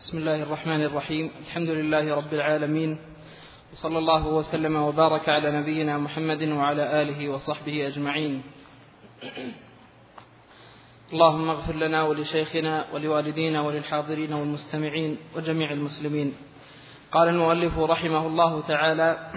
بسم الله الرحمن الرحيم. الحمد لله رب العالمين، وصلى الله وسلم وبارك على نبينا محمد وعلى آله وصحبه أجمعين. اللهم اغفر لنا ولشيخنا ولوالدينا وللحاضرين والمستمعين وجميع المسلمين. قال المؤلف رحمه الله تعالى: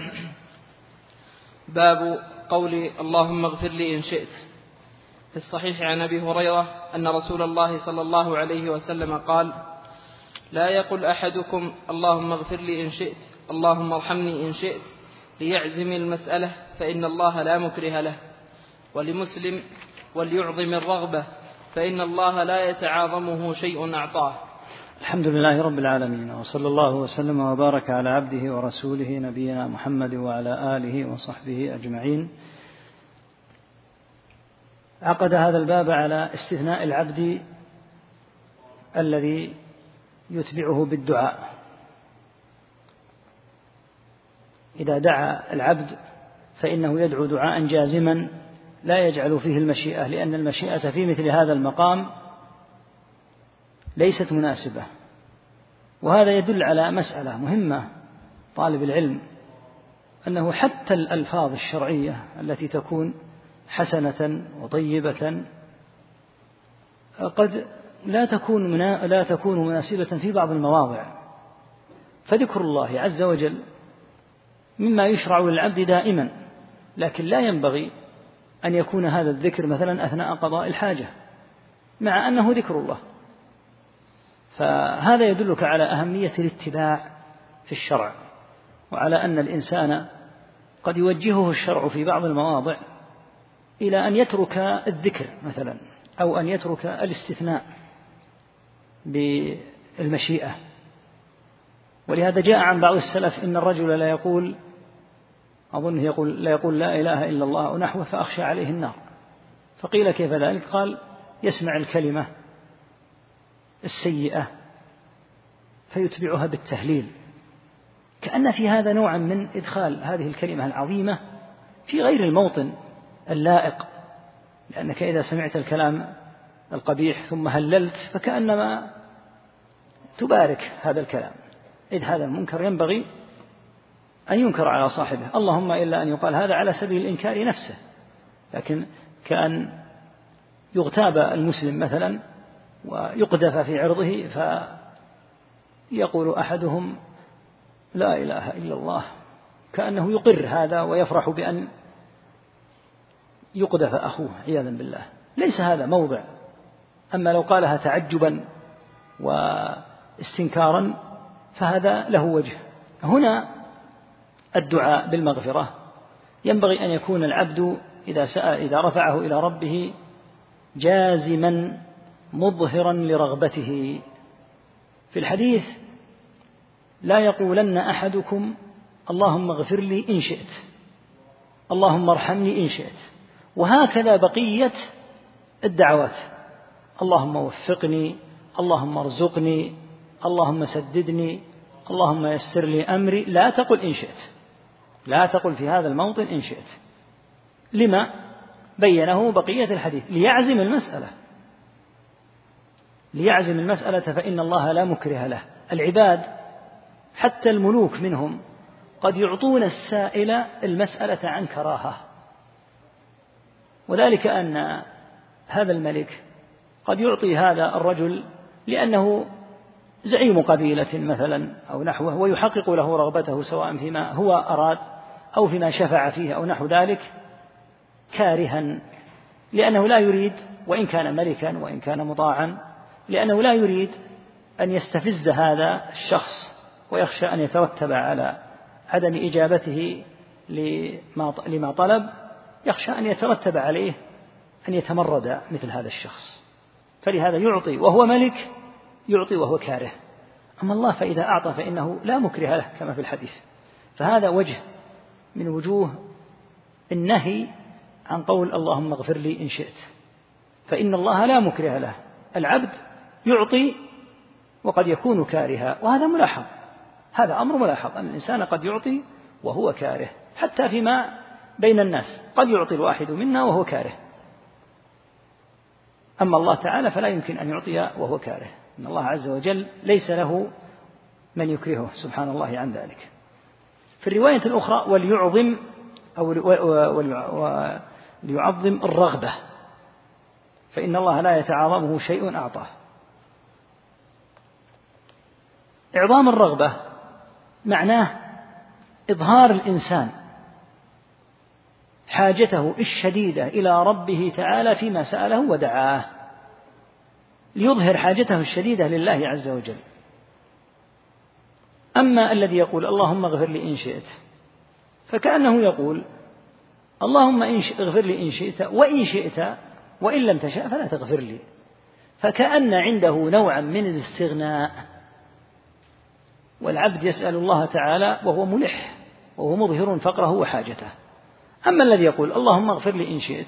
باب قول اللهم اغفر لي إن شئت. في الصحيح عن أبي هريرة أن رسول الله صلى الله عليه وسلم قال: لا يقل أحدكم اللهم اغفر لي إن شئت، اللهم ارحمني إن شئت، ليعزم المسألة فإن الله لا مكره له. ولمسلم: وليعظم الرغبة فإن الله لا يتعاظمه شيء أعطاه. الحمد لله رب العالمين، وصلى الله وسلم وبارك على عبده ورسوله نبينا محمد وعلى آله وصحبه أجمعين. عقد هذا الباب على استثناء العبد الذي يتبعه بالدعاء. إذا دعا العبد فإنه يدعو دعاء جازما لا يجعل فيه المشيئة، لأن المشيئة في مثل هذا المقام ليست مناسبة. وهذا يدل على مسألة مهمة طالب العلم، أنه حتى الألفاظ الشرعية التي تكون حسنة وطيبة قد لا تكون مناسبة في بعض المواضع. فذكر الله عز وجل مما يشرع للعبد دائما، لكن لا ينبغي أن يكون هذا الذكر مثلا أثناء قضاء الحاجة، مع أنه ذكر الله. فهذا يدلك على أهمية الاتباع في الشرع، وعلى أن الإنسان قد يوجهه الشرع في بعض المواضع إلى أن يترك الذكر مثلا، أو أن يترك الاستثناء بالمشيئة. ولهذا جاء عن بعض السلف إن الرجل لا يقول لا إله إلا الله أو نحوه فأخشى عليه النار. فقيل كيف ذلك؟ قال: يسمع الكلمة السيئة فيتبعها بالتهليل، كأن في هذا نوعا من إدخال هذه الكلمة العظيمة في غير الموطن اللائق، لأنك إذا سمعت الكلام القبيح ثم هللت فكأنما تبارك هذا الكلام، إذ هذا المنكر ينبغي أن ينكر على صاحبه، اللهم إلا أن يقال هذا على سبيل الإنكار نفسه. لكن كأن يغتاب المسلم مثلا ويقذف في عرضه فيقول أحدهم لا إله إلا الله، كأنه يقر هذا ويفرح بأن يقذف أخوه عياذا بالله. ليس هذا موضع. أما لو قالها تعجبا واستنكارا فهذا له وجه. هنا الدعاء بالمغفرة ينبغي أن يكون العبد إذا رفعه إلى ربه جازما مظهرا لرغبته. في الحديث: لا يقولن أحدكم اللهم اغفر لي إن شئت، اللهم ارحمني إن شئت. وهكذا بقية الدعوات: اللهم وفقني، اللهم ارزقني، اللهم سددني، اللهم يسر لي أمري. لا تقل إن شئت، لا تقل في هذا الموطن إن شئت. لما؟ بينه بقية الحديث: ليعزم المسألة فإن الله لا مكره له. العباد حتى الملوك منهم قد يعطون السائل المسألة عن كراهة، وذلك أن هذا الملك قد يعطي هذا الرجل لأنه زعيم قبيلة مثلا أو نحوه، ويحقق له رغبته سواء فيما هو أراد أو فيما شفع فيه أو نحو ذلك، كارها، لأنه لا يريد، وإن كان ملكا وإن كان مطاعا، لأنه لا يريد أن يستفز هذا الشخص ويخشى أن يترتب على عدم إجابته لما طلب، يخشى أن يترتب عليه أن يتمرد مثل هذا الشخص. فلهذا يعطي وهو ملك، يعطي وهو كاره. أما الله فإذا أعطى فإنه لا مكره له كما في الحديث. فهذا وجه من وجوه النهي عن قول اللهم اغفر لي إن شئت، فإن الله لا مكره له. العبد يعطي وقد يكون كارها، وهذا ملاحظ، هذا أمر ملاحظ، أن الإنسان قد يعطي وهو كاره، حتى فيما بين الناس قد يعطي الواحد منا وهو كاره. أما الله تعالى فلا يمكن أن يعطي وهو كاره. إن الله عز وجل ليس له من يكرهه سبحان الله عن ذلك. في الرواية الأخرى وليعظم الرغبة، فإن الله لا يتعاظمه شيء أعطاه. إعظام الرغبة معناه إظهار الإنسان حاجته الشديدة إلى ربه تعالى فيما سأله ودعاه، ليظهر حاجته الشديدة لله عز وجل. أما الذي يقول اللهم اغفر لي إن شئت، فكأنه يقول اللهم اغفر لي إن شئت، وإن شئت وإن لم تشاء فلا تغفر لي، فكأن عنده نوعا من الاستغناء، والعبد يسأل الله تعالى وهو ملح وهو مظهر فقره وحاجته. أما الذي يقول اللهم اغفر لي إن شئت،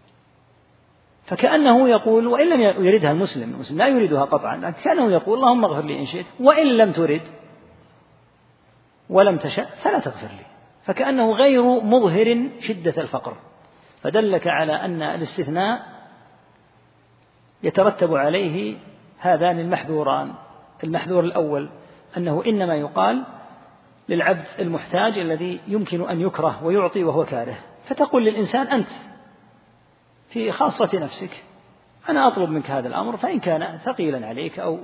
فكأنه يقول، وإن لم يردها المسلم لا يريدها قطعا، لكن كأنه يقول اللهم اغفر لي إن شئت، وإن لم ترد ولم تشأ فلا تغفر لي، فكأنه غير مظهر شدة الفقر. فدلك على أن الاستثناء يترتب عليه هذان المحذوران. المحذور الأول أنه إنما يقال للعبد المحتاج الذي يمكن أن يكره ويعطي وهو كاره، فتقول للإنسان أنت في خاصة نفسك أنا أطلب منك هذا الأمر، فإن كان ثقيلا عليك أو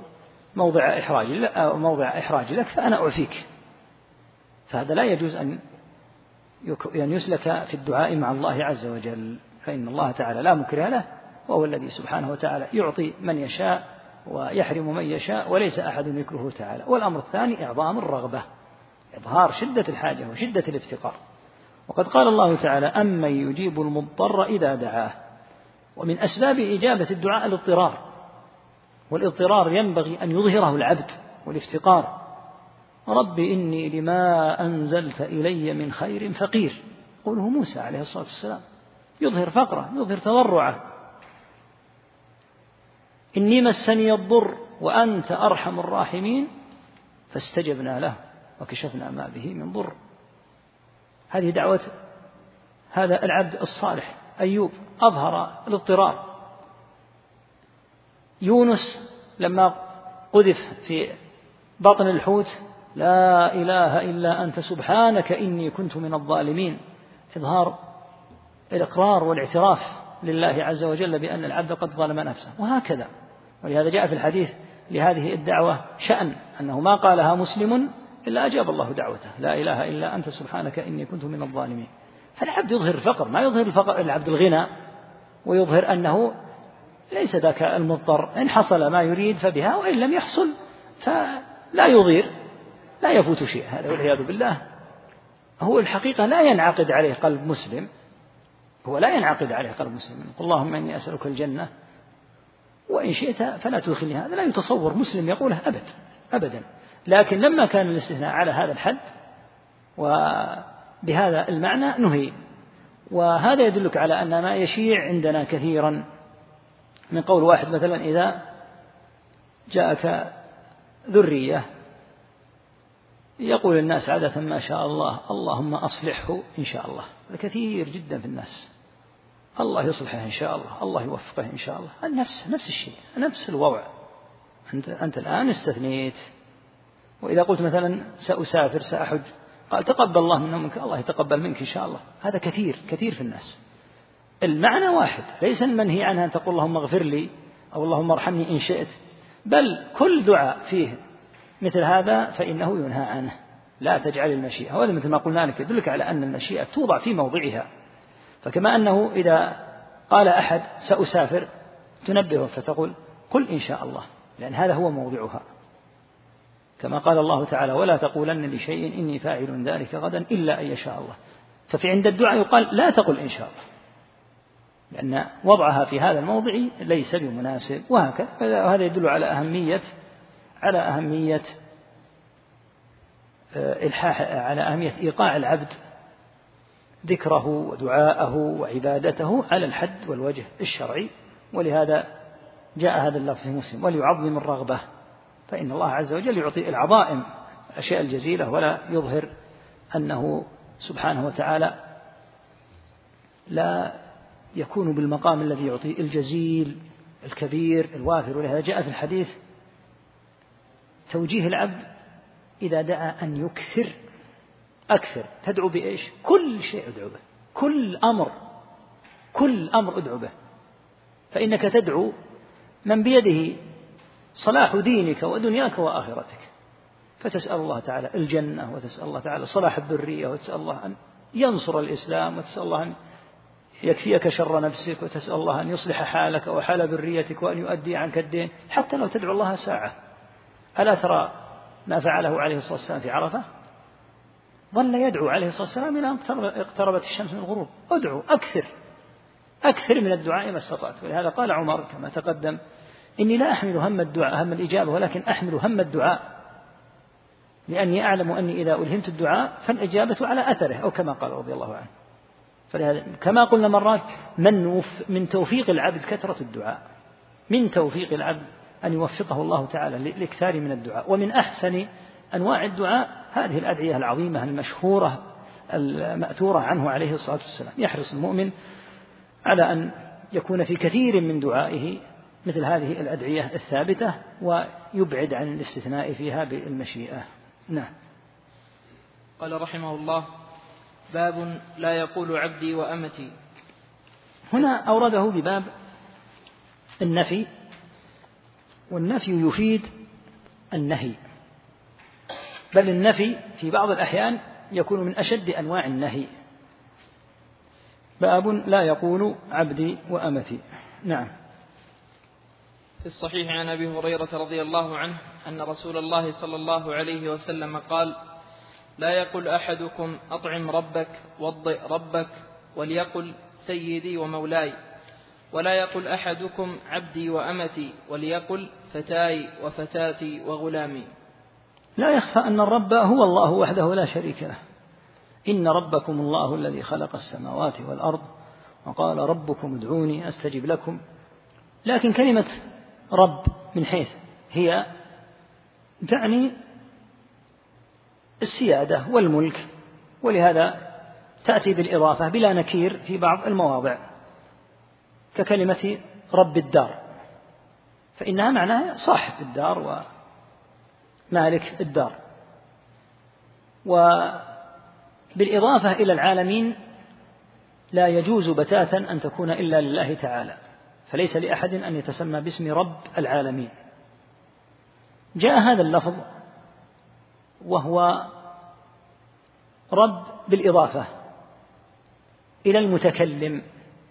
موضع إحراج لك فأنا أعفيك. فهذا لا يجوز أن يسلك في الدعاء مع الله عز وجل، فإن الله تعالى لا مكره له، وهو الذي سبحانه وتعالى يعطي من يشاء ويحرم من يشاء، وليس أحد يكرهه تعالى. والأمر الثاني إعظام الرغبة، إظهار شدة الحاجة وشدة الافتقار. وقد قال الله تعالى أمن يجيب المضطر إذا دعاه. ومن أسباب إجابة الدعاء الاضطرار، والاضطرار ينبغي أن يظهره العبد، والافتقار. رب إني لما أنزلت إلي من خير فقير، قوله موسى عليه الصلاة والسلام، يظهر فقره، يظهر تضرعه. إني مسني الضر وأنت أرحم الراحمين فاستجبنا له وكشفنا ما به من ضر. هذه دعوة هذا العبد الصالح أيوب، أظهر الاضطرار. يونس لما قذف في بطن الحوت لا إله إلا أنت سبحانك إني كنت من الظالمين، إظهار الإقرار والاعتراف لله عز وجل بأن العبد قد ظلم نفسه. وهكذا، ولهذا جاء في الحديث لهذه الدعوة شأن، أنه ما قالها مسلم إلا أجاب الله دعوته، لا إله إلا أنت سبحانك إني كنت من الظالمين. فالعبد يظهر الفقر، ما يظهر الفقر العبد الغنى، ويظهر أنه ليس ذاك المضطر، إن حصل ما يريد فبها، وإن لم يحصل فلا يضير، لا يفوت شيء. هذا والعياذ بالله هو الحقيقة لا ينعقد عليه قلب مسلم، هو لا ينعقد عليه قلب مسلم. اللهم إني أسألك الجنة وإن شئت فلا تدخلني، هذا لا يتصور مسلم يقوله أبدا. لكن لما كان الاستثناء على هذا الحد وبهذا المعنى نهي. وهذا يدلك على أن ما يشيع عندنا كثيرا من قول واحد مثلا إذا جاءك ذرية يقول الناس عادة ما شاء الله اللهم أصلحه إن شاء الله، هذا كثير جدا في الناس، الله يصلحه إن شاء الله، الله يوفقه إن شاء الله. نفس الشيء، نفس الوضع. أنت الآن استثنيت. وإذا قلت مثلا سأسافر سأحج، قال تقبل الله منا ومنك، الله يتقبل منك إن شاء الله. هذا كثير في الناس. المعنى واحد، ليس المنهي عنها أن تقول اللهم اغفر لي أو اللهم ارحمني إن شئت، بل كل دعاء فيه مثل هذا فإنه ينهى عنه. لا تجعل المشيئة، وهذا مثل ما قلنا لك يدلك على أن المشيئة توضع في موضعها. فكما أنه إذا قال أحد سأسافر تنبهه فتقول قل إن شاء الله، لأن هذا هو موضعها. كما قال الله تعالى ولا تقولن لشيء إني فاعل ذلك غدا إلا أن يشاء الله. ففي عند الدعاء يقال لا تقل إن شاء الله، لأن وضعها في هذا الموضع ليس بمناسب. وهكذا، وهذا يدل على أهمية إيقاع العبد ذكره ودعاءه وعبادته على الحد والوجه الشرعي. ولهذا جاء هذا اللفظ في مسلم وليعظم الرغبة، فإن الله عز وجل يعطي العظائم الأشياء الجزيلة، ولا يظهر أنه سبحانه وتعالى لا يكون بالمقام الذي يعطي الجزيل الكبير الوافر. ولهذا جاء في الحديث توجيه العبد إذا دعا أن يكثر أكثر. تدعو بإيش؟ كل شيء ادعو به، كل أمر ادعو به، فإنك تدعو من بيده صلاح دينك ودنياك وآخرتك، فتسأل الله تعالى الجنة، وتسأل الله تعالى صلاح الذرية، وتسأل الله أن ينصر الإسلام، وتسأل الله أن يكفيك شر نفسك، وتسأل الله أن يصلح حالك وحال ذريتك وأن يؤدي عنك الدين، حتى لو تدعو الله ساعة. ألا ترى ما فعله عليه الصلاة والسلام في عرفة؟ ظل يدعو عليه الصلاة والسلام إلى أن اقتربت الشمس من الغروب. ادعو أكثر من الدعاء ما استطعت. ولهذا قال عمر كما تقدم: إني لا أحمل هم الدعاء هم الإجابة، ولكن أحمل هم الدعاء، لأني أعلم أني إذا ألهمت الدعاء فالإجابة على أثره، أو كما قال رضي الله عنه. فلهذا كما قلنا مرات من توفيق العبد كثرة الدعاء، من توفيق العبد أن يوفقه الله تعالى للإكثار من الدعاء. ومن أحسن أنواع الدعاء هذه الأدعية العظيمة المشهورة المأثورة عنه عليه الصلاة والسلام. يحرص المؤمن على أن يكون في كثير من دعائه مثل هذه الأدعية الثابتة، ويبعد عن الاستثناء فيها بالمشيئة. نعم. قال رحمه الله: باب لا يقول عبدي وأمتي. هنا أورده بباب النفي، والنفي يفيد النهي، بل النفي في بعض الأحيان يكون من أشد أنواع النهي. باب لا يقول عبدي وأمتي. نعم. في الصحيح عن أبي هريرة رضي الله عنه أن رسول الله صلى الله عليه وسلم قال: لا يقل أحدكم أطعم ربك وضئ ربك، وليقل سيدي ومولاي، ولا يقل أحدكم عبدي وأمتي، وليقل فتاي وفتاتي وغلامي. لا يخفى أن الرب هو الله وحده لا شريك له. إن ربكم الله الذي خلق السماوات والأرض وقال ربكم ادعوني أستجب لكم. لكن كلمة رب من حيث هي تعني السيادة والملك، ولهذا تأتي بالإضافة بلا نكير في بعض المواضع، ككلمة رب الدار، فإنها معناها صاحب الدار ومالك الدار. وبالإضافة إلى العالمين لا يجوز بتاتا أن تكون إلا لله تعالى، فليس لأحد أن يتسمى باسم رب العالمين. جاء هذا اللفظ وهو رب بالإضافة إلى المتكلم،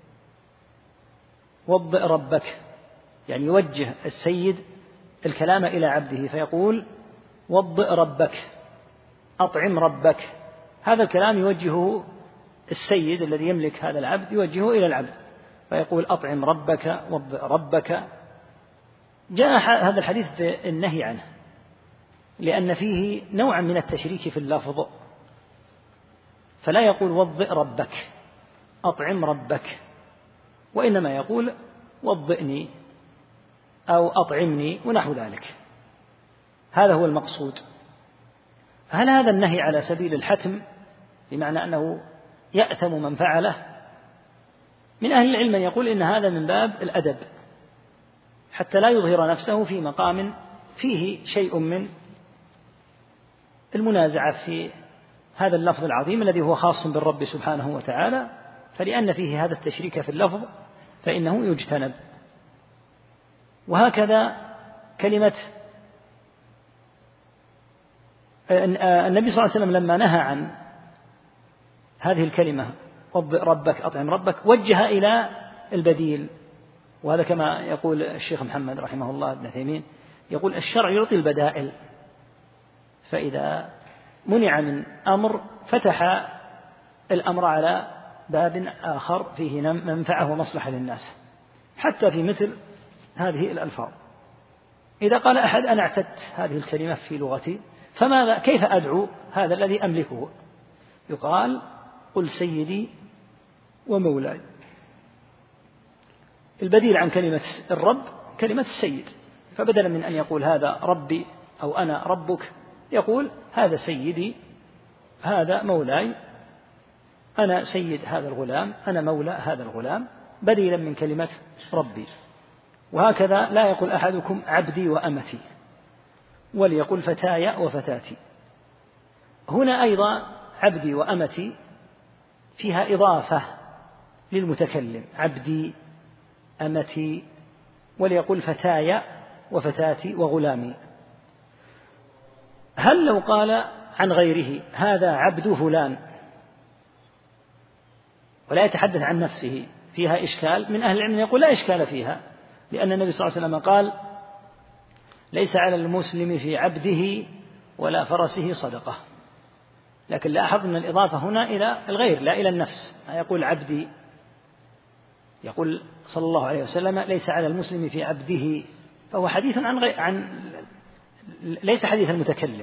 وضئ ربك، يعني يوجه السيد الكلام إلى عبده فيقول وضئ ربك، أطعم ربك. هذا الكلام يوجهه السيد الذي يملك هذا العبد، يوجهه إلى العبد فيقول أطعم ربك وضئ ربك. جاء هذا الحديث بالنهي عنه لأن فيه نوعا من التشريك في اللفظ، فلا يقول وضئ ربك أطعم ربك، وإنما يقول وضئني أو أطعمني ونحو ذلك. هذا هو المقصود. هل هذا النهي على سبيل الحتم بمعنى أنه يأثم من فعله؟ من أهل العلم من يقول إن هذا من باب الأدب، حتى لا يظهر نفسه في مقام فيه شيء من المنازعة في هذا اللفظ العظيم الذي هو خاص بالرب سبحانه وتعالى، فلأن فيه هذا التشريك في اللفظ فإنه يجتنب. وهكذا كلمة النبي صلى الله عليه وسلم لما نهى عن هذه الكلمة وضئ ربك أطعم ربك وجه إلى البديل، وهذا كما يقول الشيخ محمد رحمه الله ابن تيمية، يقول الشرع يعطي البدائل، فإذا منع من أمر فتح الأمر على باب آخر فيه منفعة ومصلحة للناس، حتى في مثل هذه الألفاظ. إذا قال أحد أنا اعتدت هذه الكلمة في لغتي فماذا كيف أدعو هذا الذي أملكه؟ يقال قل سيدي ومولاي. البديل عن كلمة الرب كلمة السيد، فبدلا من أن يقول هذا ربي أو أنا ربك يقول هذا سيدي هذا مولاي، أنا سيد هذا الغلام أنا مولى هذا الغلام، بديلا من كلمة ربي. وهكذا لا يقول أحدكم عبدي وأمتي، وليقول فتاي وفتاتي. هنا أيضا عبدي وأمتي فيها إضافة للمتكلم، عبدي أمتي، وليقول فتاي وفتاتي وغلامي. هل لو قال عن غيره هذا عبد فلان ولا يتحدث عن نفسه فيها إشكال؟ من أهل العلم يقول لا إشكال فيها، لأن النبي صلى الله عليه وسلم قال ليس على المسلم في عبده ولا فرسه صدقة. لكن لاحظ أن الإضافة هنا إلى الغير لا إلى النفس، يقول عبدي، يقول صلى الله عليه وسلم ليس على المسلم في عبده، فهو حديث عن ليس حديث المتكلم.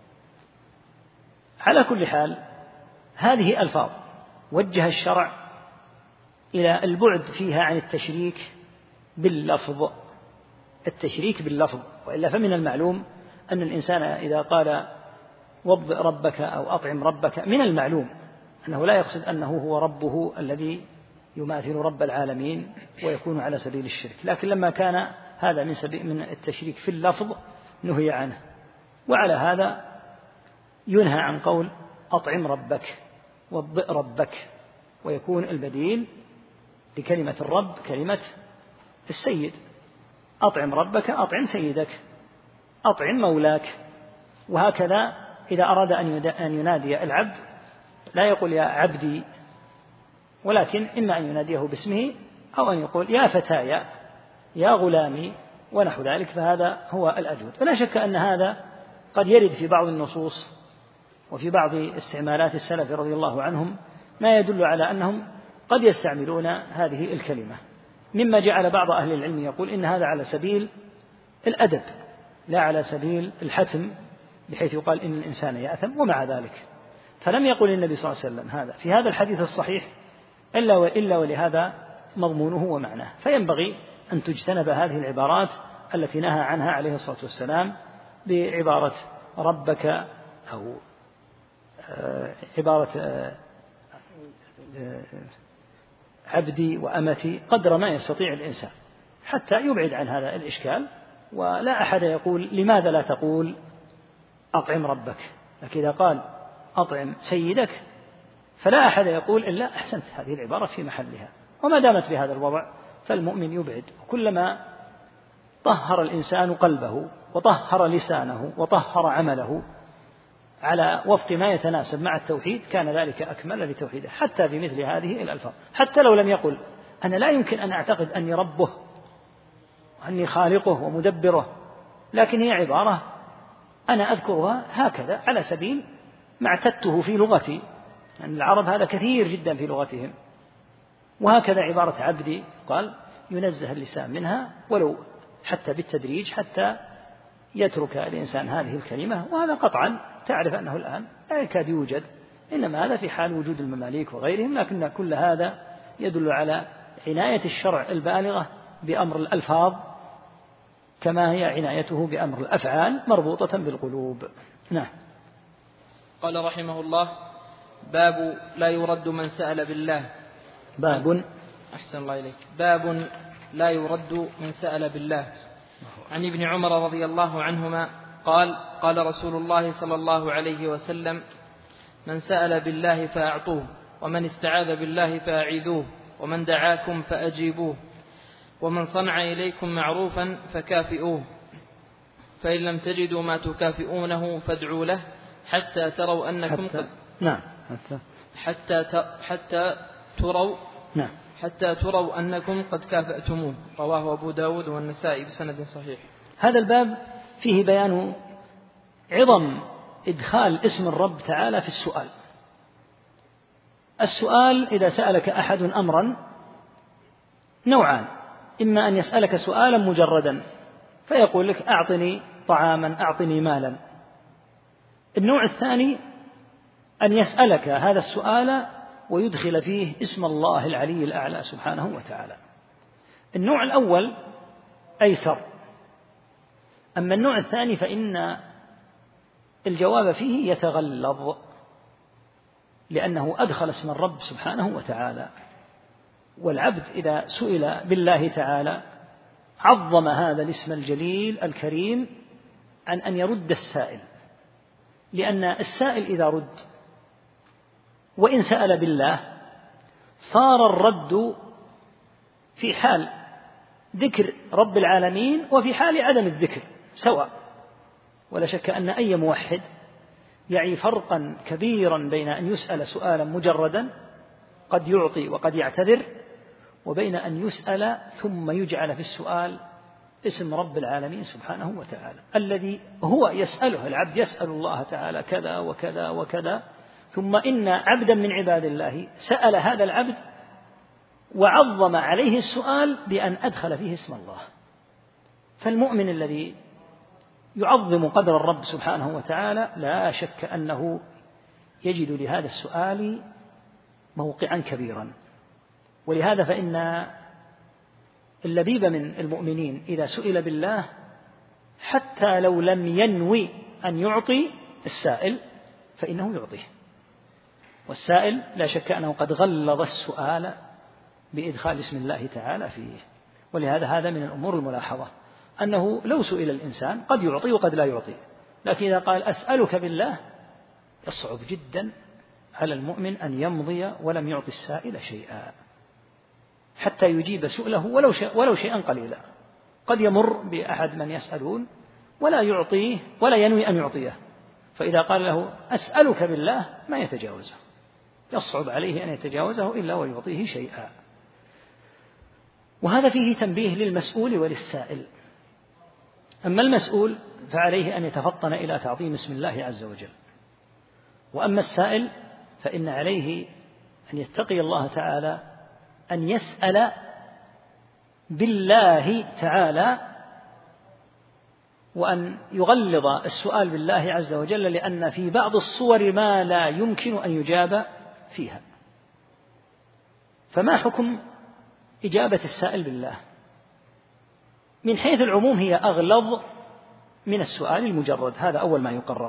على كل حال هذه ألفاظ وجه الشرع إلى البعد فيها عن التشريك باللفظ، التشريك باللفظ، وإلا فمن المعلوم أن الإنسان إذا قال وضئ ربك أو أطعم ربك، من المعلوم أنه لا يقصد أنه هو ربه الذي يماثل رب العالمين ويكون على سبيل الشرك، لكن لما كان هذا من التشريك في اللفظ نهي عنه. وعلى هذا ينهى عن قول أطعم ربك وضئ ربك، ويكون البديل لكلمة الرب كلمة السيد، أطعم ربك أطعم سيدك، أطعم مولاك. وهكذا إذا أراد أن ينادي العبد لا يقول يا عبدي، ولكن إما أن يناديه باسمه أو أن يقول يا فتايا يا غلامي ونحو ذلك، فهذا هو الأجود. ولا شك أن هذا قد يرد في بعض النصوص وفي بعض استعمالات السلف رضي الله عنهم ما يدل على أنهم قد يستعملون هذه الكلمة، مما جعل بعض أهل العلم يقول إن هذا على سبيل الأدب لا على سبيل الحتم، بحيث يقال إن الإنسان يأثم. ومع ذلك فلم يقل النبي صلى الله عليه وسلم هذا في هذا الحديث الصحيح إلا ولهذا مضمونه ومعناه، فينبغي أن تجتنب هذه العبارات التي نهى عنها عليه الصلاة والسلام بعبارة ربك أو عبارة عبدي وأمتي قدر ما يستطيع الإنسان حتى يبعد عن هذا الإشكال. ولا أحد يقول لماذا لا تقول أطعم ربك، لكن إذا قال أطعم سيدك فلا أحد يقول إلا أحسنت، هذه العبارة في محلها. وما دامت بهذا الوضع فالمؤمن يبعد، وكلما طهر الإنسان قلبه وطهر لسانه وطهر عمله على وفق ما يتناسب مع التوحيد كان ذلك أكمل لتوحيده، حتى في مثل هذه الألفاظ. حتى لو لم يقل أنا لا يمكن أن أعتقد أني ربه وأني خالقه ومدبره، لكن هي عبارة أنا أذكرها هكذا على سبيل ما اعتدته في لغتي، يعني العرب هذا كثير جدا في لغتهم. وهكذا عبارة عبدي قال ينزه اللسان منها ولو حتى بالتدريج حتى يترك الإنسان هذه الكلمة، وهذا قطعا تعرف أنه الآن لا يكاد يوجد، إنما هذا في حال وجود المماليك وغيرهم. لكن كل هذا يدل على عناية الشرع البالغة بأمر الألفاظ كما هي عنايته بأمر الأفعال مربوطة بالقلوب. نعم. قال رحمه الله: باب لا يرد من سأل بالله. باب أحسن الله إليك. باب لا يرد من سأل بالله. عن ابن عمر رضي الله عنهما قال: قال رسول الله صلى الله عليه وسلم: من سأل بالله فأعطوه، ومن استعاذ بالله فأعيذوه، ومن دعاكم فأجيبوه، ومن صنع إليكم معروفا فكافئوه، فإن لم تجدوا ما تكافئونه فادعوا له حتى تروا أنكم حتى تروا أنكم قد كافأتموه. رواه أبو داود والنسائي بسند صحيح. هذا الباب فيه بيان عظم إدخال اسم الرب تعالى في السؤال. السؤال إذا سألك أحد أمرا نوعان: إما أن يسألك سؤالا مجردا فيقول لك أعطني طعاما، أعطني مالا. النوع الثاني أن يسألك هذا السؤال ويدخل فيه اسم الله العلي الأعلى سبحانه وتعالى. النوع الأول أيسر، أما النوع الثاني فإن الجواب فيه يتغلظ، لأنه أدخل اسم الرب سبحانه وتعالى. والعبد إذا سئل بالله تعالى عظم هذا الاسم الجليل الكريم عن أن يرد السائل، لأن السائل إذا رد وإن سأل بالله صار الرد في حال ذكر رب العالمين وفي حال عدم الذكر سواء. ولا شك أن أي موحد يعي فرقا كبيرا بين أن يسأل سؤالا مجردا قد يعطي وقد يعتذر، وبين أن يسأل ثم يجعل في السؤال اسم رب العالمين سبحانه وتعالى الذي هو يسأله. العبد يسأل الله تعالى كذا وكذا وكذا، ثم إن عبدا من عباد الله سأل هذا العبد وعظم عليه السؤال بأن أدخل فيه اسم الله. فالمؤمن الذي يعظم قدر الرب سبحانه وتعالى لا شك أنه يجد لهذا السؤال موقعا كبيرا. ولهذا فإن اللبيب من المؤمنين إذا سئل بالله حتى لو لم ينوي أن يعطي السائل فإنه يعطيه، والسائل لا شك أنه قد غلظ السؤال بإدخال اسم الله تعالى فيه. ولهذا هذا من الأمور الملاحظة أنه لو سئل الإنسان قد يعطي وقد لا يعطي، لكن إذا قال أسألك بالله يصعب جدا على المؤمن أن يمضي ولم يعطي السائل شيئا حتى يجيب سؤله ولو شيئا قليلا. قد يمر بأحد من يسألون ولا يعطيه ولا ينوي أن يعطيه، فإذا قال له أسألك بالله ما يتجاوزه، يصعب عليه أن يتجاوزه إلا ويعطيه شيئا. وهذا فيه تنبيه للمسؤول وللسائل. أما المسؤول فعليه أن يتفطن إلى تعظيم اسم الله عز وجل، وأما السائل فإن عليه أن يتقي الله تعالى، أن يسأل بالله تعالى، وأن يغلظ السؤال بالله عز وجل، لأن في بعض الصور ما لا يمكن أن يجاب فيها. فما حكم إجابة السائل بالله؟ من حيث العموم هي أغلظ من السؤال المجرد، هذا أول ما يقرر.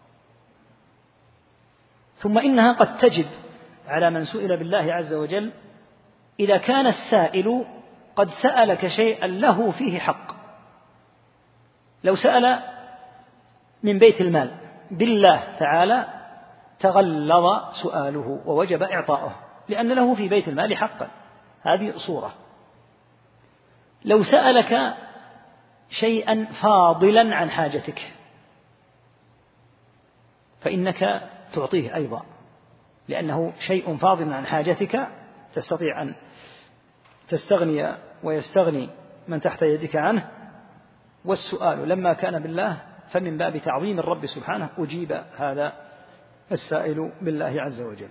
ثم إنها قد تجب على من سئل بالله عز وجل إذا كان السائل قد سألك شيئا له فيه حق. لو سأل من بيت المال بالله تعالى تغلظ سؤاله ووجب إعطاؤه لأن له في بيت المال حقا، هذه صورة. لو سألك شيئا فاضلا عن حاجتك فإنك تعطيه أيضا، لأنه شيء فاضل عن حاجتك تستطيع أن تستغني ويستغني من تحت يدك عنه. والسؤال لما كان بالله فمن باب تعظيم الرب سبحانه أجيب هذا السائل بالله عز وجل.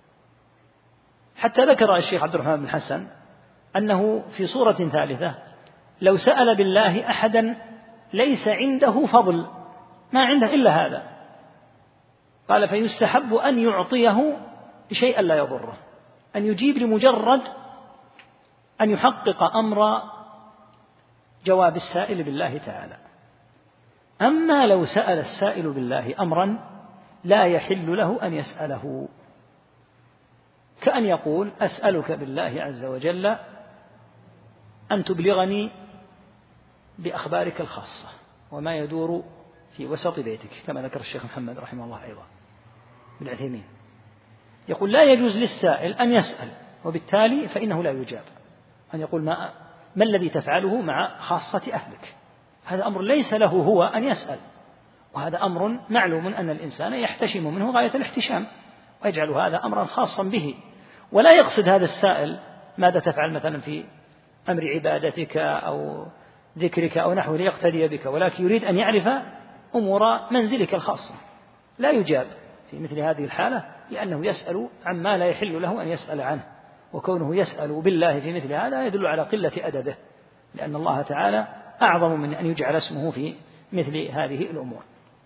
حتى ذكر الشيخ عبد الرحمن بن حسن أنه في صورة ثالثة لو سأل بالله أحدا ليس عنده فضل، ما عنده إلا هذا، قال فيستحب أن يعطيه شيئا لا يضره، أن يجيب لمجرد أن يحقق أمر جواب السائل بالله تعالى. أما لو سأل السائل بالله أمرا لا يحل له أن يسأله، كأن يقول أسألك بالله عز وجل أن تبلغني بأخبارك الخاصة وما يدور في وسط بيتك، كما ذكر الشيخ محمد رحمه الله أيضا بن عثيمين. يقول لا يجوز للسائل أن يسأل، وبالتالي فإنه لا يجاب، أن يقول ما الذي تفعله مع خاصة أهلك، هذا أمر ليس له هو أن يسأل، وهذا أمر معلوم أن الإنسان يحتشم منه غاية الاحتشام ويجعل هذا أمرا خاصا به، ولا يقصد هذا السائل ماذا تفعل مثلا في أمر عبادتك أو ذكرك أو نحو ليقتدي بك، ولكن يريد أن يعرف أمور منزلك الخاصة. لا يجاب في مثل هذه الحالة لأنه يسأل عما لا يحل له أن يسأل عنه، وكونه يسأل بالله في مثل هذا يدل على قلة أدبه، لأن الله تعالى أعظم من أن يجعل اسمه في مثل هذه الأمور.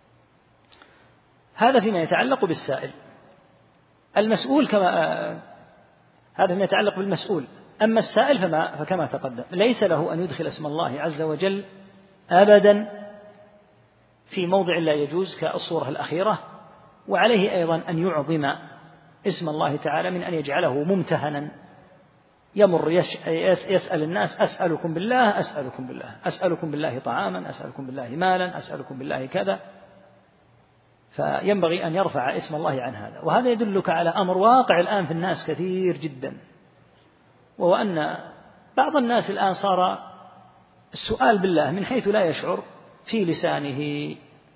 هذا فيما يتعلق بالسائل. المسؤول هذا فيما يتعلق بالمسؤول. أما السائل فكما تقدم ليس له أن يدخل اسم الله عز وجل أبدا في موضع لا يجوز كالصورة الأخيرة، وعليه أيضا أن يعظم اسم الله تعالى من أن يجعله ممتهنا يمر يسأل الناس أسألكم بالله أسألكم بالله، أسألكم بالله طعاما، أسألكم بالله مالا، أسألكم بالله كذا، فينبغي أن يرفع اسم الله عن هذا. وهذا يدلك على أمر واقع الآن في الناس كثير جدا، وهو أن بعض الناس الآن صار السؤال بالله من حيث لا يشعر في لسانه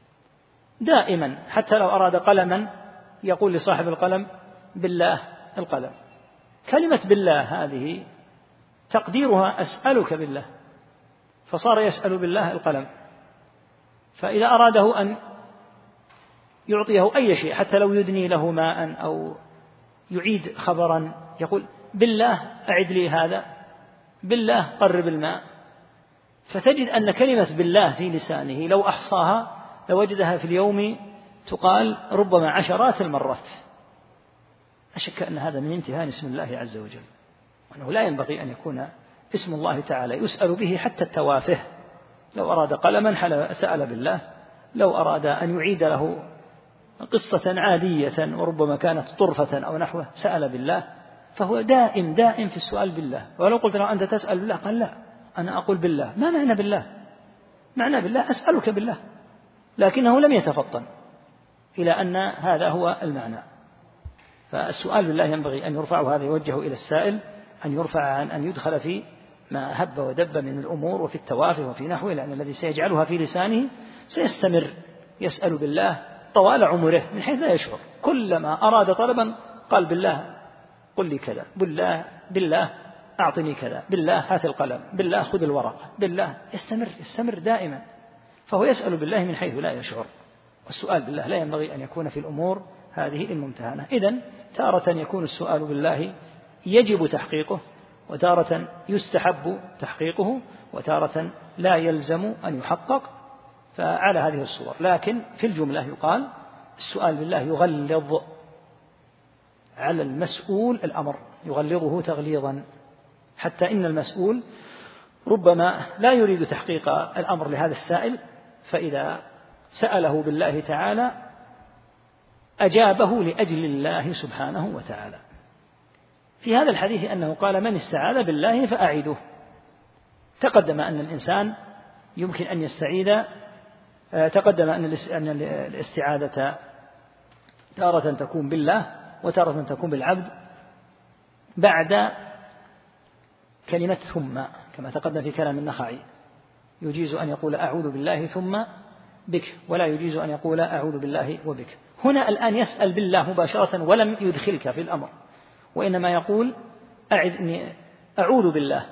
دائما، حتى لو أراد قلما يقول لصاحب القلم بالله القلم. كلمة بالله هذه تقديرها أسألك بالله، فصار يسأل بالله القلم. فإذا أراده أن يعطيه أي شيء حتى لو يدني له ماء أو يعيد خبرا يقول بالله أعد لي هذا، بالله قرب الماء. فتجد أن كلمة بالله في لسانه لو أحصاها لوجدها في اليوم تقال ربما عشرات المرات. لا شك أن هذا من امتهان اسم الله عز وجل، وأنه لا ينبغي أن يكون اسم الله تعالى يسأل به حتى التوافه. لو أراد قلما سأل بالله، لو أراد أن يعيد له قصة عادية وربما كانت طرفة أو نحوه سأل بالله. فهو دائم في السؤال بالله. ولو قلت له أنت تسأل بالله قال لا، أنا أقول بالله. ما معنى بالله؟ معنى بالله أسألك بالله، لكنه لم يتفطن إلى أن هذا هو المعنى. فالسؤال بالله ينبغي أن يرفع، وهذا يوجه إلى السائل أن يرفع عن أن يدخل في ما هب ودب من الأمور وفي التوافه وفي نحوه، لأن الذي سيجعلها في لسانه سيستمر يسأل بالله طوال عمره من حيث لا يشعر. كلما أراد طلبا قال بالله قل لي كذا، بالله أعطني كذا، بالله هات القلم، بالله خذ الورقة، بالله. يستمر دائما. فهو يسأل بالله من حيث لا يشعر. والسؤال بالله لا ينبغي أن يكون في الأمور هذه الممتهنة. إذن تارة يكون السؤال بالله يجب تحقيقه، وتارة يستحب تحقيقه، وتارة لا يلزم أن يحقق. فعلى هذه الصور. لكن في الجملة يقال السؤال بالله يغلظ على المسؤول الأمر، يغلظه تغليظا، حتى إن المسؤول ربما لا يريد تحقيق الأمر لهذا السائل، فإذا سأله بالله تعالى أجابه لأجل الله سبحانه وتعالى. في هذا الحديث أنه قال من استعاذ بالله فأعيده. تقدم أن الإنسان يمكن أن يستعيذ، تقدم أن الاستعاذة تارة تكون بالله وتارة تكون بالعبد بعد كلمة ثم، كما تقدم في كلام النخعي. يجيز أن يقول أعوذ بالله ثم بك، ولا يجيز أن يقول أعوذ بالله وبك. هنا الآن يسأل بالله مباشرة ولم يدخلك في الأمر، وإنما يقول أعوذ بالله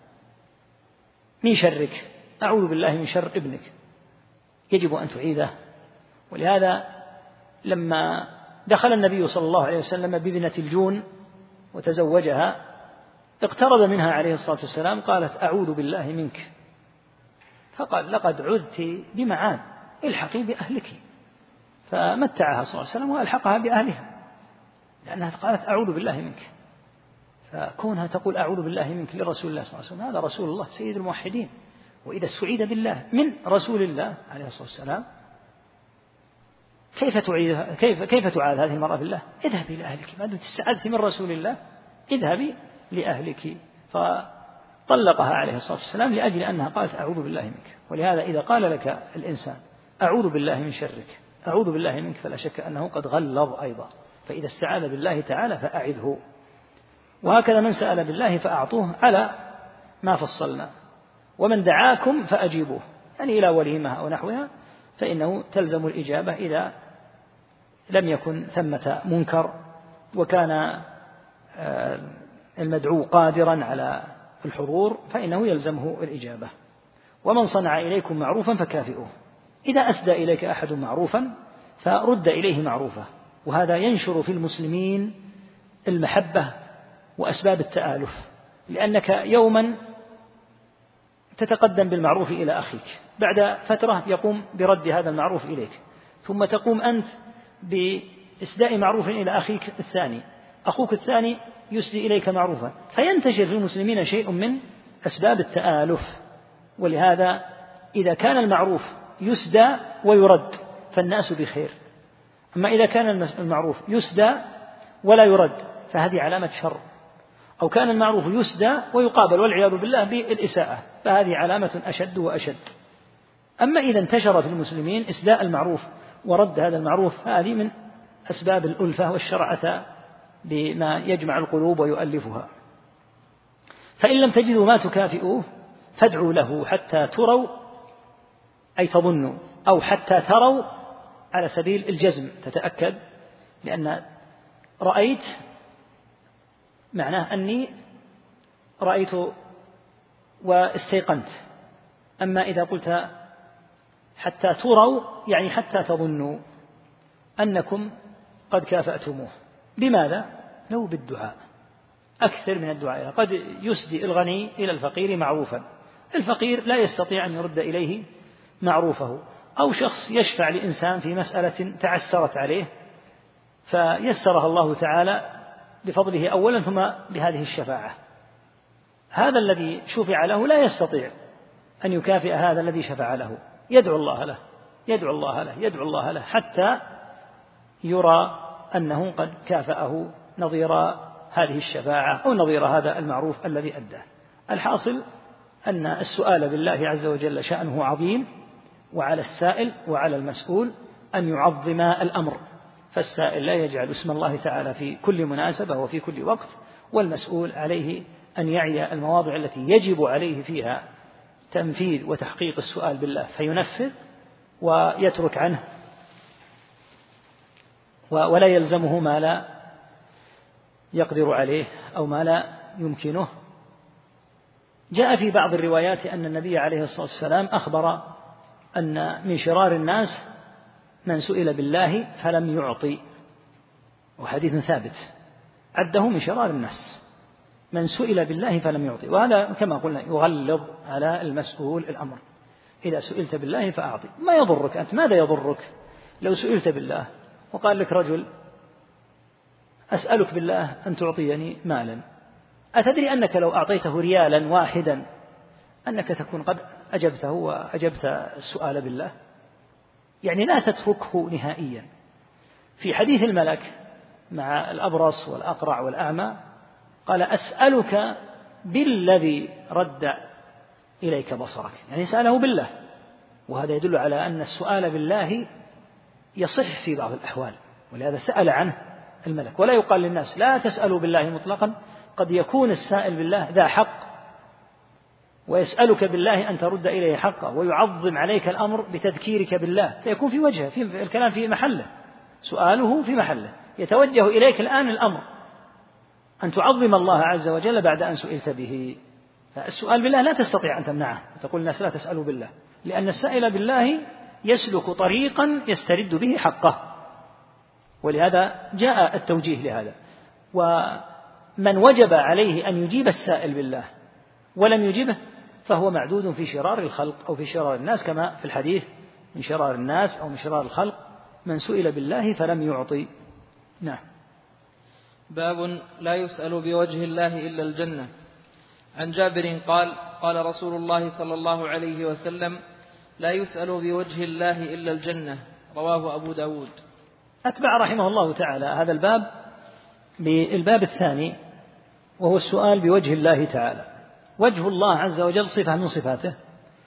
من شرك، أعوذ بالله من شر ابنك، يجب أن تعيذه. ولهذا لما دخل النبي صلى الله عليه وسلم بابنة الجون وتزوجها اقترب منها عليه الصلاة والسلام، قالت أعوذ بالله منك، فقال لقد عذت بمعان، الحقي بأهلك. فمتعها صلى الله عليه وسلم وألحقها بأهلها، لأنها قالت أعوذ بالله منك. فكونها تقول أعوذ بالله منك لرسول الله صلى الله عليه وسلم، هذا رسول الله سيد الموحدين، وإذا استعيذ بالله من رسول الله عليه الصلاة والسلام كيف تعاذ هذه المرأة بالله؟ اذهبي لأهلك، ما دمت استعذت من رسول الله اذهبي لأهلك. فطلقها عليه الصلاة والسلام لأجل أنها قالت أعوذ بالله منك. ولهذا إذا قال لك الإنسان أعوذ بالله من شرك، أعوذ بالله منك، فلا شك أنه قد غلظ أيضا. فإذا استعاذ بالله تعالى فأعذه. وهكذا من سأل بالله فأعطوه على ما فصلنا. ومن دعاكم فأجيبوه، يعني إلى وليمة أو نحوها، فإنه تلزم الإجابة إذا لم يكن ثمة منكر وكان المدعو قادرا على الحضور، فإنه يلزمه الإجابة. ومن صنع إليكم معروفا فكافئوه. إذا أسدى إليك أحد معروفا فرد إليه معروفه. وهذا ينشر في المسلمين المحبة وأسباب التآلف، لأنك يوما تتقدم بالمعروف إلى أخيك، بعد فترة يقوم برد هذا المعروف إليك، ثم تقوم أنت بإسداء معروف إلى أخيك الثاني، أخوك الثاني يسدي إليك معروفا، فينتشر في المسلمين شيء من أسباب التآلف. ولهذا إذا كان المعروف يسدى ويرد فالناس بخير. أما إذا كان المعروف يسدى ولا يرد فهذه علامة شر، أو كان المعروف يسدى ويقابل والعياذ بالله بالإساءة فهذه علامة أشد وأشد. أما إذا انتشر في المسلمين إسداء المعروف ورد هذا المعروف، هذه من أسباب الألفة، والشرع أتى بما يجمع القلوب ويؤلفها. فإن لم تجدوا ما تكافئوه فادعوا له حتى تروا، أي تظنوا، أو حتى تروا على سبيل الجزم، تتأكد، لأن رأيت معناه أني رأيت واستيقنت. أما إذا قلت حتى تروا يعني حتى تظنوا أنكم قد كافأتموه. بماذا؟ لو بالدعاء، أكثر من الدعاء. قد يسدي الغني إلى الفقير معروفا، الفقير لا يستطيع أن يرد إليه معروفه، أو شخص يشفع لإنسان في مسألة تعسرت عليه فيسرها الله تعالى بفضله أولا ثم بهذه الشفاعة. هذا الذي شفع له لا يستطيع أن يكافئ هذا الذي شفع له، يدعو الله له يدعو الله له يدعو الله له حتى يرى أنه قد كافأه نظير هذه الشفاعة أو نظير هذا المعروف الذي أداه. الحاصل أن السؤال بالله عز وجل شأنه عظيم، وعلى السائل وعلى المسؤول أن يعظم الأمر، فالسائل لا يجعل اسم الله تعالى في كل مناسبة وفي كل وقت، والمسؤول عليه أن يعي المواضع التي يجب عليه فيها تنفيذ وتحقيق السؤال بالله فينفذ ويترك عنه، ولا يلزمه ما لا يقدر عليه أو ما لا يمكنه. جاء في بعض الروايات أن النبي عليه الصلاة والسلام أخبر أن من شرار الناس من سئل بالله فلم يعطي، وحديث ثابت عده من شرار الناس من سئل بالله فلم يعطي، وهذا كما قلنا يغلظ على المسؤول الأمر. إذا سئلت بالله فأعطي، ما يضرك أنت، ماذا يضرك لو سئلت بالله وقال لك رجل أسألك بالله أن تعطيني مالا، أتدري أنك لو أعطيته ريالا واحدا أنك تكون قد أجبته وأجبت السؤال بالله؟ يعني لا تتركه نهائيا. في حديث الملك مع الأبرص والأقرع والأعمى قال أسألك بالذي رد إليك بصرك، يعني سأله بالله، وهذا يدل على أن السؤال بالله يصح في بعض الأحوال، ولهذا سأل عنه الملك. ولا يقال للناس لا تسألوا بالله مطلقا، قد يكون السائل بالله ذا حق ويسألك بالله أن ترد إليه حقه، ويعظم عليك الأمر بتذكيرك بالله، فيكون في وجهه، في الكلام في محله، سؤاله في محله، يتوجه إليك الآن الأمر أن تعظم الله عز وجل بعد أن سئلت به. فالسؤال بالله لا تستطيع أن تمنعه، تقول الناس لا تسألوا بالله، لأن السائل بالله يسلك طريقا يسترد به حقه، ولهذا جاء التوجيه لهذا. ومن وجب عليه أن يجيب السائل بالله ولم يجبه فهو معدود في شرار الخلق أو في شرار الناس، كما في الحديث من شرار الناس أو من شرار الخلق من سئل بالله فلم يعطي. نعم. باب لا يسأل بوجه الله إلا الجنة. عن جابر قال قال رسول الله صلى الله عليه وسلم لا يسأل بوجه الله إلا الجنة، رواه أبو داود. أتبع رحمه الله تعالى هذا الباب بالباب الثاني، وهو السؤال بوجه الله تعالى. وجه الله عز وجل صفة من صفاته،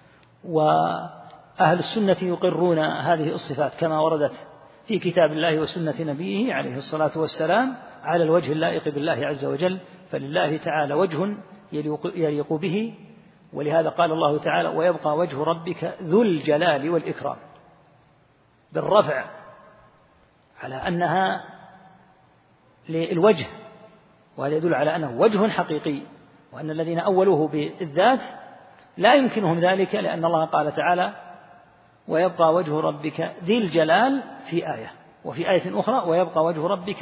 وأهل السنة يقرون هذه الصفات كما وردت في كتاب الله وسنة نبيه عليه الصلاة والسلام على الوجه اللائق بالله عز وجل. فلله تعالى وجه يليق به، ولهذا قال الله تعالى ويبقى وجه ربك ذو الجلال والإكرام، بالرفع على أنها للوجه، وهذا يدل على أنه وجه حقيقي، وأن الذين أولوه بالذات لا يمكنهم ذلك، لأن الله قال تعالى ويبقى وجه ربك ذي الجلال في آية، وفي آية أخرى ويبقى وجه ربك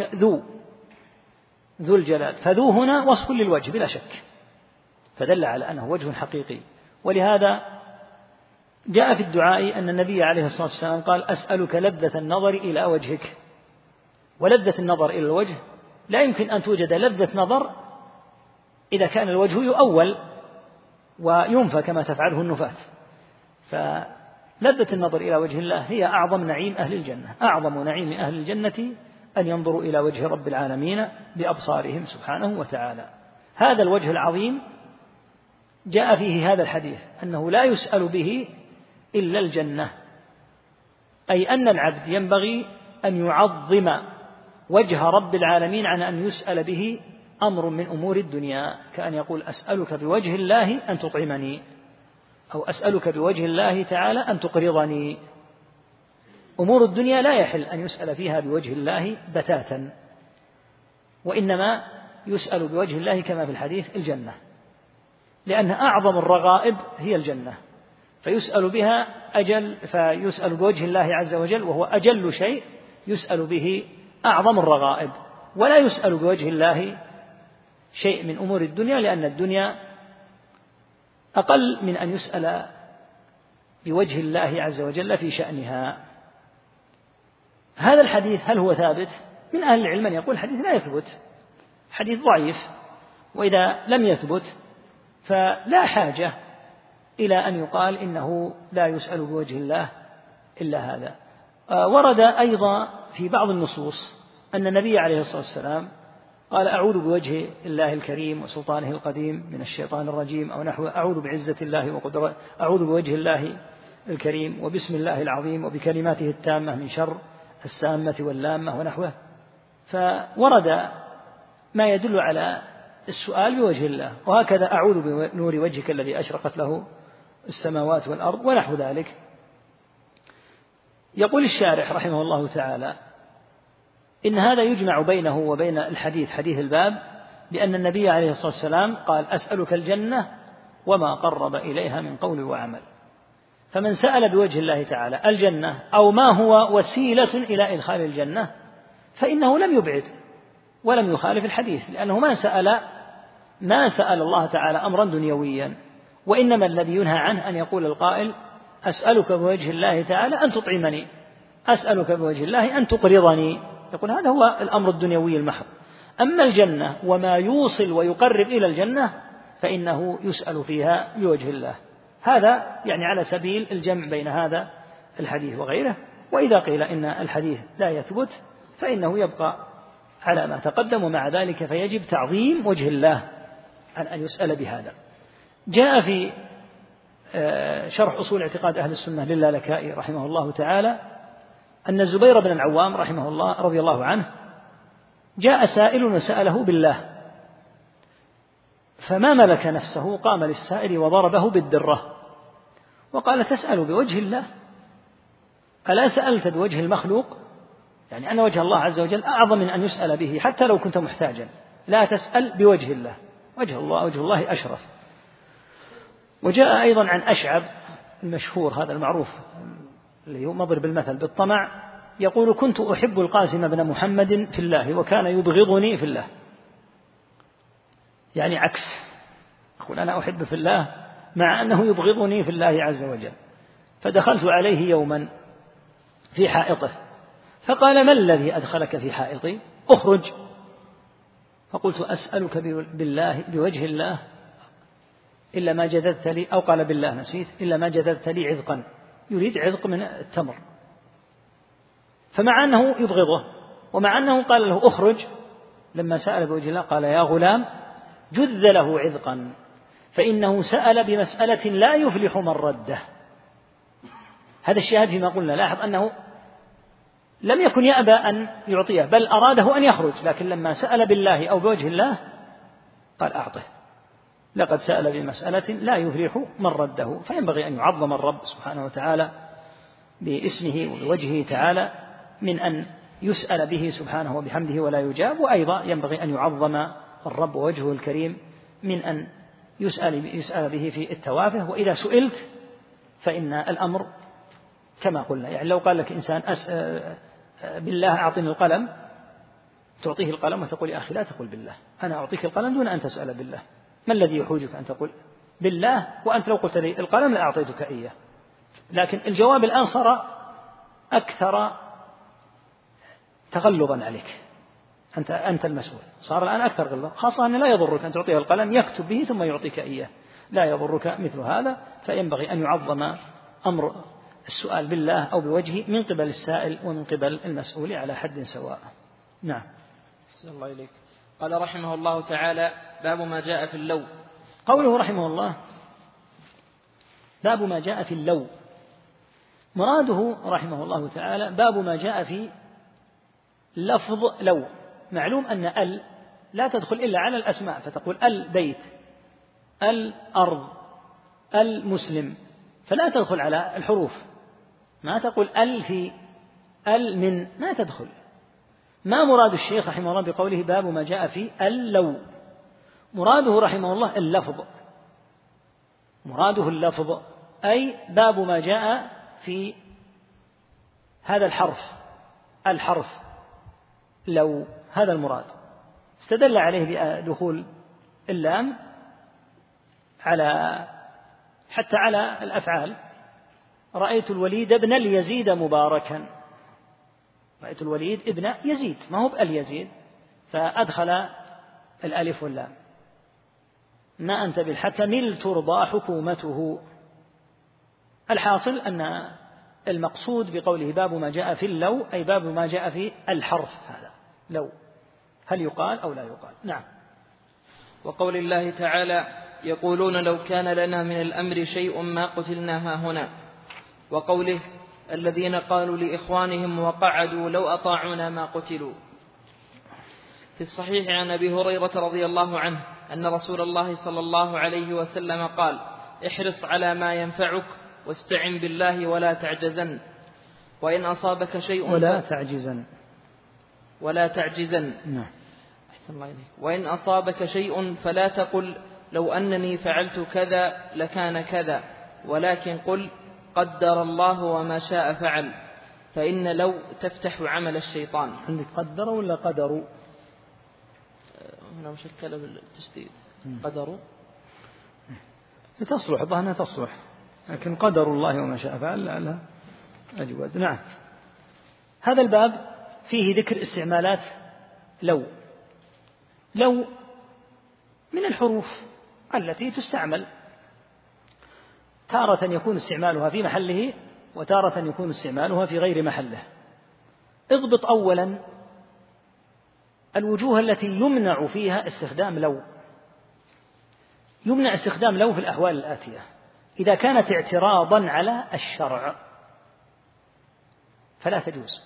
ذو الجلال، فذو هنا وصف للوجه بلا شك، فدل على أنه وجه حقيقي. ولهذا جاء في الدعاء أن النبي عليه الصلاة والسلام قال أسألك لذة النظر إلى وجهك. ولذة النظر إلى الوجه لا يمكن أن توجد لذة نظر إذا كان الوجه يؤول وينفى كما تفعله النفاة. فلذة النظر إلى وجه الله هي أعظم نعيم أهل الجنة. أعظم نعيم أهل الجنة أن ينظروا إلى وجه رب العالمين بأبصارهم سبحانه وتعالى. هذا الوجه العظيم جاء فيه هذا الحديث أنه لا يسأل به إلا الجنة، أي أن العبد ينبغي أن يعظم وجه رب العالمين عن أن يسأل به أمر من أمور الدنيا، كأن يقول أسألك بوجه الله أن تطعمني، أو أسألك بوجه الله تعالى أن تقرضني. أمور الدنيا لا يحل أن يسأل فيها بوجه الله بتاتا، وإنما يسأل بوجه الله كما في الحديث الجنة، لأن أعظم الرغائب هي الجنة، فيسأل بوجه الله عز وجل، وهو أجل شيء يسأل به أعظم الرغائب، ولا يسأل بوجه الله شيء من أمور الدنيا، لأن الدنيا أقل من أن يسأل بوجه الله عز وجل في شأنها. هذا الحديث هل هو ثابت؟ من أهل العلم من يقول الحديث لا يثبت، حديث ضعيف، وإذا لم يثبت فلا حاجة إلى أن يقال إنه لا يسأل بوجه الله إلا هذا. ورد أيضا في بعض النصوص أن النبي عليه الصلاة والسلام قال أعوذ بوجه الله الكريم وسلطانه القديم من الشيطان الرجيم، أو نحو أعوذ بعزة الله وقدرته، أعوذ بوجه الله الكريم وبسم الله العظيم وبكلماته التامة من شر السامة واللامة ونحوه. فورد ما يدل على السؤال بوجه الله، وهكذا أعوذ بنور وجهك الذي أشرقت له السماوات والأرض ونحو ذلك. يقول الشارح رحمه الله تعالى إن هذا يجمع بينه وبين الحديث حديث الباب، لأن النبي عليه الصلاة والسلام قال أسألك الجنة وما قرب إليها من قول وعمل، فمن سأل بوجه الله تعالى الجنة أو ما هو وسيلة إلى إدخال الجنة فإنه لم يبعد ولم يخالف الحديث، لأنه ما سأل الله تعالى أمرا دنيويا، وإنما الذي ينهى عنه أن يقول القائل أسألك بوجه الله تعالى أن تطعمني، أسألك بوجه الله أن تقرضني، يقول هذا هو الأمر الدنيوي المحض. أما الجنة وما يوصل ويقرب إلى الجنة فإنه يسأل فيها بوجه الله. هذا يعني على سبيل الجمع بين هذا الحديث وغيره. وإذا قيل إن الحديث لا يثبت فإنه يبقى على ما تقدم، ومع ذلك فيجب تعظيم وجه الله عن أن يسأل بهذا. جاء في شرح أصول اعتقاد أهل السنة للالكائي رحمه الله تعالى أن الزبير بن العوام رحمه الله رضي الله عنه جاء سائل وسأله بالله، فما ملك نفسه، قام للسائل وضربه بالدرة وقال تسأل بوجه الله، ألا سألت بوجه المخلوق؟ يعني أن وجه الله عز وجل أعظم من أن يسأل به حتى لو كنت محتاجا، لا تسأل بوجه الله، وجه الله أشرف. وجاء أيضا عن أشعب المشهور هذا المعروف اللي مضرب المثل بالطمع، يقول كنت أحب القاسم بن محمد في الله وكان يبغضني في الله، يعني عكس، أقول أنا أحب في الله مع أنه يبغضني في الله عز وجل. فدخلت عليه يوما في حائطه فقال ما الذي أدخلك في حائطي؟ أخرج. فقلت أسألك بالله بوجه الله إلا ما جذبت لي، أو قال بالله نسيت، إلا ما جذبت لي عذقا، يريد عذق من التمر، فمع أنه يبغضه ومع أنه قال له أخرج، لما سأل بوجه الله قال يا غلام جذ له عذقا فإنه سأل بمسألة لا يفلح من رده. هذا الشاهد فيما قلنا، لاحظ أنه لم يكن يأبى أن يعطيه، بل أراده أن يخرج، لكن لما سأل بالله أو بوجه الله قال أعطه، لقد سأل بمسألة لا يفلح من رده. فينبغي أن يعظم الرب سبحانه وتعالى باسمه وبوجهه تعالى من أن يسأل به سبحانه وبحمده ولا يجاب، وأيضا ينبغي أن يعظم الرب ووجهه الكريم من أن يسأل به في التوافه. وإذا سئلت فإن الأمر كما قلنا، يعني لو قال لك إنسان بالله أعطني القلم، تعطيه القلم وتقول يا أخي لا تقول بالله، أنا أعطيك القلم دون أن تسأل بالله، ما الذي يحوجك أن تقول بالله وأنت لو قلت لي القلم لأعطيتك إياه؟ لكن الجواب الآن صار أكثر تغلظا عليك، أنت المسؤول، صار الآن أكثر غلظا، خاصة أن لا يضرك أن تعطيه القلم يكتب به ثم يعطيك إياه، لا يضرك مثل هذا. فينبغي أن يعظم أمر السؤال بالله أو بوجهه من قبل السائل ومن قبل المسؤول على حد سواء. نعم. أحسن الله إليك. قال رحمه الله تعالى باب ما جاء في اللو. قوله رحمه الله باب ما جاء في اللو، مراده رحمه الله تعالى باب ما جاء في لفظ لو. معلوم أن ال لا تدخل إلا على الأسماء، فتقول البيت، الأرض، المسلم، فلا تدخل على الحروف. ما تقول في من، ما تدخل. ما مراد الشيخ رحمه الله بقوله باب ما جاء في لو؟ مراده رحمه الله اللفظ، مراده اللفظ، أي باب ما جاء في هذا الحرف لو، هذا المراد. استدل عليه بدخول اللام حتى على الأفعال. رأيت الوليد ابن اليزيد مباركا، رأيت الوليد ابن يزيد، ما هو اليزيد، فأدخل الألف واللام. ما أنت بالحكم لترضى حكومته. الحاصل أن المقصود بقوله باب ما جاء في اللو أي باب ما جاء في الحرف هذا لو، هل يقال أو لا يقال؟ نعم. وقول الله تعالى يقولون لو كان لنا من الأمر شيء ما قتلنا هاهنا. وقوله الذين قالوا لإخوانهم وقعدوا لو أطاعونا ما قتلوا. في الصحيح عن أبي هريرة رضي الله عنه أن رسول الله صلى الله عليه وسلم قال احرص على ما ينفعك واستعن بالله ولا تعجزن، وإن أصابك شيء ولا تعجزن نعم. أحسن الله إليك. وإن أصابك شيء فلا تقل لو أنني فعلت كذا لكان كذا، ولكن قل قدر الله وما شاء فعل، فإن لو تفتح عمل الشيطان. عندك قدر ولا قدروا؟ هنا مشكلة بالتشديد. قدروا تصلح، ظهرنا تصلح، لكن قدر الله وما شاء فعل لعلها أجود. نعم. هذا الباب فيه ذكر استعمالات لو من الحروف التي تستعمل، تارة يكون استعمالها في محله وتارة يكون استعمالها في غير محله. اضبط أولا الوجوه التي يمنع فيها استخدام لو. يمنع استخدام لو في الأحوال الآتية: إذا كانت اعتراضا على الشرع فلا تجوز.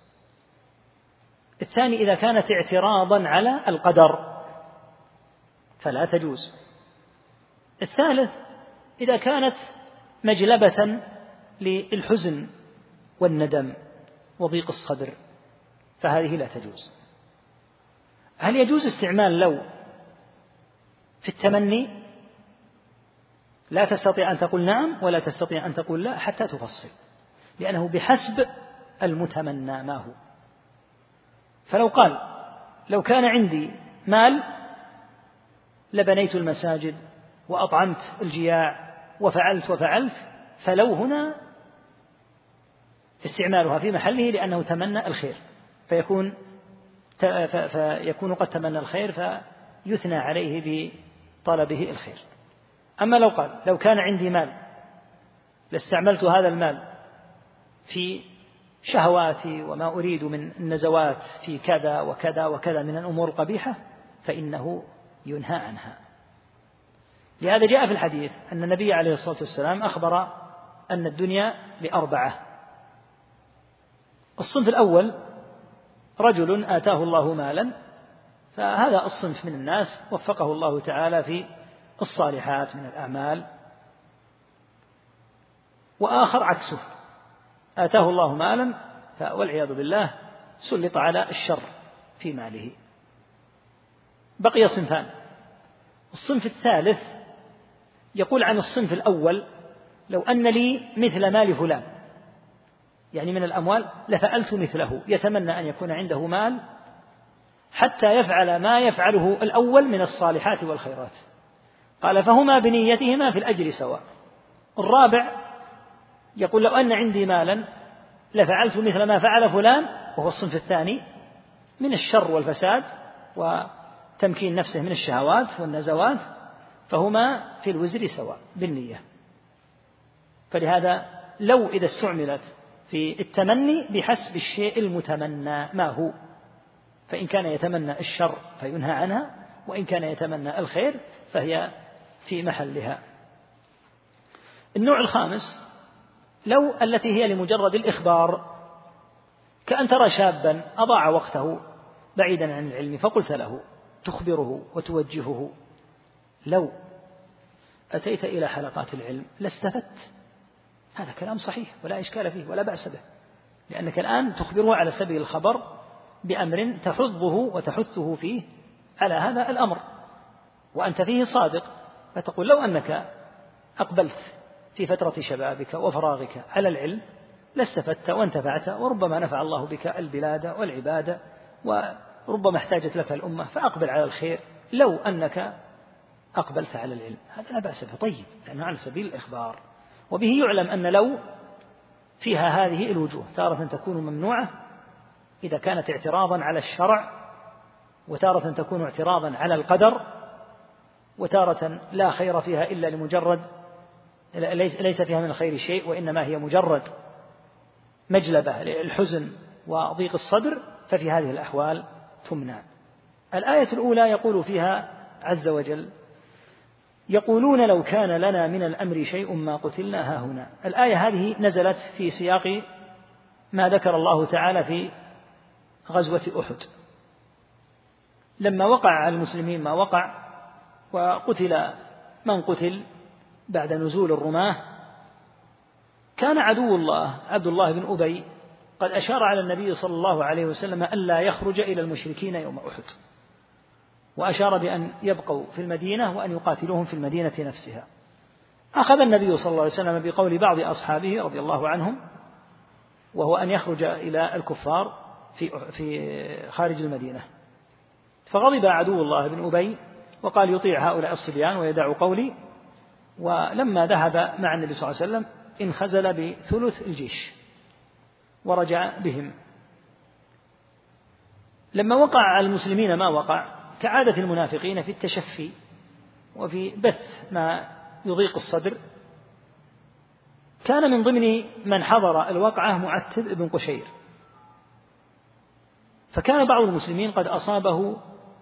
الثاني إذا كانت اعتراضا على القدر فلا تجوز. الثالث إذا كانت مجلبة للحزن والندم وضيق الصدر فهذه لا تجوز. هل يجوز استعمال لو في التمني؟ لا تستطيع أن تقول نعم ولا تستطيع أن تقول لا حتى تفصل، لأنه بحسب المتمنى ما هو. فلو قال لو كان عندي مال لبنيت المساجد وأطعمت الجياع وفعلت، فلو هنا استعمالها في محله لأنه تمنى الخير، فيكون قد تمنى الخير فيثنى عليه بطلبه الخير. أما لو قال لو كان عندي مال لاستعملت هذا المال في شهواتي وما أريد من النزوات في كذا وكذا وكذا من الأمور القبيحة، فإنه ينهى عنها. لهذا جاء في الحديث أن النبي عليه الصلاة والسلام أخبر أن الدنيا لأربعة. الصنف الأول رجل آتاه الله مالا، فهذا الصنف من الناس وفقه الله تعالى في الصالحات من الأعمال. وآخر عكسه، آتاه الله مالا والعياذ بالله سلط على الشر في ماله. بقي صنفان. الصنف الثالث يقول عن الصنف الأول لو أن لي مثل مال فلان، يعني من الأموال لفعلت مثله، يتمنى أن يكون عنده مال حتى يفعل ما يفعله الأول من الصالحات والخيرات. قال فهما بنيتهما في الأجر سواء. الرابع يقول لو أن عندي مالا لفعلت مثل ما فعل فلان، وهو الصنف الثاني من الشر والفساد وتمكين نفسه من الشهوات والنزوات، فهما في الوزر سواء بالنية. فلهذا لو إذا استعملت في التمني بحسب الشيء المتمنى ما هو، فإن كان يتمنى الشر فينهى عنها، وإن كان يتمنى الخير فهي في محلها. النوع الخامس لو التي هي لمجرد الإخبار، كأن ترى شابا أضاع وقته بعيدا عن العلم فقلت له تخبره وتوجهه: لو أتيت إلى حلقات العلم لاستفدت. هذا كلام صحيح ولا إشكال فيه ولا بأس به، لأنك الآن تخبره على سبيل الخبر بأمر تحضه وتحثه فيه على هذا الأمر، وأنت فيه صادق، فتقول: لو أنك أقبلت في فترة شبابك وفراغك على العلم لاستفدت وانتفعت، وربما نفع الله بك البلاد والعباد، وربما احتاجت لك الأمة، فأقبل على الخير لو أنك أقبلت على العلم. هذا لا بأس به، طيب، لأنه على سبيل الإخبار. وبه يعلم أن لو فيها هذه الوجوه، تارة تكون ممنوعة إذا كانت اعتراضا على الشرع، وتارة تكون اعتراضا على القدر، وتارة لا خير فيها إلا لمجرد ليس فيها من الخير شيء، وإنما هي مجرد مجلبة للحزن وضيق الصدر، ففي هذه الأحوال تمنع. الآية الأولى يقول فيها عز وجل: يقولون لو كان لنا من الأمر شيء ما قتلنا هاهنا. الآية هذه نزلت في سياق ما ذكر الله تعالى في غزوة أحد، لما وقع على المسلمين ما وقع وقتل من قتل بعد نزول الرماة، كان عدو الله عبد الله بن أبي قد أشار على النبي صلى الله عليه وسلم ألا يخرج إلى المشركين يوم أحد، وأشار بأن يبقوا في المدينة وأن يقاتلوهم في المدينة نفسها. أخذ النبي صلى الله عليه وسلم بقول بعض أصحابه رضي الله عنهم، وهو أن يخرج إلى الكفار في خارج المدينة، فغضب عدو الله بن أبي وقال: يطيع هؤلاء الصبيان ويدع قولي. ولما ذهب مع النبي صلى الله عليه وسلم انخزل بثلث الجيش ورجع بهم. لما وقع على المسلمين ما وقع، كعادة المنافقين في التشفي وفي بث ما يضيق الصدر، كان من ضمن من حضر الوقعة معتب بن قشير، فكان بعض المسلمين قد أصابه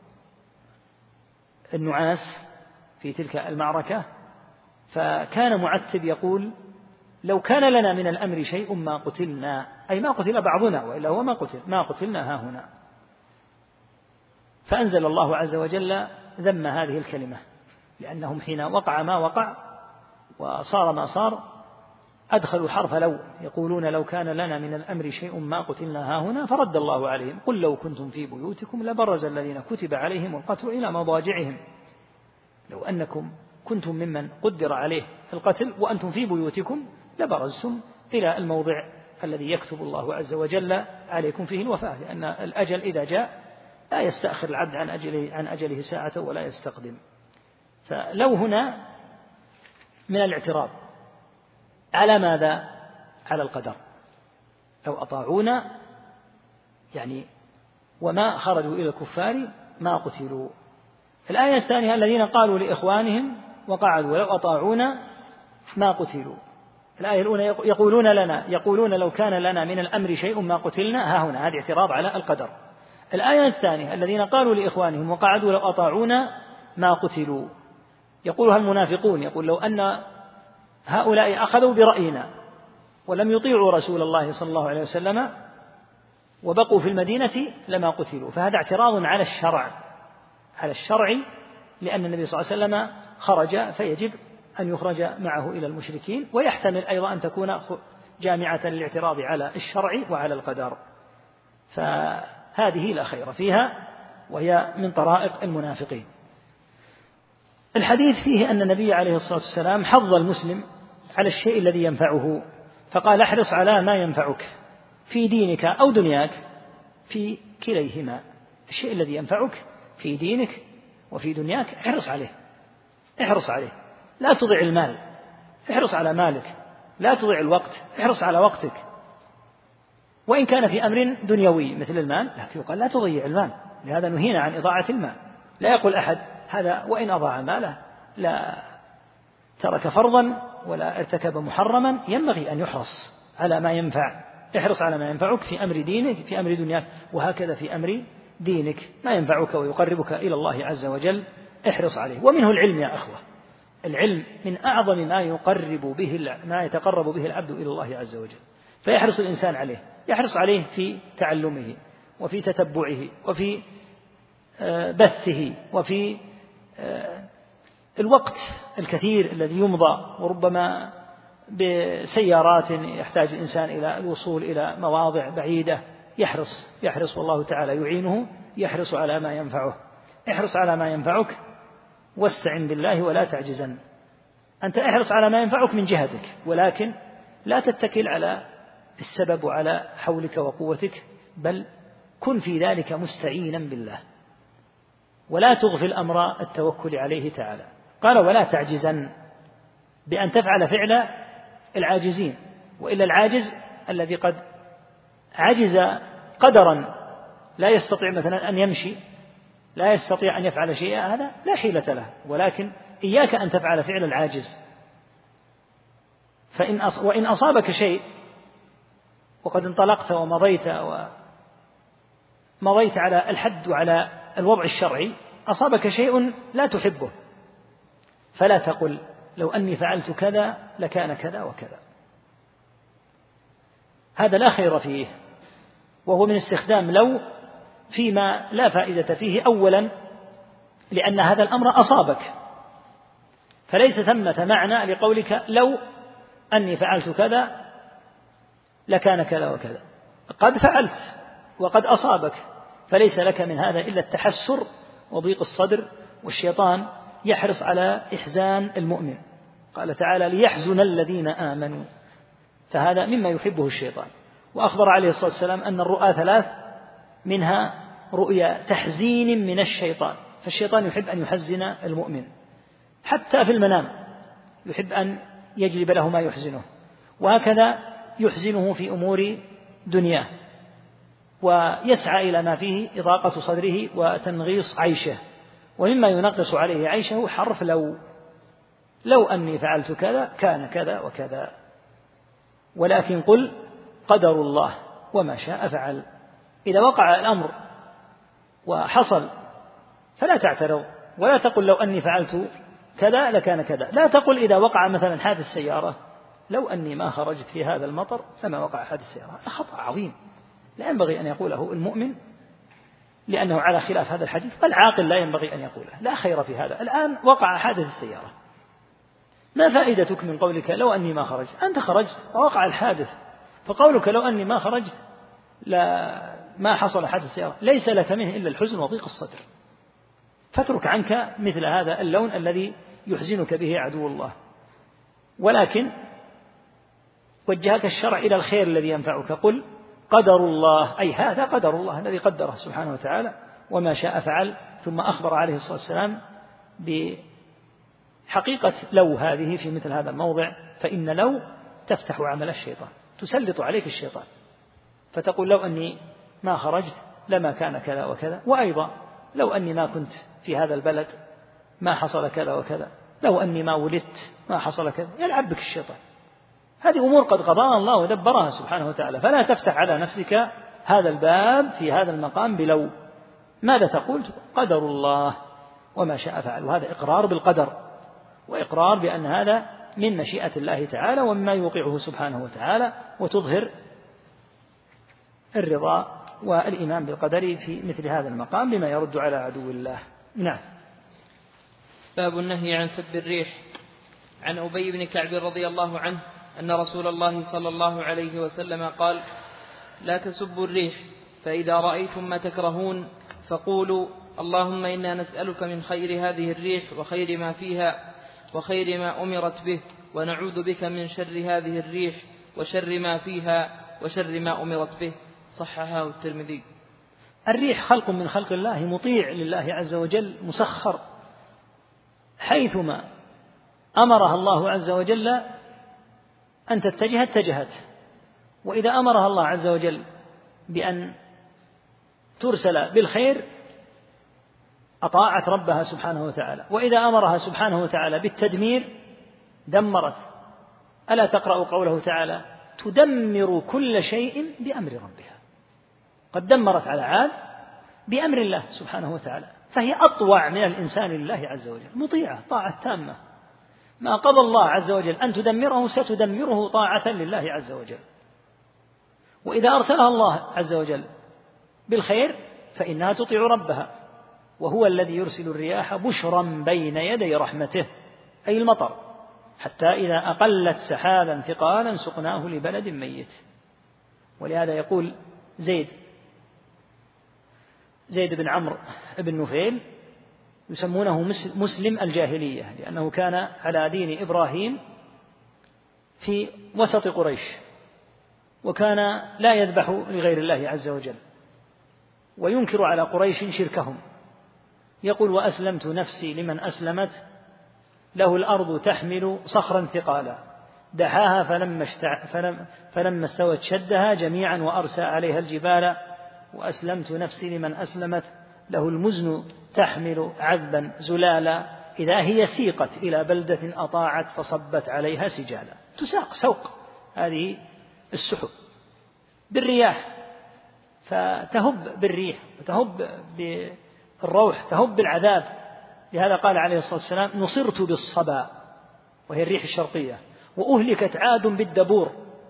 النعاس في تلك المعركة، فكان معتب يقول: لو كان لنا من الأمر شيء ما قتلنا، أي ما قتل بعضنا، وإلا هو ما قتلنا هاهنا. فأنزل الله عز وجل ذم هذه الكلمة، لأنهم حين وقع ما وقع وصار ما صار أدخلوا حرف لو، يقولون لو كان لنا من الأمر شيء ما قتلنا هاهنا، فرد الله عليهم: قل لو كنتم في بيوتكم لبرز الذين كتب عليهم القتل إلى مضاجعهم. لو أنكم كنتم ممن قدر عليه القتل وأنتم في بيوتكم لبرزتم إلى الموضع الذي يكتب الله عز وجل عليكم فيه الوفاة، لأن الأجل إذا جاء لا يستأخر العبد عن أجله ساعة ولا يستقدم. فلو هنا من الاعتراض على ماذا؟ على القدر. لو أطاعونا يعني وما خرجوا إلى الكفار ما قتلوا. الآية الثانية: الذين قالوا لإخوانهم وقعدوا لو أطاعونا ما قتلوا. الآية الأولى يقولون لو كان لنا من الأمر شيء ما قتلنا هاهنا، هذا اعتراض على القدر. الآية الثانية: الذين قالوا لإخوانهم وقعدوا لو أطاعونا ما قتلوا. يقولها المنافقون، يقول: لو أن هؤلاء أخذوا برأينا ولم يطيعوا رسول الله صلى الله عليه وسلم وبقوا في المدينة لما قتلوا. فهذا اعتراض على الشرع، لأن النبي صلى الله عليه وسلم خرج فيجب أن يخرج معه إلى المشركين، ويحتمل أيضا أن تكون جامعة للاعتراض على الشرع وعلى القدر، فهذه لا خير فيها، وهي من طرائق المنافقين. الحديث فيه أن النبي عليه الصلاة والسلام حض المسلم على الشيء الذي ينفعه، فقال: احرص على ما ينفعك في دينك أو دنياك، في كليهما. الشيء الذي ينفعك في دينك وفي دنياك احرص عليه، لا تضع المال، احرص على مالك، لا تضع الوقت، احرص على وقتك، وإن كان في أمر دنيوي مثل المال، لكن يقال لا تضيع المال، لهذا نهينا عن إضاعة المال. لا يقول أحد هذا وإن أضاع ماله لا ترك فرضا ولا ارتكب محرما، ينبغي أن يحرص على ما ينفع. احرص على ما ينفعك في أمر دينك في أمر دنياك، وهكذا في أمر دينك ما ينفعك ويقربك إلى الله عز وجل احرص عليه. ومنه العلم يا أخوة، العلم من أعظم ما يتقرب به العبد إلى الله عز وجل، فيحرص الإنسان عليه، يحرص عليه في تعلمه وفي تتبعه وفي بثه وفي الوقت الكثير الذي يمضى، وربما بسيارات يحتاج الإنسان إلى الوصول إلى مواضع بعيدة، يحرص والله تعالى يعينه، يحرص على ما ينفعه. احرص على ما ينفعك واستعن بالله ولا تعجزن. أنت احرص على ما ينفعك من جهتك، ولكن لا تتكل على السبب وعلى حولك وقوتك، بل كن في ذلك مستعينا بالله، ولا تغفل أمر التوكل عليه تعالى. قال ولا تعجزن بأن تفعل فعل العاجزين، وإلا العاجز الذي قد عجز قدرا لا يستطيع مثلا أن يمشي، لا يستطيع أن يفعل شيئا، هذا لا حيلة له، ولكن إياك أن تفعل فعل العاجز. وإن أصابك شيء وقد انطلقت ومضيت على الحد وعلى الوضع الشرعي، أصابك شيء لا تحبه، فلا تقل لو أني فعلت كذا لكان كذا وكذا، هذا لا خير فيه، وهو من استخدام لو فيما لا فائدة فيه. أولا لأن هذا الأمر أصابك، فليس ثمة معنى لقولك لو أني فعلت كذا لكان كذا وكذا، قد فعلت وقد أصابك، فليس لك من هذا إلا التحسر وضيق الصدر، والشيطان يحرص على إحزان المؤمن. قال تعالى ليحزن الذين آمنوا، فهذا مما يحبه الشيطان. وأخبر عليه الصلاة والسلام أن الرؤى ثلاث، منها رؤيا تحزين من الشيطان، فالشيطان يحب أن يحزن المؤمن حتى في المنام، يحب أن يجلب له ما يحزنه، وهكذا يحزنه في أمور دنياه، ويسعى إلى ما فيه إضاقة صدره وتنغيص عيشه. ومما ينقص عليه عيشه حرف لو أني فعلت كذا كان كذا وكذا، ولكن قل قدر الله وما شاء فعل. إذا وقع الأمر وحصل فلا تعترض، ولا تقل لو أني فعلت كذا لكان كذا. لا تقل إذا وقع مثلا حادث سيارة لو أني ما خرجت في هذا المطر لما وقع حادث سيارة، هذا خطأ عظيم لا ينبغي أن يقوله المؤمن، لأنه على خلاف هذا الحديث، بل عاقل لا ينبغي أن يقوله، لا خير في هذا. الآن وقع حادث السيارة، ما فائدتك من قولك لو أني ما خرجت؟ أنت خرجت ووقع الحادث، فقولك لو أني ما خرجت ما حصل حادث السيارة ليس لك منه إلا الحزن وضيق الصدر، فاترك عنك مثل هذا اللون الذي يحزنك به عدو الله. ولكن وجهك الشرع إلى الخير الذي ينفعك، قل قدر الله، أي هذا قدر الله الذي قدره سبحانه وتعالى وما شاء فعل. ثم أخبر عليه الصلاة والسلام بحقيقة لو هذه في مثل هذا الموضع، فإن لو تفتح عمل الشيطان، تسلط عليك الشيطان، فتقول لو أني ما خرجت لما كان كذا وكذا، وأيضا لو أني ما كنت في هذا البلد ما حصل كذا وكذا، لو أني ما ولدت ما حصل كذا، يلعب بك الشيطان. هذه أمور قد قضاها الله ودبرها سبحانه وتعالى، فلا تفتح على نفسك هذا الباب في هذا المقام بلو. ماذا تقول؟ قدر الله وما شاء فعل، وهذا إقرار بالقدر، وإقرار بأن هذا من مشيئة الله تعالى ومما يوقعه سبحانه وتعالى، وتظهر الرضا والإيمان بالقدر في مثل هذا المقام بما يرد على عدو الله. نعم. باب النهي عن سب الريح. عن أبي بن كعب رضي الله عنه أن رسول الله صلى الله عليه وسلم قال لا تسبوا الريح، فإذا رأيتم ما تكرهون فقولوا اللهم إنا نسألك من خير هذه الريح وخير ما فيها وخير ما أمرت به، ونعوذ بك من شر هذه الريح وشر ما فيها وشر ما أمرت به. صححه الترمذي. الريح خلق من خلق الله، مطيع لله عز وجل، مسخر، حيثما أمرها الله عز وجل أن تتجه اتجهت، وإذا أمرها الله عز وجل بأن ترسل بالخير أطاعت ربها سبحانه وتعالى، وإذا أمرها سبحانه وتعالى بالتدمير دمرت. ألا تقرأ قوله تعالى تدمر كل شيء بأمر ربها، قد دمرت على عاد بأمر الله سبحانه وتعالى، فهي أطوع من الإنسان لله عز وجل، مطيعة طاعة تامة. ما قضى الله عز وجل أن تدمره ستدمره طاعة لله عز وجل. وإذا أرسلها الله عز وجل بالخير فإنها تطيع ربها، وهو الذي يرسل الرياح بشرا بين يدي رحمته، أي المطر، حتى إذا أقلت سحابا ثقالا سقناه لبلد ميت. ولهذا يقول زيد بن عمرو بن نفيل يسمونه مسلم الجاهلية، لأنه كان على دين إبراهيم في وسط قريش، وكان لا يذبح لغير الله عز وجل، وينكر على قريش شركهم. يقول: وأسلمت نفسي لمن أسلمت له الأرض تحمل صخرا ثقالا دحاها فلما استوت شدها جميعا وأرسى عليها الجبال، وأسلمت نفسي لمن أسلمت له المزن تحمل عذبا زلالا إذا هي سيقت إلى بلدة أطاعت فصبت عليها سجالا. تساق سوق هذه السحب بالرياح، فتهب بالريح وتهب بالروح، تهب بالعذاب. لهذا قال عليه الصلاة والسلام: نصرت بالصبا، وهي الريح الشرقية، وأهلكت عاد بالدبور،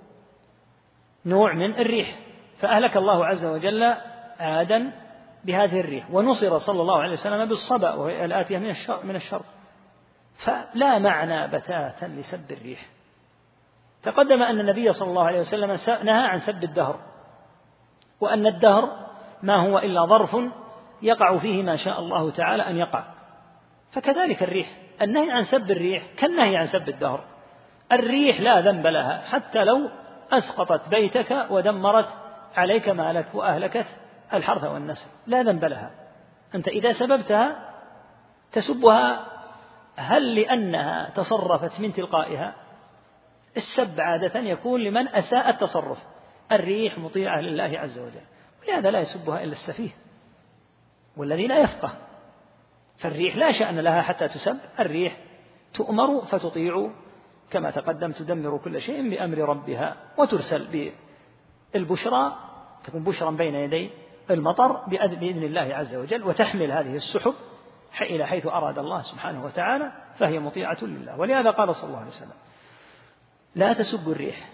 نوع من الريح، فأهلك الله عز وجل عادا بهذه الريح. ونصر صلى الله عليه وسلم بالصبا، وهي الآتية من الشرق. فلا معنى بتاتا لسب الريح. تقدم أن النبي صلى الله عليه وسلم نهى عن سب الدهر، وأن الدهر ما هو إلا ظرف يقع فيه ما شاء الله تعالى أن يقع. فكذلك الريح، النهي عن سب الريح كالنهي عن سب الدهر. الريح لا ذنب لها حتى لو أسقطت بيتك ودمرت عليك مالك وأهلكت الحرث والنسل، لا ذنب لها. أنت إذا سببتها تسبها هل لأنها تصرفت من تلقائها؟ السب عادة يكون لمن أساء التصرف. الريح مطيعة لله عز وجل، ولهذا لا يسبها إلا السفيه والذي لا يفقه. فالريح لا شأن لها حتى تسب، الريح تؤمر فتطيع كما تقدم، تدمر كل شيء بأمر ربها، وترسل بالبشرى، تكون بشرا بين يدي المطر بإذن الله عز وجل، وتحمل هذه السحب إلى حيث أراد الله سبحانه وتعالى، فهي مطيعة لله. ولهذا قال صلى الله عليه وسلم: لا تسبوا الريح،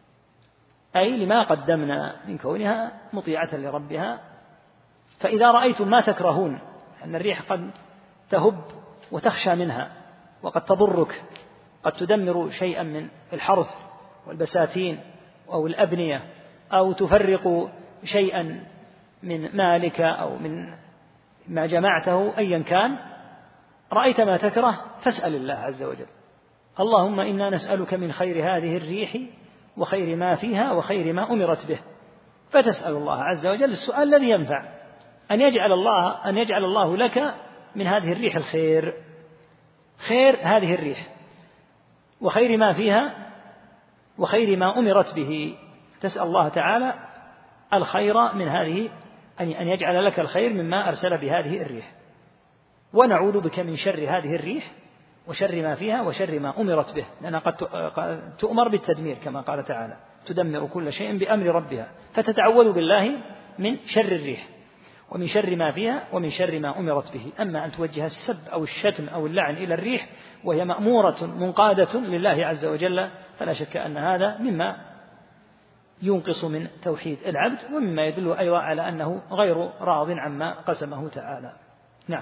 أي لما قدمنا من كونها مطيعة لربها. فإذا رأيتم ما تكرهون، أن الريح قد تهب وتخشى منها، وقد تضرك، قد تدمر شيئا من الحرث والبساتين أو الأبنية، أو تفرق شيئا من مالك أو من ما جمعته أيا كان، رأيت ما تكره فاسأل الله عز وجل: اللهم إنا نسألك من خير هذه الريح وخير ما فيها وخير ما أمرت به. فتسأل الله عز وجل السؤال الذي ينفع، أن يجعل الله لك من هذه الريح الخير، خير هذه الريح وخير ما فيها وخير ما أمرت به. تسأل الله تعالى الخير من هذه، أن يجعل لك الخير مما أرسل بهذه الريح. ونعوذ بك من شر هذه الريح وشر ما فيها وشر ما أمرت به، لأنها قد تؤمر بالتدمير كما قال تعالى: تدمر كل شيء بأمر ربها. فتتعوذ بالله من شر الريح ومن شر ما فيها ومن شر ما أمرت به. أما أن توجه السب أو الشتم أو اللعن إلى الريح وهي مأمورة منقادة لله عز وجل، فلا شك أن هذا مما ينقص من توحيد العبد، ومما يدل أيضا على أنه غير راض عما قسمه تعالى. نعم.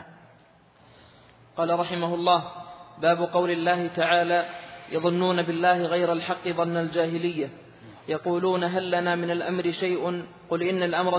قال رحمه الله: باب قول الله تعالى: يظنون بالله غير الحق ظن الجاهلية، يقولون هل لنا من الأمر شيء قل إن الأمر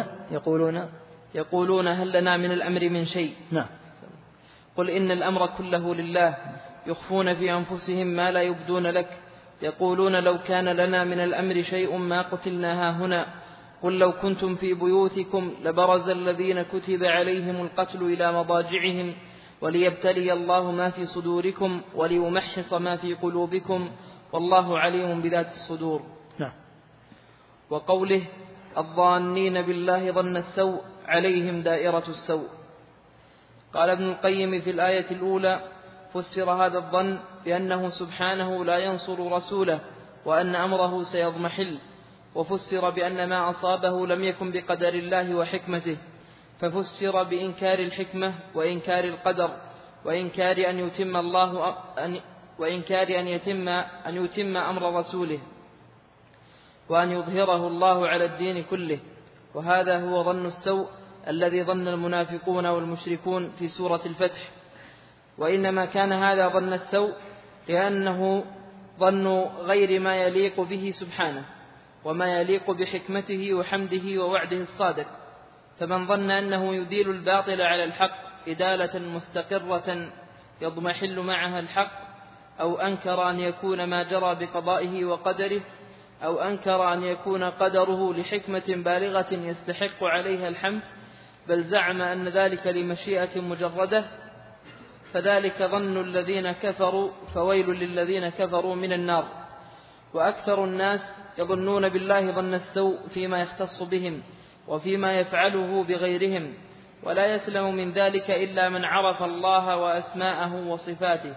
يقولون هل لنا من الأمر من شيء. نعم. قل إن الأمر كله لله، يخفون في أنفسهم ما لا يبدون لك، يقولون لو كان لنا من الأمر شيء ما قتلنا هاهنا، قل لو كنتم في بيوتكم لبرز الذين كتب عليهم القتل إلى مضاجعهم وليبتلي الله ما في صدوركم وليمحص ما في قلوبكم والله عليم بذات الصدور. نعم. وقوله: الظانين بالله ظن السوء عليهم دائرة السوء. قال ابن القيم في الآية الأولى: فسر هذا الظن بأنه سبحانه لا ينصر رسوله وأن أمره سيضمحل، وفسر بأن ما أصابه لم يكن بقدر الله وحكمته، ففسر بإنكار الحكمة وإنكار القدر وإنكار وإنكار أن يتم أمر رسوله وأن يظهره الله على الدين كله. وهذا هو ظن السوء الذي ظن المنافقون والمشركون في سورة الفتح. وإنما كان هذا ظن السوء لأنه ظن غير ما يليق به سبحانه وما يليق بحكمته وحمده ووعده الصادق. فمن ظن أنه يديل الباطل على الحق إدالة مستقرة يضمحل معها الحق، أو أنكر أن يكون ما جرى بقضائه وقدره، أو أنكر أن يكون قدره لحكمة بالغة يستحق عليها الحمد، بل زعم أن ذلك لمشيئة مجردة، فذلك ظن الذين كفروا، فويل للذين كفروا من النار. وأكثر الناس يظنون بالله ظن السوء فيما يختص بهم وفيما يفعله بغيرهم، ولا يسلم من ذلك إلا من عرف الله وأسماءه وصفاته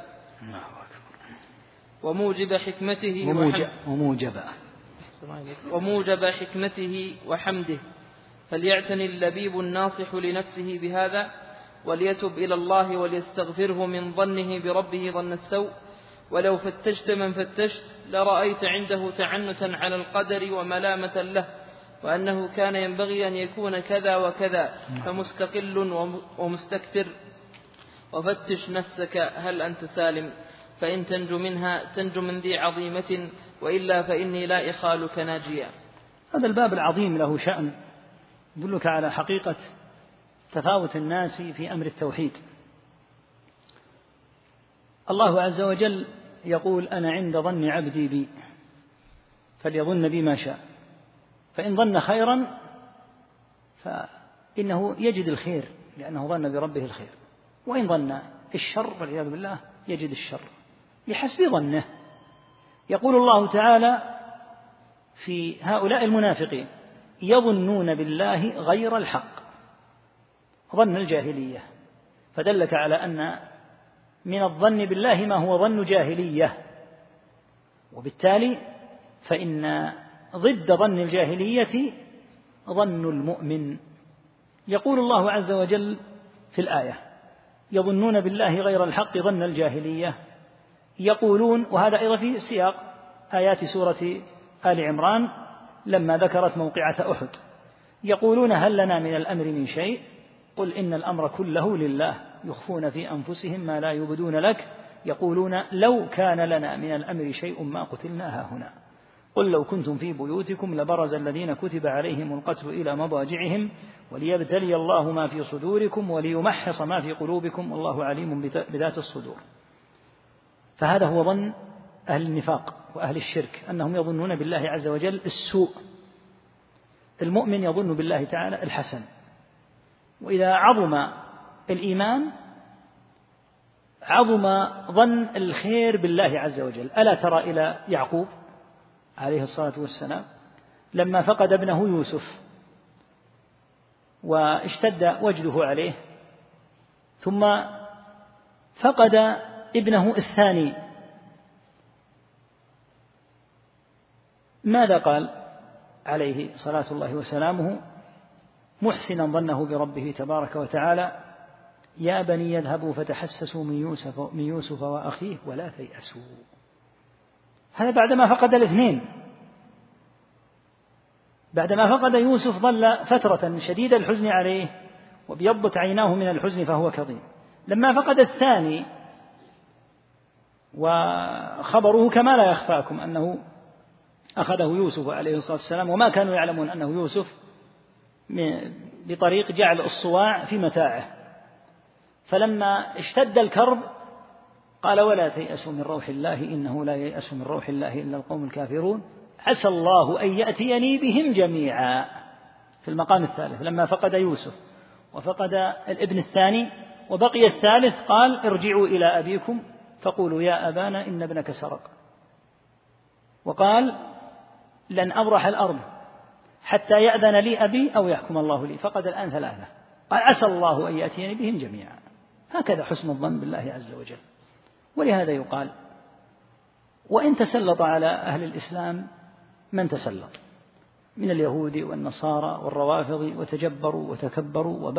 وموجب حكمته وحمده. فليعتني اللبيب الناصح لنفسه بهذا، وليتب إلى الله وليستغفره من ظنه بربه ظن السوء. ولو فتشت من فتشت لرأيت عنده تعنتا على القدر وملامة له، وأنه كان ينبغي أن يكون كذا وكذا، فمستقل ومستكثر. وفتش نفسك هل أنت سالم، فإن تنجو منها تنجو من ذي عظيمة، وإلا فإني لا إخالك ناجيا. هذا الباب العظيم له شأن يدلك على حقيقة تفاوت الناس في أمر التوحيد. الله عز وجل يقول: أنا عند ظن عبدي بي فليظن بي ما شاء، فإن ظن خيرا فإنه يجد الخير لأنه ظن بربه الخير، وإن ظن الشر والعياذ بالله يجد الشر بحسب ظنه. يقول الله تعالى في هؤلاء المنافقين: يظنون بالله غير الحق، ظن الجاهلية، فدلك على أن من الظن بالله ما هو ظن جاهلية، وبالتالي فإن ضد ظن الجاهلية ظن المؤمن. يقول الله عز وجل في الآية: يظنون بالله غير الحق ظن الجاهلية. يقولون، وهذا أيضا في سياق آيات سورة آل عمران لما ذكرت موقعة أحد: يقولون هل لنا من الأمر من شيء قل إن الأمر كله لله يخفون في أنفسهم ما لا يبدون لك يقولون لو كان لنا من الأمر شيء ما قتلنا هاهنا قل لو كنتم في بيوتكم لبرز الذين كتب عليهم القتل إلى مضاجعهم وليبتلي الله ما في صدوركم وليمحص ما في قلوبكم والله عليم بذات الصدور. فهذا هو ظن أهل النفاق وأهل الشرك، أنهم يظنون بالله عز وجل السوء. المؤمن يظن بالله تعالى الحسن. وإذا عظم الإيمان عظم ظن الخير بالله عز وجل. ألا ترى إلى يعقوب عليه الصلاة والسلام لما فقد ابنه يوسف واشتد وجده عليه، ثم فقد ابنه الثاني، ماذا قال عليه صلاة الله وسلامه محسنا ظنه بربه تبارك وتعالى: يا بني يذهبوا فتحسسوا من يوسف وأخيه ولا تيأسوا. هذا بعدما فقد الاثنين، بعدما فقد يوسف ظل فترة شديد الحزن عليه وبيضت عيناه من الحزن فهو كظيم. لما فقد الثاني، وخبره كما لا يخفاكم أنه أخذه يوسف عليه الصلاة والسلام، وما كانوا يعلمون أنه يوسف بطريق جعل الصواع في متاعه. فلما اشتد الكرب قال: ولا تيأسوا من روح الله إنه لا ييأس من روح الله إلا القوم الكافرون عسى الله أن يأتيني بهم جميعا. في المقام الثالث لما فقد يوسف وفقد الابن الثاني وبقي الثالث قال: ارجعوا إلى أبيكم فقولوا يا أبانا إن ابنك سرق. وقال: لن أبرح الأرض حتى يأذن لي أبي أو يحكم الله لي. فقد الآن ثلاثة، قال: عسى الله أن يأتيني بهم جميعا. هكذا حسن الظن بالله عز وجل. ولهذا يقال: وإن تسلط على أهل الإسلام من تسلط من اليهود والنصارى والروافض وتجبروا وتكبروا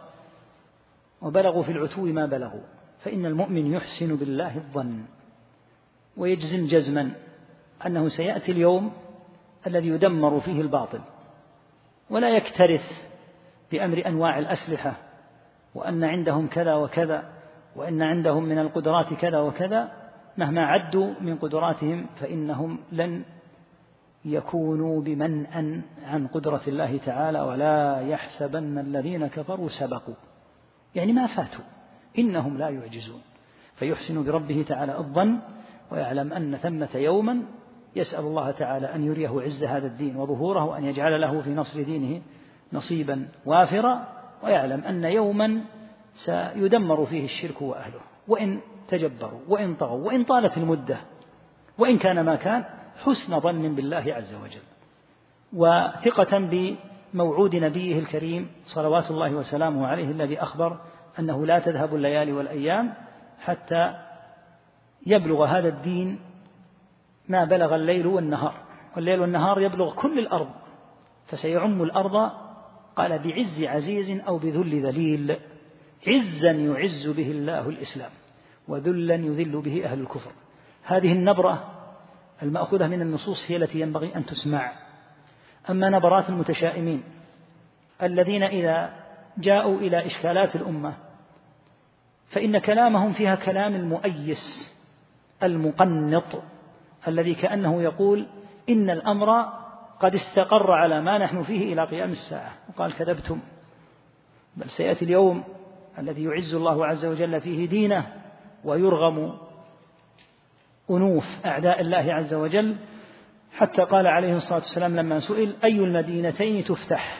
وبلغوا في العتو ما بلغوا، فإن المؤمن يحسن بالله الظن ويجزم جزما أنه سيأتي اليوم الذي يدمر فيه الباطل، ولا يكترث بأمر أنواع الأسلحة وأن عندهم كذا وكذا وأن عندهم من القدرات كذا وكذا. مهما عدوا من قدراتهم فإنهم لن يكونوا بمنأ عن قدرة الله تعالى، ولا يحسبن الذين كفروا سبقوا، يعني ما فاتوا، إنهم لا يعجزون. فيحسن بربه تعالى الظن، ويعلم أن ثمة يوما يسأل الله تعالى أن يريه عز هذا الدين وظهوره، وأن يجعل له في نصر دينه نصيبا وافرا، ويعلم أن يوما سيدمر فيه الشرك وأهله، وإن تجبروا وإن طغوا وإن طالت المدة وإن كان ما كان، حسن ظن بالله عز وجل وثقة بموعود نبيه الكريم صلوات الله وسلامه عليه، الذي أخبر أنه لا تذهب الليالي والأيام حتى يبلغ هذا الدين ما بلغ الليل والنهار، والليل والنهار يبلغ كل الأرض، فسيعم الأرض قال بعز عزيز أو بذل ذليل، عزا يعز به الله الإسلام، وذلا يذل به أهل الكفر. هذه النبرة المأخوذة من النصوص هي التي ينبغي أن تسمع. أما نبرات المتشائمين الذين إذا جاءوا إلى إشكالات الأمة فإن كلامهم فيها كلام المؤيس المقنط، الذي كأنه يقول إن الأمر قد استقر على ما نحن فيه إلى قيام الساعة، وقال كذبتم، بل سيأتي اليوم الذي يعز الله عز وجل فيه دينه ويرغم أنوف أعداء الله عز وجل، حتى قال عليه الصلاة والسلام لما سئل أي المدينتين تفتح،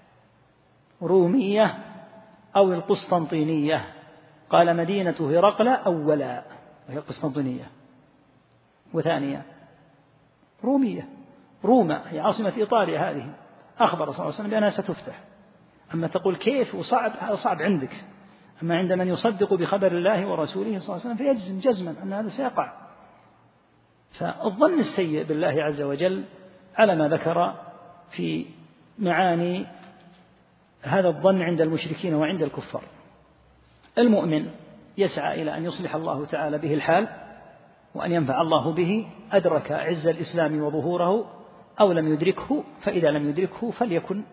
رومية أو القسطنطينية؟ قال مدينة هرقل أولا وهي القسطنطينية، وثانية رومية، روما هي عاصمة إيطاليا، هذه أخبر صلى الله عليه وسلم بأنها ستفتح. أما تقول كيف وصعب، هذا صعب عندك، أما عند من يصدق بخبر الله ورسوله صلى الله عليه وسلم فيجزم جزما أن هذا سيقع. فالظن السيء بالله عز وجل على ما ذكر في معاني هذا الظن عند المشركين وعند الكفار. المؤمن يسعى إلى أن يصلح الله تعالى به الحال وأن ينفع الله به، أدرك عز الإسلام وظهوره أو لم يدركه، فإذا لم يدركه فليكن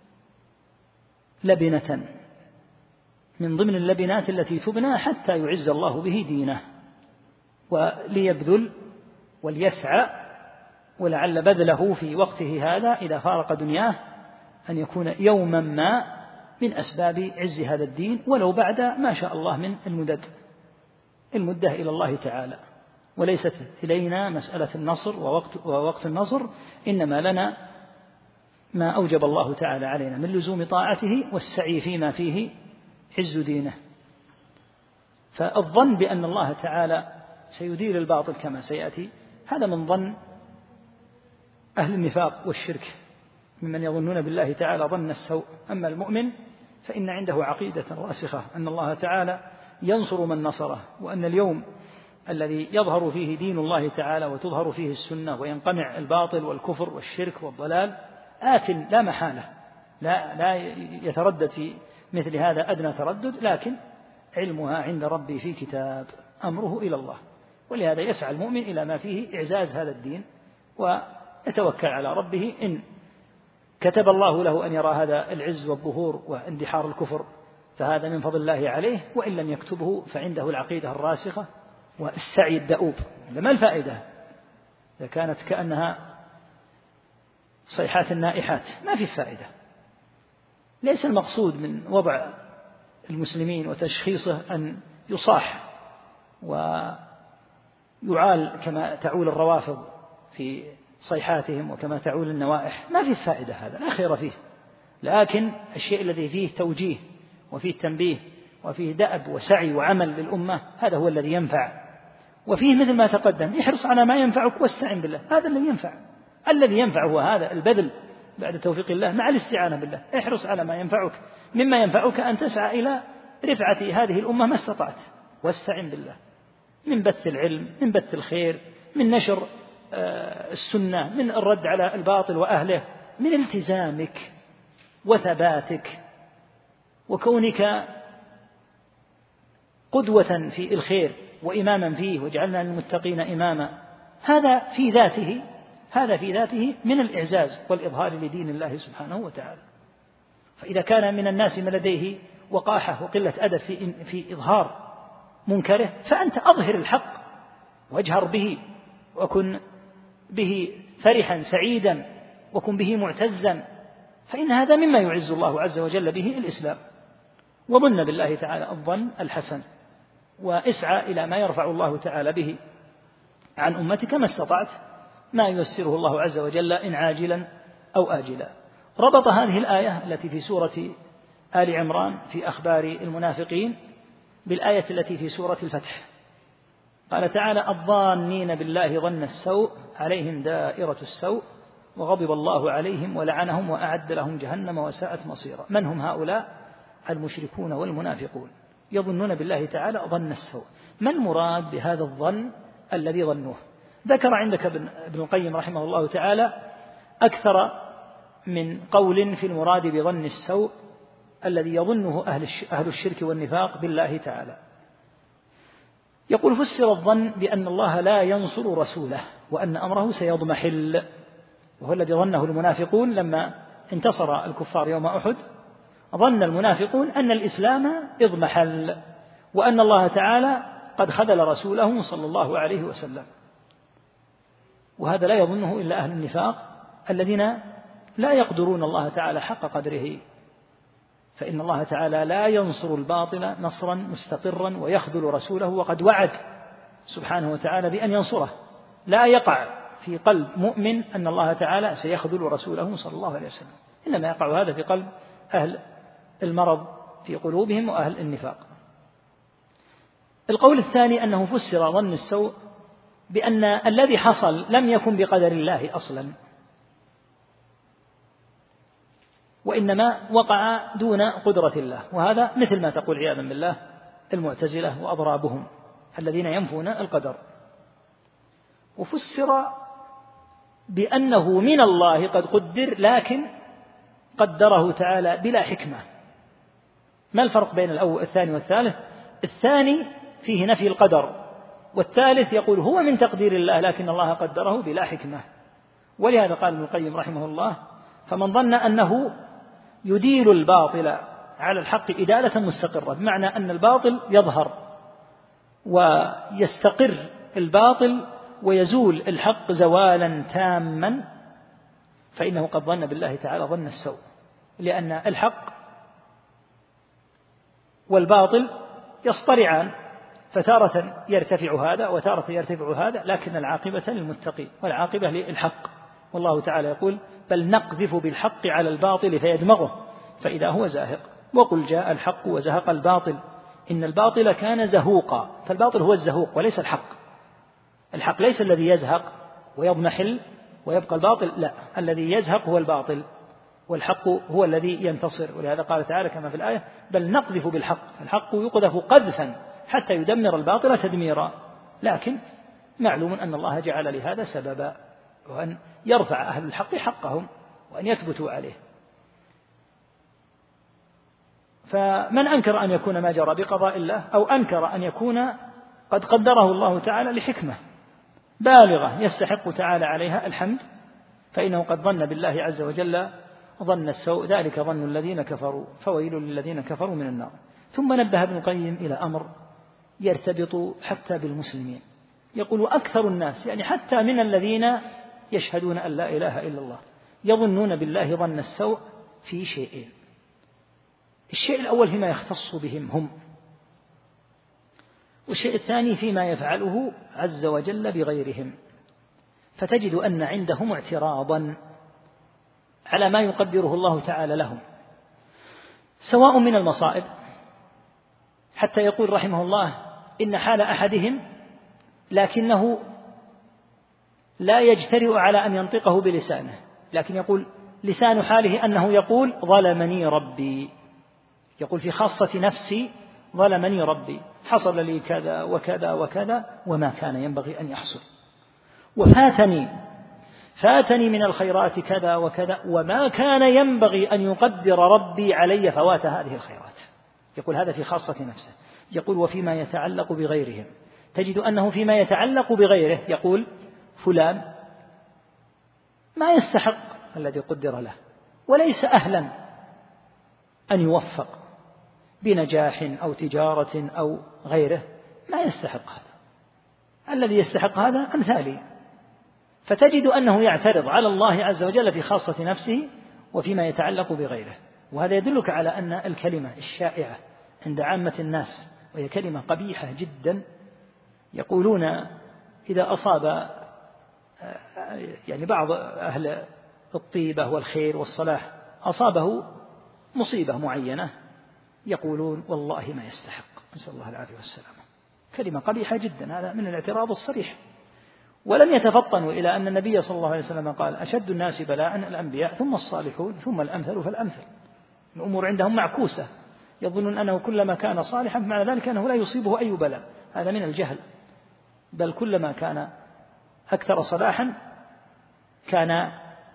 لبنة من ضمن اللبنات التي تبنى حتى يعز الله به دينه، وليبذل وليسعى، ولعل بذله في وقته هذا إذا فارق دنياه أن يكون يوما ما من أسباب عز هذا الدين، ولو بعد ما شاء الله من المدة إلى الله تعالى. وليست إلينا مسألة النصر ووقت النصر، إنما لنا ما أوجب الله تعالى علينا من لزوم طاعته والسعي فيما فيه عز دينه. فالظن بأن الله تعالى سيدير الباطل كما سيأتي هذا من ظن أهل النفاق والشرك، ممن يظنون بالله تعالى ظن السوء. أما المؤمن فإن عنده عقيدة راسخة أن الله تعالى ينصر من نصره، وأن اليوم الذي يظهر فيه دين الله تعالى وتظهر فيه السنة وينقمع الباطل والكفر والشرك والضلال آت لا محالة، لا يتردد في مثل هذا أدنى تردد، لكن علمها عند ربي في كتاب، أمره إلى الله. ولهذا يسعى المؤمن إلى ما فيه إعزاز هذا الدين ويتوكل على ربه. إن كتب الله له أن يرى هذا العز والظهور واندحار الكفر فهذا من فضل الله عليه، وإن لم يكتبه فعنده العقيدة الراسخة والسعي الدؤوب. لما الفائدة إذا كانت كأنها صيحات النائحات؟ ما في فائدة. ليس المقصود من وضع المسلمين وتشخيصه أن يصاح ويعال كما تعول الروافض في صيحاتهم وكما تعول النوائح، ما في فائدة، هذا لا خير فيه. لكن الشيء الذي فيه توجيه وفيه تنبيه وفيه دأب وسعي وعمل للأمة هذا هو الذي ينفع، وفيه مثل ما تقدم احرص على ما ينفعك واستعن بالله، هذا الذي ينفع. الذي ينفع هو هذا البذل بعد توفيق الله مع الاستعانة بالله. احرص على ما ينفعك، مما ينفعك أن تسعى إلى رفعة هذه الأمة ما استطعت، واستعن بالله من بث العلم، من بث الخير، من نشر السنة، من الرد على الباطل وأهله، من التزامك وثباتك وكونك قدوة في الخير وإماما فيه وجعلنا للمتقين إماما، هذا في ذاته من الإعزاز والإظهار لدين الله سبحانه وتعالى. فإذا كان من الناس من لديه وقاحة وقلة أدب في إظهار منكره، فأنت أظهر الحق واجهر به، وكن به فرحا سعيدا، وكن به معتزا، فإن هذا مما يعز الله عز وجل به الإسلام. وظن بالله تعالى الظن الحسن، واسعى إلى ما يرفع الله تعالى به عن أمتك ما استطعت، ما ييسره الله عز وجل إن عاجلا أو آجلا. ربط هذه الآية التي في سورة آل عمران في أخبار المنافقين بالآية التي في سورة الفتح. قال تعالى: الظانين بالله ظن السوء عليهم دائرة السوء وغضب الله عليهم ولعنهم وأعد لهم جهنم وساءت مصيرا. من هم هؤلاء؟ المشركون والمنافقون يظنون بالله تعالى ظن السوء. ما المراد بهذا الظن الذي ظنوه؟ ذكر عندك ابن القيم رحمه الله تعالى أكثر من قول في المراد بظن السوء الذي يظنه أهل الشرك والنفاق بالله تعالى. يقول: فسر الظن بأن الله لا ينصر رسوله وأن أمره سيضمحل، وهو الذي ظنه المنافقون لما انتصر الكفار يوم أحد. ظن المنافقون أن الإسلام اضمحل وأن الله تعالى قد خذل رسوله صلى الله عليه وسلم، وهذا لا يظنه إلا أهل النفاق الذين لا يقدرون الله تعالى حق قدره، فإن الله تعالى لا ينصر الباطل نصرا مستقرا ويخذل رسوله، وقد وعد سبحانه وتعالى بأن ينصره. لا يقع في قلب مؤمن أن الله تعالى سيخذل رسوله صلى الله عليه وسلم، إنما يقع هذا في قلب أهل المرض في قلوبهم وأهل النفاق. القول الثاني أنه فسر ظن السوء بأن الذي حصل لم يكن بقدر الله أصلا، وإنما وقع دون قدرة الله، وهذا مثل ما تقول عياذا بالله المعتزلة وأضرابهم الذين ينفون القدر. وفسر بأنه من الله قد قدر، لكن قدره تعالى بلا حكمة. ما الفرق بين الثاني والثالث؟ الثاني فيه نفي القدر، والثالث يقول هو من تقدير الله لكن الله قدره بلا حكمة. ولهذا قال ابن القيم رحمه الله: فمن ظن أنه يديل الباطل على الحق إدالة مستقرة، بمعنى أن الباطل يظهر ويستقر الباطل ويزول الحق زوالا تاما، فإنه قد ظن بالله تعالى ظن السوء، لأن الحق والباطل يصطرعان، فتارة يرتفع هذا وتارة يرتفع هذا، لكن العاقبة للمتقين والعاقبة للحق. والله تعالى يقول: بل نقذف بالحق على الباطل فيدمغه فإذا هو زاهق. وقل جاء الحق وزهق الباطل إن الباطل كان زهوقا. فالباطل هو الزهوق وليس الحق. الحق ليس الذي يزهق ويضمحل ويبقى الباطل، لا، الذي يزهق هو الباطل والحق هو الذي ينتصر. ولهذا قال تعالى كما في الآية: بل نقذف بالحق. الحق يقذف قذفا حتى يدمر الباطل تدميرا، لكن معلوم أن الله جعل لهذا سببا، وأن يرفع أهل الحق حقهم وأن يثبتوا عليه. فمن أنكر أن يكون ما جرى بقضاء الله، أو أنكر أن يكون قد قدره الله تعالى لحكمة بالغة يستحق تعالى عليها الحمد، فإنه قد ظن بالله عز وجل ظن السوء، ذلك ظن الذين كفروا فويل للذين كفروا من النار. ثم نبه ابن القيم إلى أمر يرتبط حتى بالمسلمين. يقول: أكثر الناس، يعني حتى من الذين يشهدون أن لا إله إلا الله، يظنون بالله ظن السوء في شيئين. الشيء الأول فيما يختص بهم هم، والشيء الثاني فيما يفعله عز وجل بغيرهم. فتجد أن عندهم اعتراضا على ما يقدره الله تعالى لهم، سواء من المصائب، حتى يقول رحمه الله: إن حال أحدهم لكنه لا يجترئ على أن ينطقه بلسانه، لكن يقول لسان حاله أنه يقول: ظلمني ربي. يقول في خاصة نفسي: ظلمني ربي، حصل لي كذا وكذا وكذا وما كان ينبغي أن يحصل، فاتني من الخيرات كذا وكذا وما كان ينبغي أن يقدر ربي علي فوات هذه الخيرات. يقول هذا في خاصة نفسه. يقول وفيما يتعلق بغيرهم، تجد أنه فيما يتعلق بغيره يقول فلان ما يستحق الذي قدر له، وليس أهلا أن يوفق بنجاح أو تجارة أو غيره، ما يستحق هذا، الذي يستحق هذا أمثالي. فتجد أنه يعترض على الله عز وجل في خاصة نفسه وفيما يتعلق بغيره. وهذا يدلك على أن الكلمة الشائعة عند عامة الناس، وهي كلمة قبيحة جدا، يقولون إذا أصاب يعني بعض أهل الطيبة والخير والصلاح أصابه مصيبة معينة يقولون والله ما يستحق، نسأل الله العافية والسلامة. كلمة قبيحة جدا، هذا من الاعتراض الصريح. ولم يتفطنوا إلى أن النبي صلى الله عليه وسلم قال أشد الناس بلاء الأنبياء ثم الصالحون ثم الأمثل فالأمثل. الأمور عندهم معكوسة، يظنون أنه كلما كان صالحا معنى ذلك أنه لا يصيبه أي بلاء، هذا من الجهل، بل كلما كان أكثر صلاحا كان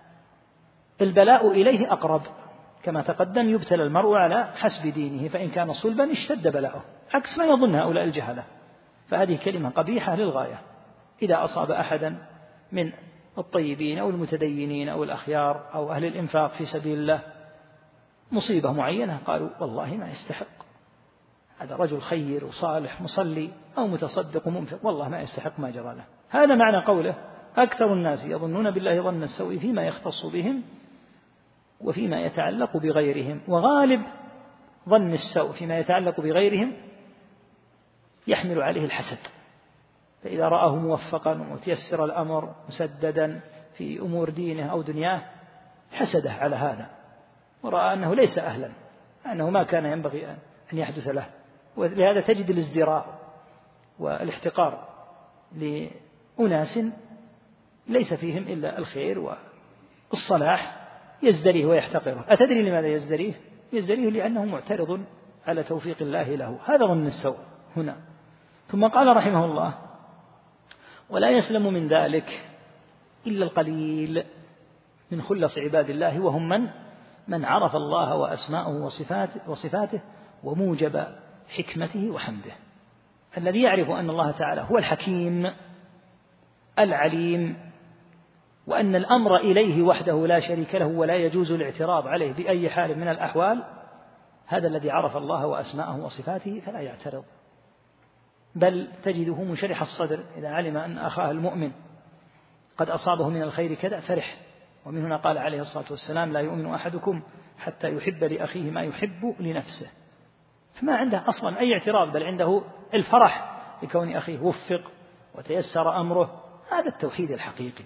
البلاء إليه أقرب، كما تقدم يبتلى المرء على حسب دينه، فإن كان صلبا اشتد بلاؤه، عكس ما يظن هؤلاء الجهلة. فهذه كلمة قبيحة للغاية. إذا أصاب أحدا من الطيبين أو المتدينين أو الأخيار أو أهل الإنفاق في سبيل الله مصيبة معينة قالوا والله ما يستحق، هذا رجل خير وصالح مصلي أو متصدق ومنفق، والله ما يستحق ما جرى له. هذا معنى قوله أكثر الناس يظنون بالله ظن السوء فيما يختص بهم وفيما يتعلق بغيرهم. وغالب ظن السوء فيما يتعلق بغيرهم يحمل عليه الحسد، فإذا رآه موفقا ومتيسر الأمر مسددا في أمور دينه أو دنياه حسده على هذا، ورأى أنه ليس أهلا، أنه ما كان ينبغي أن يحدث له. ولهذا تجد الازدراء والاحتقار لأناس ليس فيهم إلا الخير والصلاح، يزدريه ويحتقره. أتدري لماذا يزدريه؟ يزدريه لأنه معترض على توفيق الله له، هذا ظن السوء هنا. ثم قال رحمه الله ولا يسلم من ذلك إلا القليل من خلص عباد الله، وهم من عرف الله وأسماءه وصفاته وموجب حكمته وحمده. الذي يعرف أن الله تعالى هو الحكيم العليم، وأن الأمر إليه وحده لا شريك له ولا يجوز الاعتراض عليه بأي حال من الأحوال، هذا الذي عرف الله وأسماءه وصفاته فلا يعترض، بل تجده منشرح الصدر إذا علم أن أخاه المؤمن قد أصابه من الخير كذا فرح. ومن هنا قال عليه الصلاة والسلام لا يؤمن أحدكم حتى يحب لأخيه ما يحب لنفسه، فما عنده أصلا أي اعتراض، بل عنده الفرح لكون أخيه وفق وتيسر أمره. هذا التوحيد الحقيقي.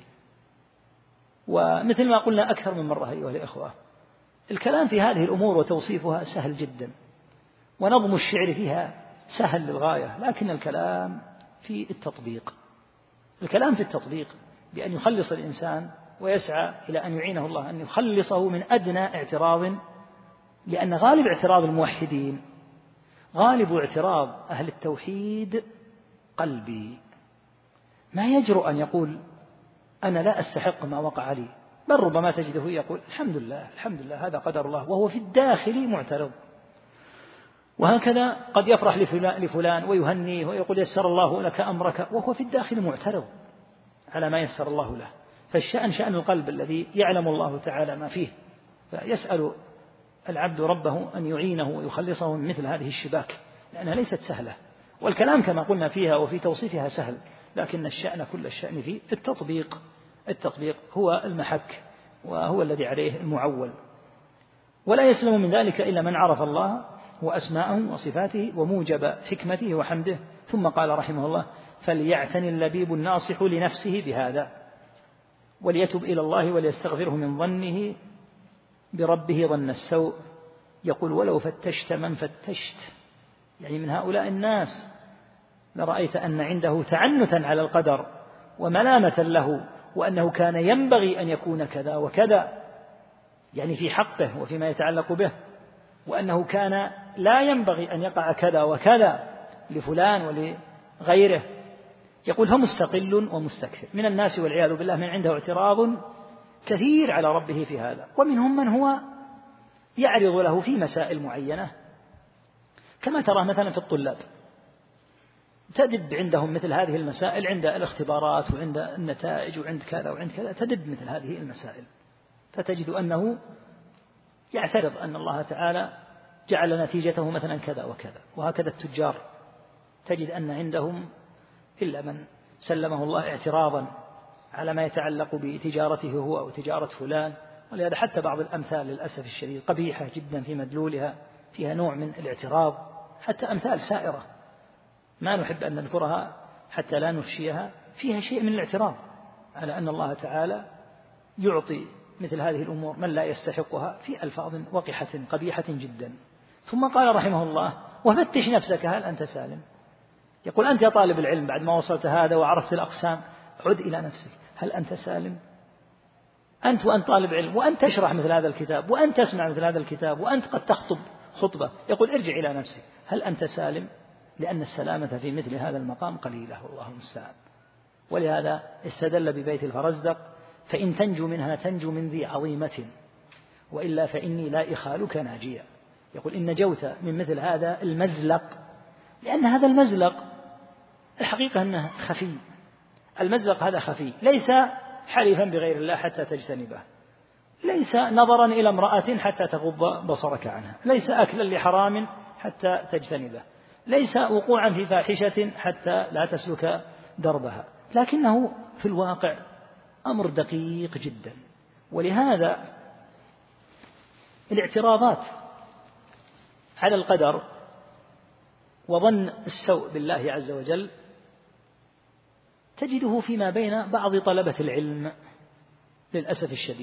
ومثل ما قلنا أكثر من مرة أيها الإخوة، الكلام في هذه الأمور وتوصيفها سهل جدا، ونظم الشعر فيها سهل للغاية، لكن الكلام في التطبيق، الكلام في التطبيق بأن يخلص الإنسان ويسعى إلى أن يعينه الله أن يخلصه من أدنى اعتراض. لأن غالب اعتراض الموحدين، غالب اعتراض أهل التوحيد قلبي، ما يجرؤ أن يقول أنا لا أستحق ما وقع لي، بل ربما تجده يقول الحمد لله الحمد لله هذا قدر الله، وهو في الداخل معترض. وهكذا قد يفرح لفلان ويهنيه ويقول يسر الله لك أمرك، وهو في الداخل معترض على ما يسر الله له. فالشأن شأن القلب الذي يعلم الله تعالى ما فيه، فيسأل العبد ربه أن يعينه ويخلصه من مثل هذه الشباك، لأنها ليست سهلة. والكلام كما قلنا فيها وفي توصيفها سهل، لكن الشأن كل الشأن في التطبيق. التطبيق هو المحك وهو الذي عليه المعول. ولا يسلم من ذلك إلا من عرف الله وأسماءه وصفاته وموجب حكمته وحمده. ثم قال رحمه الله فليعتني اللبيب الناصح لنفسه بهذا وليتب إلى الله وليستغفره من ظنه بربه ظن السوء. يقول ولو فتشت من فتشت، يعني من هؤلاء الناس، لرأيت أن عنده تعنتا على القدر وملامة له، وأنه كان ينبغي أن يكون كذا وكذا، يعني في حقه وفيما يتعلق به، وأنه كان لا ينبغي أن يقع كذا وكذا لفلان ولغيره. يقول فمستقل ومستكثر من الناس والعياذ بالله من عنده اعتراض كثير على ربه في هذا. ومنهم من هو يعرض له في مسائل معينة، كما ترى مثلا في الطلاب، تدب عندهم مثل هذه المسائل عند الاختبارات وعند النتائج وعند كذا وعند كذا، تدب مثل هذه المسائل، فتجد أنه يعترض أن الله تعالى جعل نتيجته مثلا كذا وكذا. وهكذا التجار تجد أن عندهم إلا من سلمه الله اعتراضا على ما يتعلق بتجارته هو أو تجارة فلان. ولهذا حتى بعض الأمثال للأسف الشديد قبيحة جدا في مدلولها، فيها نوع من الاعتراض، حتى أمثال سائرة ما نحب أن نذكرها حتى لا نفشيها، فيها شيء من الاعتراض على أن الله تعالى يعطي مثل هذه الأمور من لا يستحقها في ألفاظ وقحة قبيحة جدا. ثم قال رحمه الله: وفتش نفسك هل أنت سالم. يقول أنت يا طالب العلم بعد ما وصلت هذا وعرفت الأقسام، عد إلى نفسك، هل أنت سالم؟ أنت وأنت طالب علم، وأنت تشرح مثل هذا الكتاب، وأنت تسمع مثل هذا الكتاب، وأنت قد تخطب خطبة، يقول ارجع إلى نفسك، هل أنت سالم؟ لأن السلامة في مثل هذا المقام قليلة والله المستعان. ولهذا استدل ببيت الفرزدق: فإن تنجو منها تنجو من ذي عظيمة، وإلا فإني لا إخالك ناجيا. يقول إن نجوت من مثل هذا المزلق، لأن هذا المزلق الحقيقة أنه خفي. المزلق هذا خفي، ليس حلفا بغير الله حتى تجتنبه، ليس نظرا إلى امرأة حتى تغض بصرك عنها، ليس أكلا لحرام حتى تجتنبه، ليس وقوعا في فاحشة حتى لا تسلك دربها، لكنه في الواقع أمر دقيق جدا. ولهذا الاعتراضات على القدر وظن السوء بالله عز وجل تجده فيما بين بعض طلبة العلم للأسف الشديد،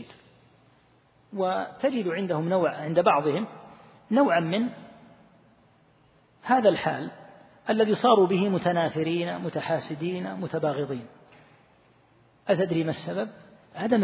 وتجد عندهم عند بعضهم نوعا من هذا الحال الذي صاروا به متنافرين متحاسدين متباغضين. أتدري ما السبب؟ عدم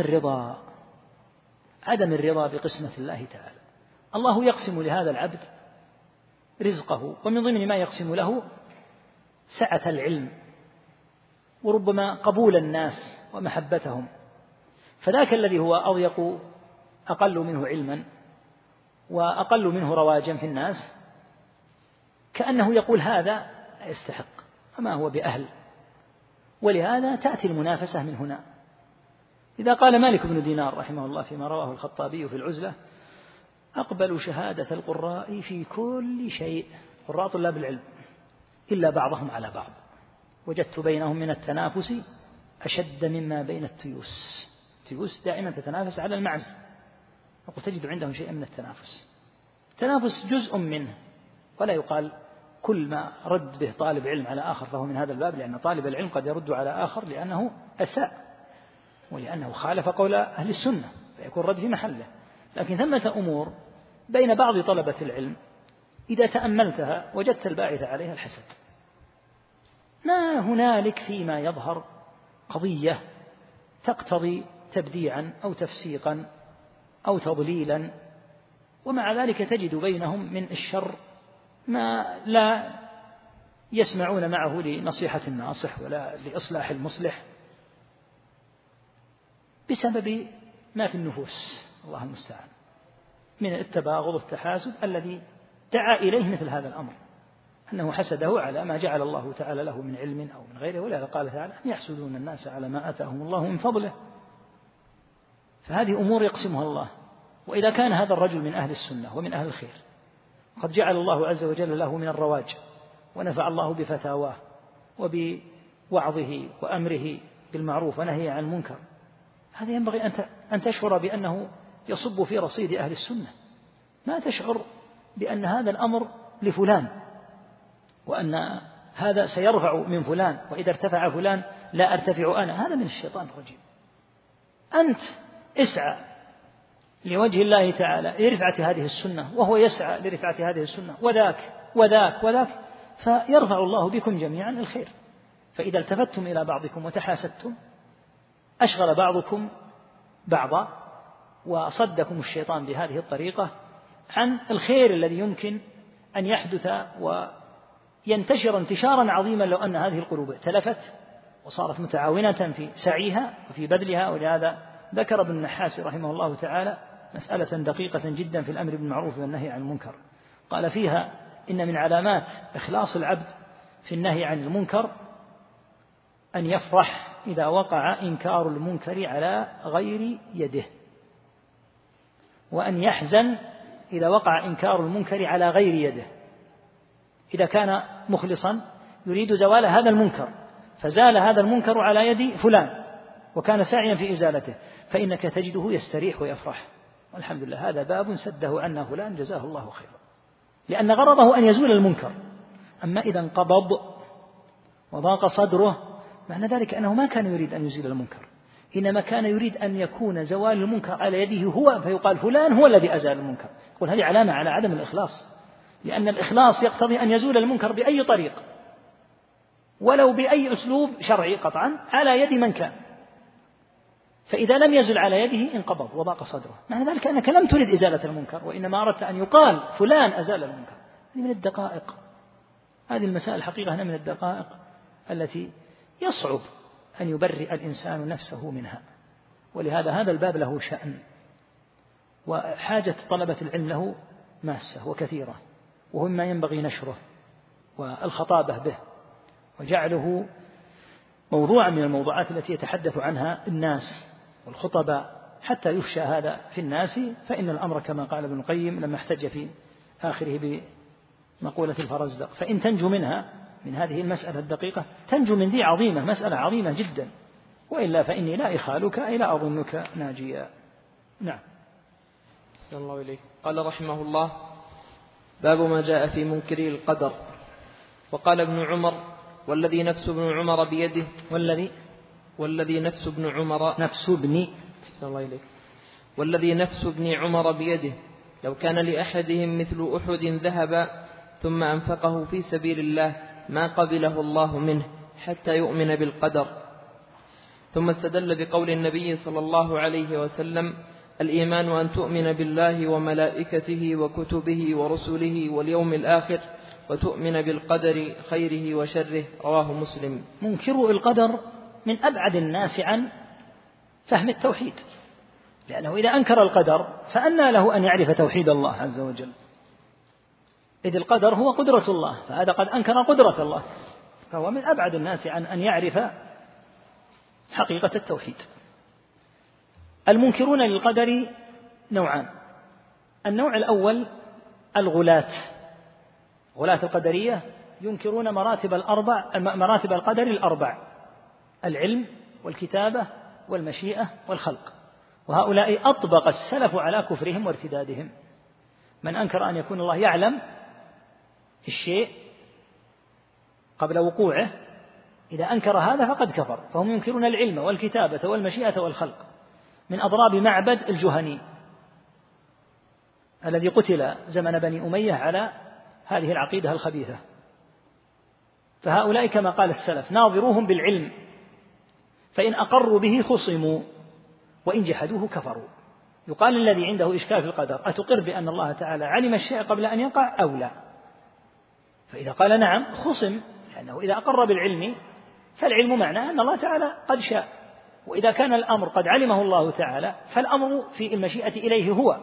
الرضا بقسمة الله تعالى. الله يقسم لهذا العبد رزقه، ومن ضمن ما يقسم له سعة العلم وربما قبول الناس ومحبتهم، فذاك الذي هو أضيق أقل منه علما وأقل منه رواجا في الناس كأنه يقول هذا يستحق وما هو بأهل، ولهذا تأتي المنافسة من هنا. إذا قال مالك بن دينار رحمه الله فيما رواه الخطابي في العزلة: أقبل شهادة القراء في كل شيء، قراء طلاب العلم، إلا بعضهم على بعض، وجدت بينهم من التنافس أشد مما بين التيوس. التيوس دائما تتنافس على المعز، وتجد عندهم شيئا من التنافس جزء منه، ولا يقال كل ما رد به طالب علم على آخر فهو من هذا الباب، لأن طالب العلم قد يرد على آخر لأنه أساء ولأنه خالف قول أهل السنة فيكون رد في محله. لكن ثمة أمور بين بعض طلبة العلم إذا تأملتها وجدت الباعث عليها الحسد. ما هنالك فيما يظهر قضية تقتضي تبديعا أو تفسيقا أو تضليلا، ومع ذلك تجد بينهم من الشر ما لا يسمعون معه لنصيحة الناصح ولا لإصلاح المصلح، بسبب ما في النفوس الله المستعان من التباغض والتحاسد الذي دعا إليه مثل هذا الأمر، أنه حسده على ما جعل الله تعالى له من علم أو من غيره. ولهذا قال تعالى: أم يحسدون الناس على ما آتاهم الله من فضله. فهذه أمور يقسمها الله. وإذا كان هذا الرجل من أهل السنة ومن أهل الخير قد جعل الله عز وجل له من الرواج ونفع الله بفتاواه وبوعظه وأمره بالمعروف ونهيه عن المنكر، هذا ينبغي أن تشعر بأنه يصب في رصيد أهل السنة، ما تشعر بأن هذا الأمر لفلان وأن هذا سيرفع من فلان، وإذا ارتفع فلان لا أرتفع أنا. هذا من الشيطان الرجيم. أنت اسعى لوجه الله تعالى لرفعة هذه السنة وهو يسعى لرفعة هذه السنة، وذاك فيرفع الله بكم جميعا الخير. فإذا التفتم إلى بعضكم وتحاسدتم أشغل بعضكم بعضا، وصدكم الشيطان بهذه الطريقة عن الخير الذي يمكن أن يحدث وينتشر انتشارا عظيما لو أن هذه القلوب ائتلفت وصارت متعاونة في سعيها وفي بذلها. ولهذا ذكر ابن النحاس رحمه الله تعالى مسألة دقيقة جدا في الأمر بالمعروف والنهي عن المنكر، قال فيها: إن من علامات إخلاص العبد في النهي عن المنكر أن يفرح إذا وقع إنكار المنكر على غير يده، وأن يحزن إذا وقع إنكار المنكر على غير يده. إذا كان مخلصا يريد زوال هذا المنكر فزال هذا المنكر على يد فلان وكان ساعيا في إزالته، فإنك تجده يستريح ويفرح، والحمد لله هذا باب سده عنا فلان جزاه الله خيرا، لأن غرضه أن يزول المنكر. أما إذا انقبض وضاق صدره معنى ذلك أنه ما كان يريد أن يزيل المنكر، إنما كان يريد أن يكون زوال المنكر على يده هو، فيقال فلان هو الذي أزال المنكر. يقول هذه علامة على عدم الإخلاص، لأن الإخلاص يقتضي أن يزول المنكر بأي طريق ولو بأي أسلوب شرعي قطعا على يد من كان، فإذا لم يزل على يده انقبض وضاق صدره، معنى ذلك أنك لم ترد إزالة المنكر، وإنما أردت أن يقال فلان أزال المنكر. هذه من الدقائق، هذه المسائل الحقيقة من الدقائق التي يصعب أن يبرئ الإنسان نفسه منها، ولهذا هذا الباب له شأن، وحاجة طلبة العلم له ماسة وكثيرة، وهو مما ينبغي نشره والخطابة به وجعله موضوعا من الموضوعات التي يتحدث عنها الناس والخطباء حتى يفشى هذا في الناس. فإن الأمر كما قال ابن القيم لما احتج في آخره بمقولة الفرزدق: فإن تنجو منها من هذه المسألة الدقيقة تنجو من ذي عظيمة، مسألة عظيمة جدا، وإلا فإني لا إخالك أي لا أظنك ناجيا. نعم. أحسن الله إليك. قال رحمه الله: باب ما جاء في منكري القدر. وقال ابن عمر: والذي نفس ابن عمر بيده والذي نفس ابن عمر نفس ابن أحسن الله إليك. والذي نفس ابن عمر بيده لو كان لأحدهم مثل أحد ذهبا ثم أنفقه في سبيل الله ما قبله الله منه حتى يؤمن بالقدر. ثم استدل بقول النبي صلى الله عليه وسلم: الإيمان أن تؤمن بالله وملائكته وكتبه ورسله واليوم الآخر وتؤمن بالقدر خيره وشره. رواه مسلم. منكر القدر من أبعد الناس عن فهم التوحيد، لأنه إذا أنكر القدر فأنى له أن يعرف توحيد الله عز وجل، إذ القدر هو قدرة الله، فهذا قد أنكر قدرة الله، فهو من أبعد الناس عن أن يعرف حقيقة التوحيد. المنكرون للقدر نوعان: النوع الأول الغلاة القدرية ينكرون مراتب القدر الأربع: العلم والكتابة والمشيئة والخلق، وهؤلاء أطبق السلف على كفرهم وارتدادهم. من أنكر أن يكون الله يعلم الشيء قبل وقوعه، إذا أنكر هذا فقد كفر. فهم ينكرون العلم والكتابة والمشيئة والخلق، من أضراب معبد الجهني الذي قتل زمن بني أمية على هذه العقيدة الخبيثة. فهؤلاء كما قال السلف: ناظروهم بالعلم فإن أقروا به خصموا وإن جحدوه كفروا. يقال الذي عنده إشكال في القدر: أتقر بأن الله تعالى علم الشيء قبل أن يقع أو لا؟ فإذا قال نعم خصم، لأنه إذا أقر بالعلم فالعلم معناه أن الله تعالى قد شاء، وإذا كان الأمر قد علمه الله تعالى فالأمر في المشيئة إليه هو،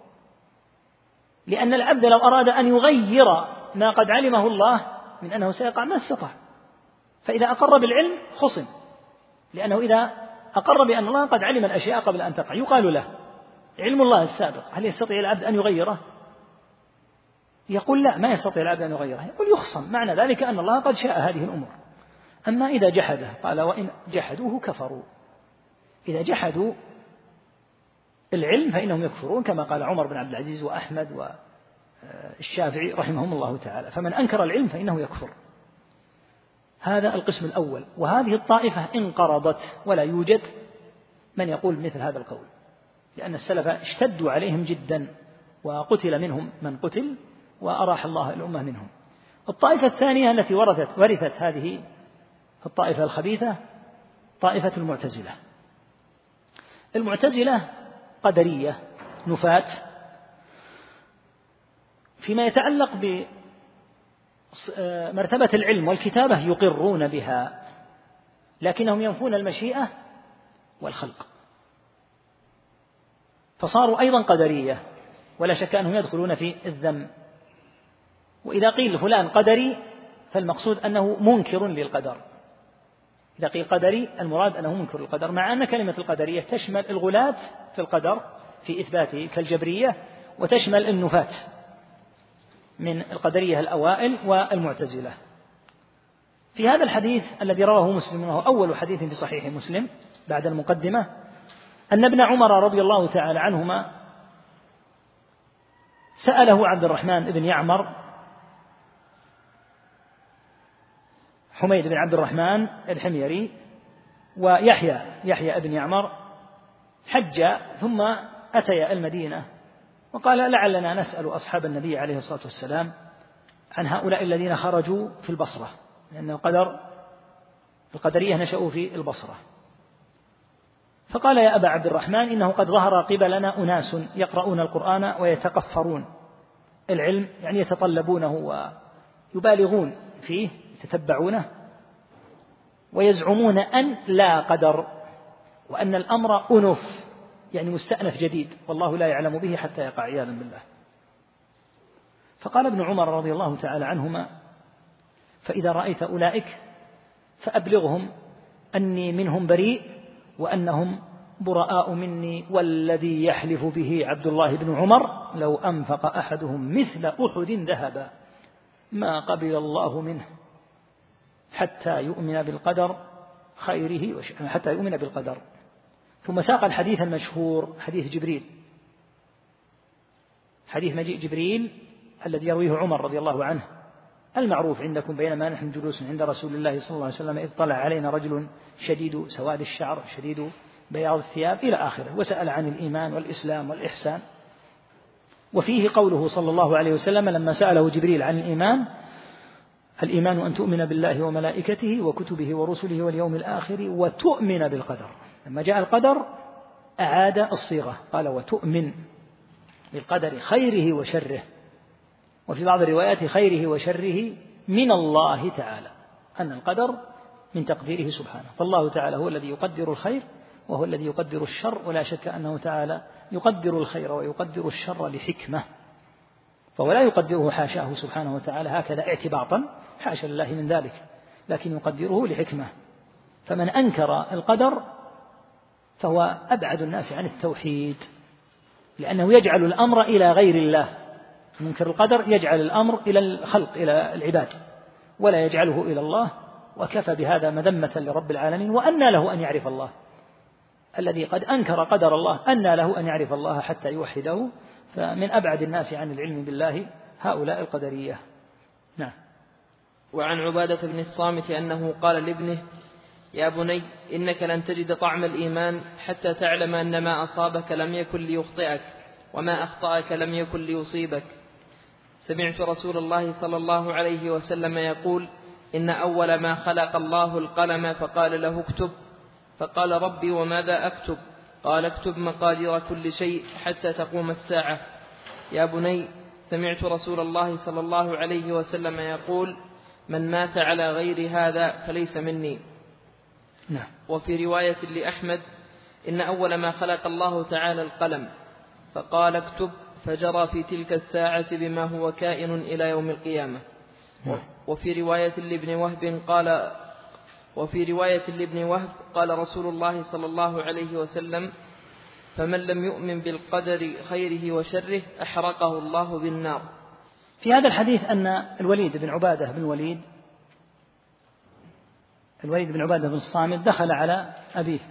لأن العبد لو أراد أن يغير ما قد علمه الله من أنه سيقع ما استطاع. فإذا أقر بالعلم خصم، لأنه إذا أقر بأن الله قد علم الأشياء قبل أن تقع يقال له: علم الله السابق هل يستطيع العبد أن يغيره؟ يقول لا، ما يستطيع العبد أن يغيره، يقول يخصم، معنى ذلك أن الله قد شاء هذه الأمور. أما إذا جحده قال: وإن جحدوه كفروا. إذا جحدوا العلم فإنهم يكفرون، كما قال عمر بن عبد العزيز وأحمد والشافعي رحمهم الله تعالى: فمن أنكر العلم فإنه يكفر. هذا القسم الأول، وهذه الطائفة انقرضت ولا يوجد من يقول مثل هذا القول، لأن السلف اشتدوا عليهم جدا وقتل منهم من قتل وأراح الله الأمة منهم. الطائفة الثانية التي ورثت هذه الطائفة الخبيثة طائفة المعتزلة. المعتزلة قدرية نفاة فيما يتعلق بمرتبة العلم والكتابة، يقرون بها لكنهم ينفون المشيئة والخلق، فصاروا أيضا قدرية، ولا شك أنهم يدخلون في الذم. وإذا قيل فلان قدري فالمقصود أنه منكر للقدر. إذا قيل قدري المراد أنه منكر للقدر، مع أن كلمة القدرية تشمل الغلاة في القدر في إثباته كالجبرية، وتشمل النفاة من القدرية الأوائل والمعتزلة. في هذا الحديث الذي رواه مسلم وهو أول حديث في صحيح مسلم بعد المقدمة أن ابن عمر رضي الله تعالى عنهما سأله عبد الرحمن بن يعمر حميد بن عبد الرحمن الحميري ويحيى بن يعمر حج ثم أتيا المدينة، وقال لعلنا نسأل أصحاب النبي عليه الصلاة والسلام عن هؤلاء الذين خرجوا في البصرة، لأن القدرية نشأوا في البصرة. فقال يا أبا عبد الرحمن إنه قد ظهر قبلنا أناس يقرؤون القرآن ويتقفرون العلم، يعني يتطلبونه ويبالغون فيه يتتبعونه، ويزعمون أن لا قدر وأن الأمر أنف، يعني مستأنف جديد والله لا يعلم به حتى يقع عياذا بالله. فقال ابن عمر رضي الله تعالى عنهما فإذا رأيت أولئك فأبلغهم أني منهم بريء وأنهم براء مني، والذي يحلف به عبد الله بن عمر لو أنفق أحدهم مثل أحد ذهبا ما قبل الله منه حتى يؤمن بالقدر خيره وشره، حتى يؤمن بالقدر. ثم ساق الحديث المشهور حديث جبريل، حديث مجيء جبريل الذي يرويه عمر رضي الله عنه المعروف عندكم بينما نحن جلوس عند رسول الله صلى الله عليه وسلم إذ طلع علينا رجل شديد سواد الشعر شديد بياض الثياب إلى آخره، وسأل عن الإيمان والإسلام والإحسان. وفيه قوله صلى الله عليه وسلم لما سأله جبريل عن الإيمان أن تؤمن بالله وملائكته وكتبه ورسله واليوم الآخر وتؤمن بالقدر. لما جاء القدر أعاد الصيغة قال وتؤمن بالقدر خيره وشره، وفي بعض الروايات خيره وشره من الله تعالى، أن القدر من تقديره سبحانه، فالله تعالى هو الذي يقدر الخير وهو الذي يقدر الشر، ولا شك أنه تعالى يقدر الخير ويقدر الشر لحكمة، فهو لا يقدره حاشاه سبحانه وتعالى هكذا اعتباطا، حاشا لله من ذلك، لكن يقدره لحكمة. فمن أنكر القدر فهو أبعد الناس عن التوحيد، لأنه يجعل الأمر إلى غير الله. منكر القدر يجعل الأمر إلى الخلق إلى العباد ولا يجعله إلى الله، وكفى بهذا مذمة لرب العالمين. وأنى له أن يعرف الله، الذي قد أنكر قدر الله أنى له أن يعرف الله حتى يوحده. فمن أبعد الناس عن العلم بالله هؤلاء القدرية. نعم. وعن عبادة بن الصامت أنه قال لابنه يا بني إنك لن تجد طعم الإيمان حتى تعلم أن ما أصابك لم يكن ليخطئك وما أخطأك لم يكن ليصيبك. سمعت رسول الله صلى الله عليه وسلم يقول إن أول ما خلق الله القلم فقال له اكتب، فقال ربي وماذا أكتب؟ قال اكتب مقادير كل شيء حتى تقوم الساعة. يا بني سمعت رسول الله صلى الله عليه وسلم يقول من مات على غير هذا فليس مني. نعم. وفي رواية لأحمد إن أول ما خلق الله تعالى القلم فقال اكتب، فجرى في تلك الساعة بما هو كائن إلى يوم القيامة. وفي رواية لابن وهب قال رسول الله صلى الله عليه وسلم فمن لم يؤمن بالقدر خيره وشره أحرقه الله بالنار. في هذا الحديث أن الوليد بن عبادة بن الصامت دخل على أبيه،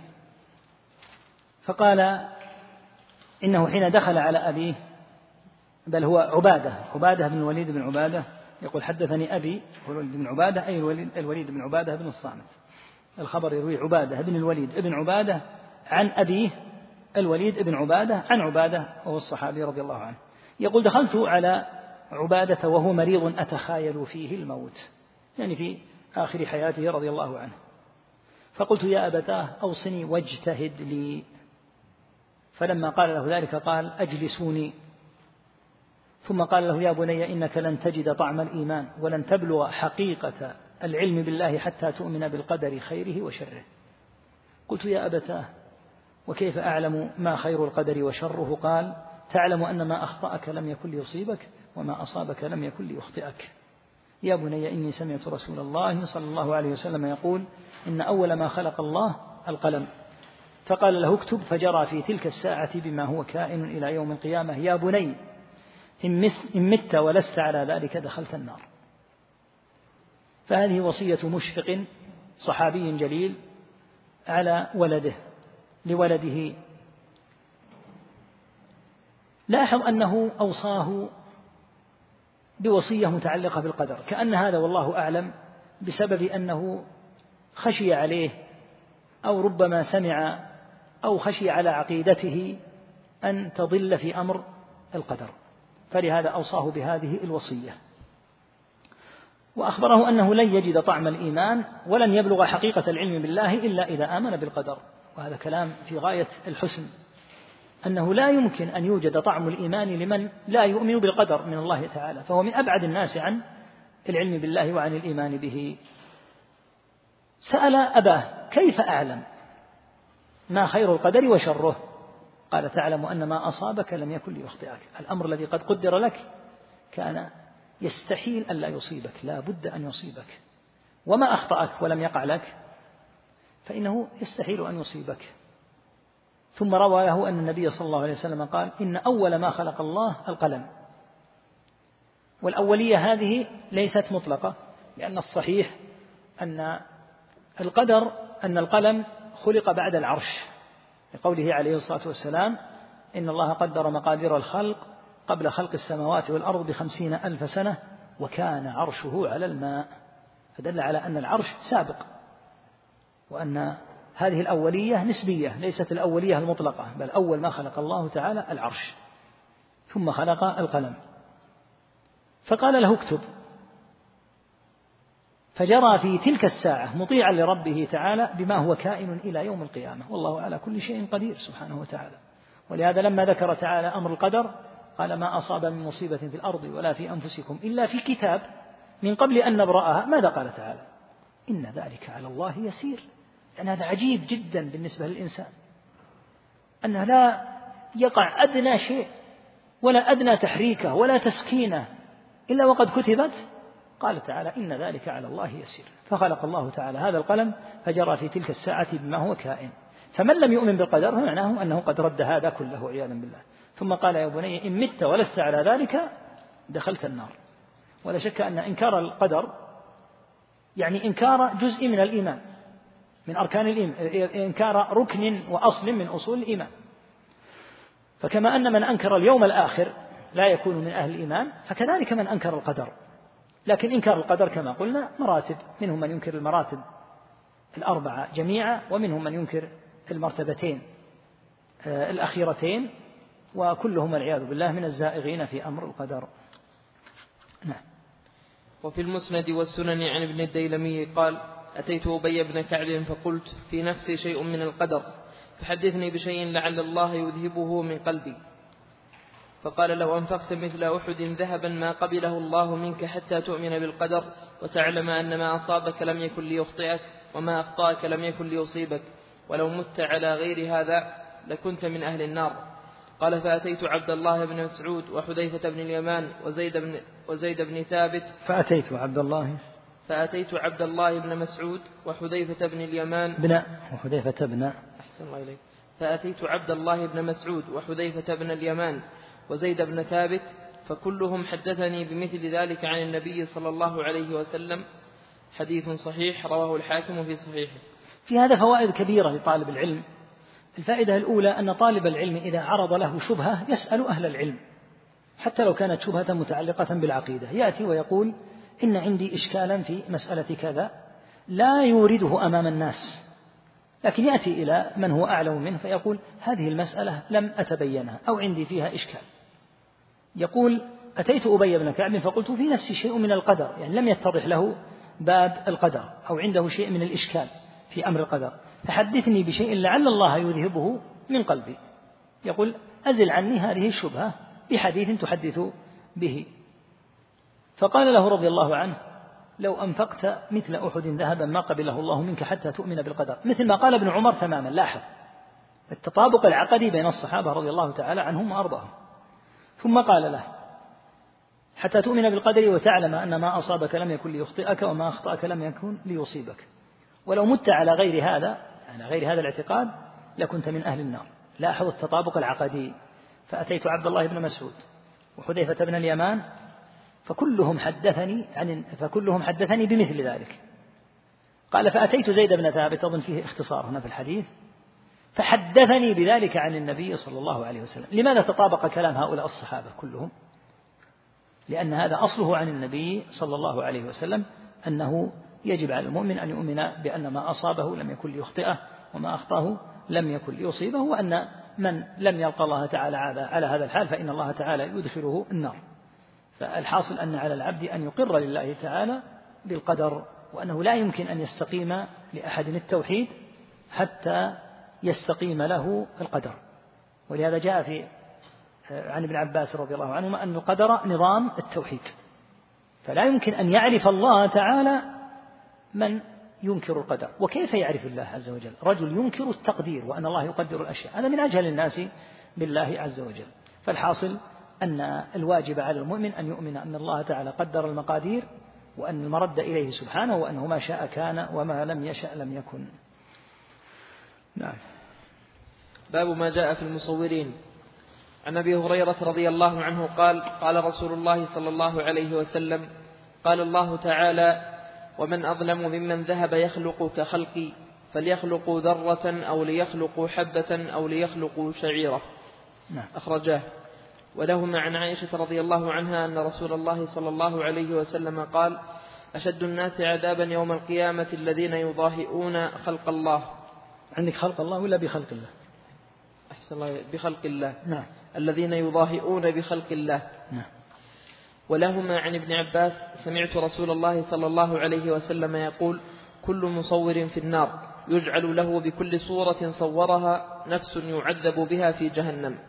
فقال إنه حين دخل على أبيه، بل هو عبادة بن الوليد بن عبادة، يقول حدثني أبي الوليد بن عبادة أي الوليد بن عبادة بن الصامت. الخبر يروي عبادة بن الوليد بن عبادة عن أبيه الوليد بن عبادة عن عبادة وهو الصحابي رضي الله عنه. يقول دخلت على عبادة وهو مريض أتخايل فيه الموت، يعني في آخر حياته رضي الله عنه. فقلت يا أبتاه أوصني واجتهد لي. فلما قال له ذلك قال أجلسوني. ثم قال له يا بني إنك لن تجد طعم الإيمان ولن تبلغ حقيقة العلم بالله حتى تؤمن بالقدر خيره وشره. قلت يا أبتاه وكيف أعلم ما خير القدر وشره؟ قال تعلم أن ما أخطأك لم يكن ليصيبك وما أصابك لم يكن ليخطئك. يا بني إني سمعت رسول الله صلى الله عليه وسلم يقول إن أول ما خلق الله القلم، فقال له اكتب، فجرى في تلك الساعة بما هو كائن إلى يوم القيامة يا بني إن مت ولست على ذلك دخلت النار. فهذه وصية مشفق صحابي جليل على لولده. لاحظ أنه أوصاه بوصية متعلقة بالقدر، كأن هذا والله أعلم بسبب أنه خشي عليه أو ربما سمع أو خشي على عقيدته أن تضل في أمر القدر، فلهذا أوصاه بهذه الوصية. وأخبره أنه لن يجد طعم الإيمان ولن يبلغ حقيقة العلم بالله إلا إذا آمن بالقدر. وهذا كلام في غاية الحسن، أنه لا يمكن أن يوجد طعم الإيمان لمن لا يؤمن بالقدر من الله تعالى، فهو من أبعد الناس عن العلم بالله وعن الإيمان به. سأل أباه كيف أعلم ما خير القدر وشره؟ قال تعلم أن ما أصابك لم يكن ليخطئك. الأمر الذي قد قدر لك كان يستحيل أن لا يصيبك، لا بد أن يصيبك، وما أخطأك ولم يقع لك فإنه يستحيل أن يصيبك. ثم روى له أن النبي صلى الله عليه وسلم قال إن أول ما خلق الله القلم. والأولية هذه ليست مطلقة، لأن الصحيح أن القلم خلق بعد العرش، لقوله عليه الصلاة والسلام إن الله قدر مقادير الخلق قبل خلق السماوات والأرض ب50,000 سنة وكان عرشه على الماء، فدل على أن العرش سابق، وأن هذه الأولية نسبية ليست الأولية المطلقة، بل أول ما خلق الله تعالى العرش ثم خلق القلم. فقال له اكتب، فجرى في تلك الساعة مطيعا لربه تعالى بما هو كائن إلى يوم القيامة، والله على كل شيء قدير سبحانه وتعالى. ولهذا لما ذكر تعالى أمر القدر قال ما أصاب من مصيبة في الأرض ولا في أنفسكم إلا في كتاب من قبل أن نبرأها. ماذا قال تعالى؟ إن ذلك على الله يسير. يعني هذا عجيب جدا بالنسبة للإنسان، أنه لا يقع أدنى شيء ولا أدنى تحريكه ولا تسكينه إلا وقد كتبت. قال تعالى إن ذلك على الله يسير، فخلق الله تعالى هذا القلم فجرى في تلك الساعة بما هو كائن. فمن لم يؤمن بالقدر فمعناه أنه قد رد هذا كله عياذا بالله. ثم قال يا بني إن مت ولست على ذلك دخلت النار. ولا شك أن إنكار القدر يعني إنكار جزء من الإيمان، من أركان الإيمان، إنكار ركن وأصل من أصول الإيمان. فكما أن من أنكر اليوم الآخر لا يكون من أهل الإيمان، فكذلك من أنكر القدر. لكن إنكار القدر كما قلنا مراتب، منهم من ينكر المراتب الأربعة جميعا، ومنهم من ينكر المرتبتين الأخيرتين، وكلهم والعياذ بالله من الزائغين في أمر القدر. نعم. وفي المسند والسنن عن ابن الديلمي قال أتيت أبي بن كعب فقلت في نفسي شيء من القدر فحدثني بشيء لعل الله يذهبه من قلبي. فقال لو أنفقت مثل أحد ذهبا ما قبله الله منك حتى تؤمن بالقدر وتعلم أن ما أصابك لم يكن ليخطئك وما أخطأك لم يكن ليصيبك ولو مت على غير هذا لكنت من أهل النار. قال فأتيت عبد الله بن مسعود وحذيفة بن اليمان وزيد بن ثابت فأتيت عبد الله بن مسعود وحذيفة بن اليمان فأتيت عبد الله بن مسعود وحذيفة بن اليمان وزيد بن ثابت فكلهم حدثني بمثل ذلك عن النبي صلى الله عليه وسلم. حديث صحيح رواه الحاكم في صحيحه. في هذا فوائد كبيرة لطالب العلم. الفائدة الأولى أن طالب العلم إذا عرض له شبهة يسأل أهل العلم، حتى لو كانت شبهة متعلقة بالعقيدة، يأتي ويقول إن عندي إشكالا في مسألة كذا، لا يورده أمام الناس، لكن يأتي إلى من هو أعلم منه فيقول هذه المسألة لم أتبينها أو عندي فيها إشكال. يقول أتيت أبي بن كعب فقلت في نفسي شيء من القدر، يعني لم يتضح له باب القدر أو عنده شيء من الإشكال في أمر القدر، فحدثني بشيء لعل الله يذهبه من قلبي. يقول أزل عني هذه الشبهة بحديث تحدث به. فقال له رضي الله عنه لو أنفقت مثل أحد ذهبا ما قبله الله منك حتى تؤمن بالقدر، مثل ما قال ابن عمر تماما. لاحظ التطابق العقدي بين الصحابة رضي الله تعالى عنهم وأرضاهم. ثم قال له حتى تؤمن بالقدر وتعلم أن ما أصابك لم يكن ليخطئك وما أخطأك لم يكن ليصيبك. ولو مت على غير هذا، على غير هذا الاعتقاد، لكنت من أهل النار. لاحظ التطابق العقدي. فأتيت عبد الله بن مسعود وحذيفة بن اليمان فكلهم حدثني بمثل ذلك. قال فأتيت زيد بن ثابت، أظن فيه اختصار هنا في الحديث، فحدثني بذلك عن النبي صلى الله عليه وسلم. لماذا تطابق كلام هؤلاء الصحابة كلهم؟ لأن هذا أصله عن النبي صلى الله عليه وسلم أنه يجب على المؤمن أن يؤمن بأن ما أصابه لم يكن ليخطئه وما أخطأه لم يكن ليصيبه، وأن من لم يلقى الله تعالى على هذا الحال فإن الله تعالى يدخله النار. فالحاصل أن على العبد أن يقر لله تعالى بالقدر، وأنه لا يمكن أن يستقيم لأحد التوحيد حتى يستقيم له القدر. ولهذا جاء عن ابن عباس رضي الله عنهما أن القدر نظام التوحيد، فلا يمكن أن يعرف الله تعالى من ينكر القدر. وكيف يعرف الله عز وجل؟ رجل ينكر التقدير وأن الله يقدر الأشياء، هذا من أجهل الناس بالله عز وجل. فالحاصل أن الواجب على المؤمن أن يؤمن أن الله تعالى قدر المقادير، وأن المرد إليه سبحانه، وأنه ما شاء كان وما لم يشأ لم يكن. نعم. باب ما جاء في المصورين. عن أبي هريرة رضي الله عنه قال: قال رسول الله صلى الله عليه وسلم: قال الله تعالى: ومن أظلم ممن ذهب يخلق كخلقي، فليخلقوا ذرة أو ليخلقوا حبة أو ليخلقوا شعيرة. أخرجاه. ولهما عن عائشة رضي الله عنها أن رسول الله صلى الله عليه وسلم قال: أشد الناس عذابا يوم القيامة الذين يضاهئون خلق الله. عندك خلق الله ولا بخلق الله؟ أحسن الله، بخلق الله. نعم. الذين يضاهئون بخلق الله. نعم. ولهما عن ابن عباس: سمعت رسول الله صلى الله عليه وسلم يقول: كل مصور في النار، يجعل له بكل صورة صورها نفس يعذب بها في جهنم.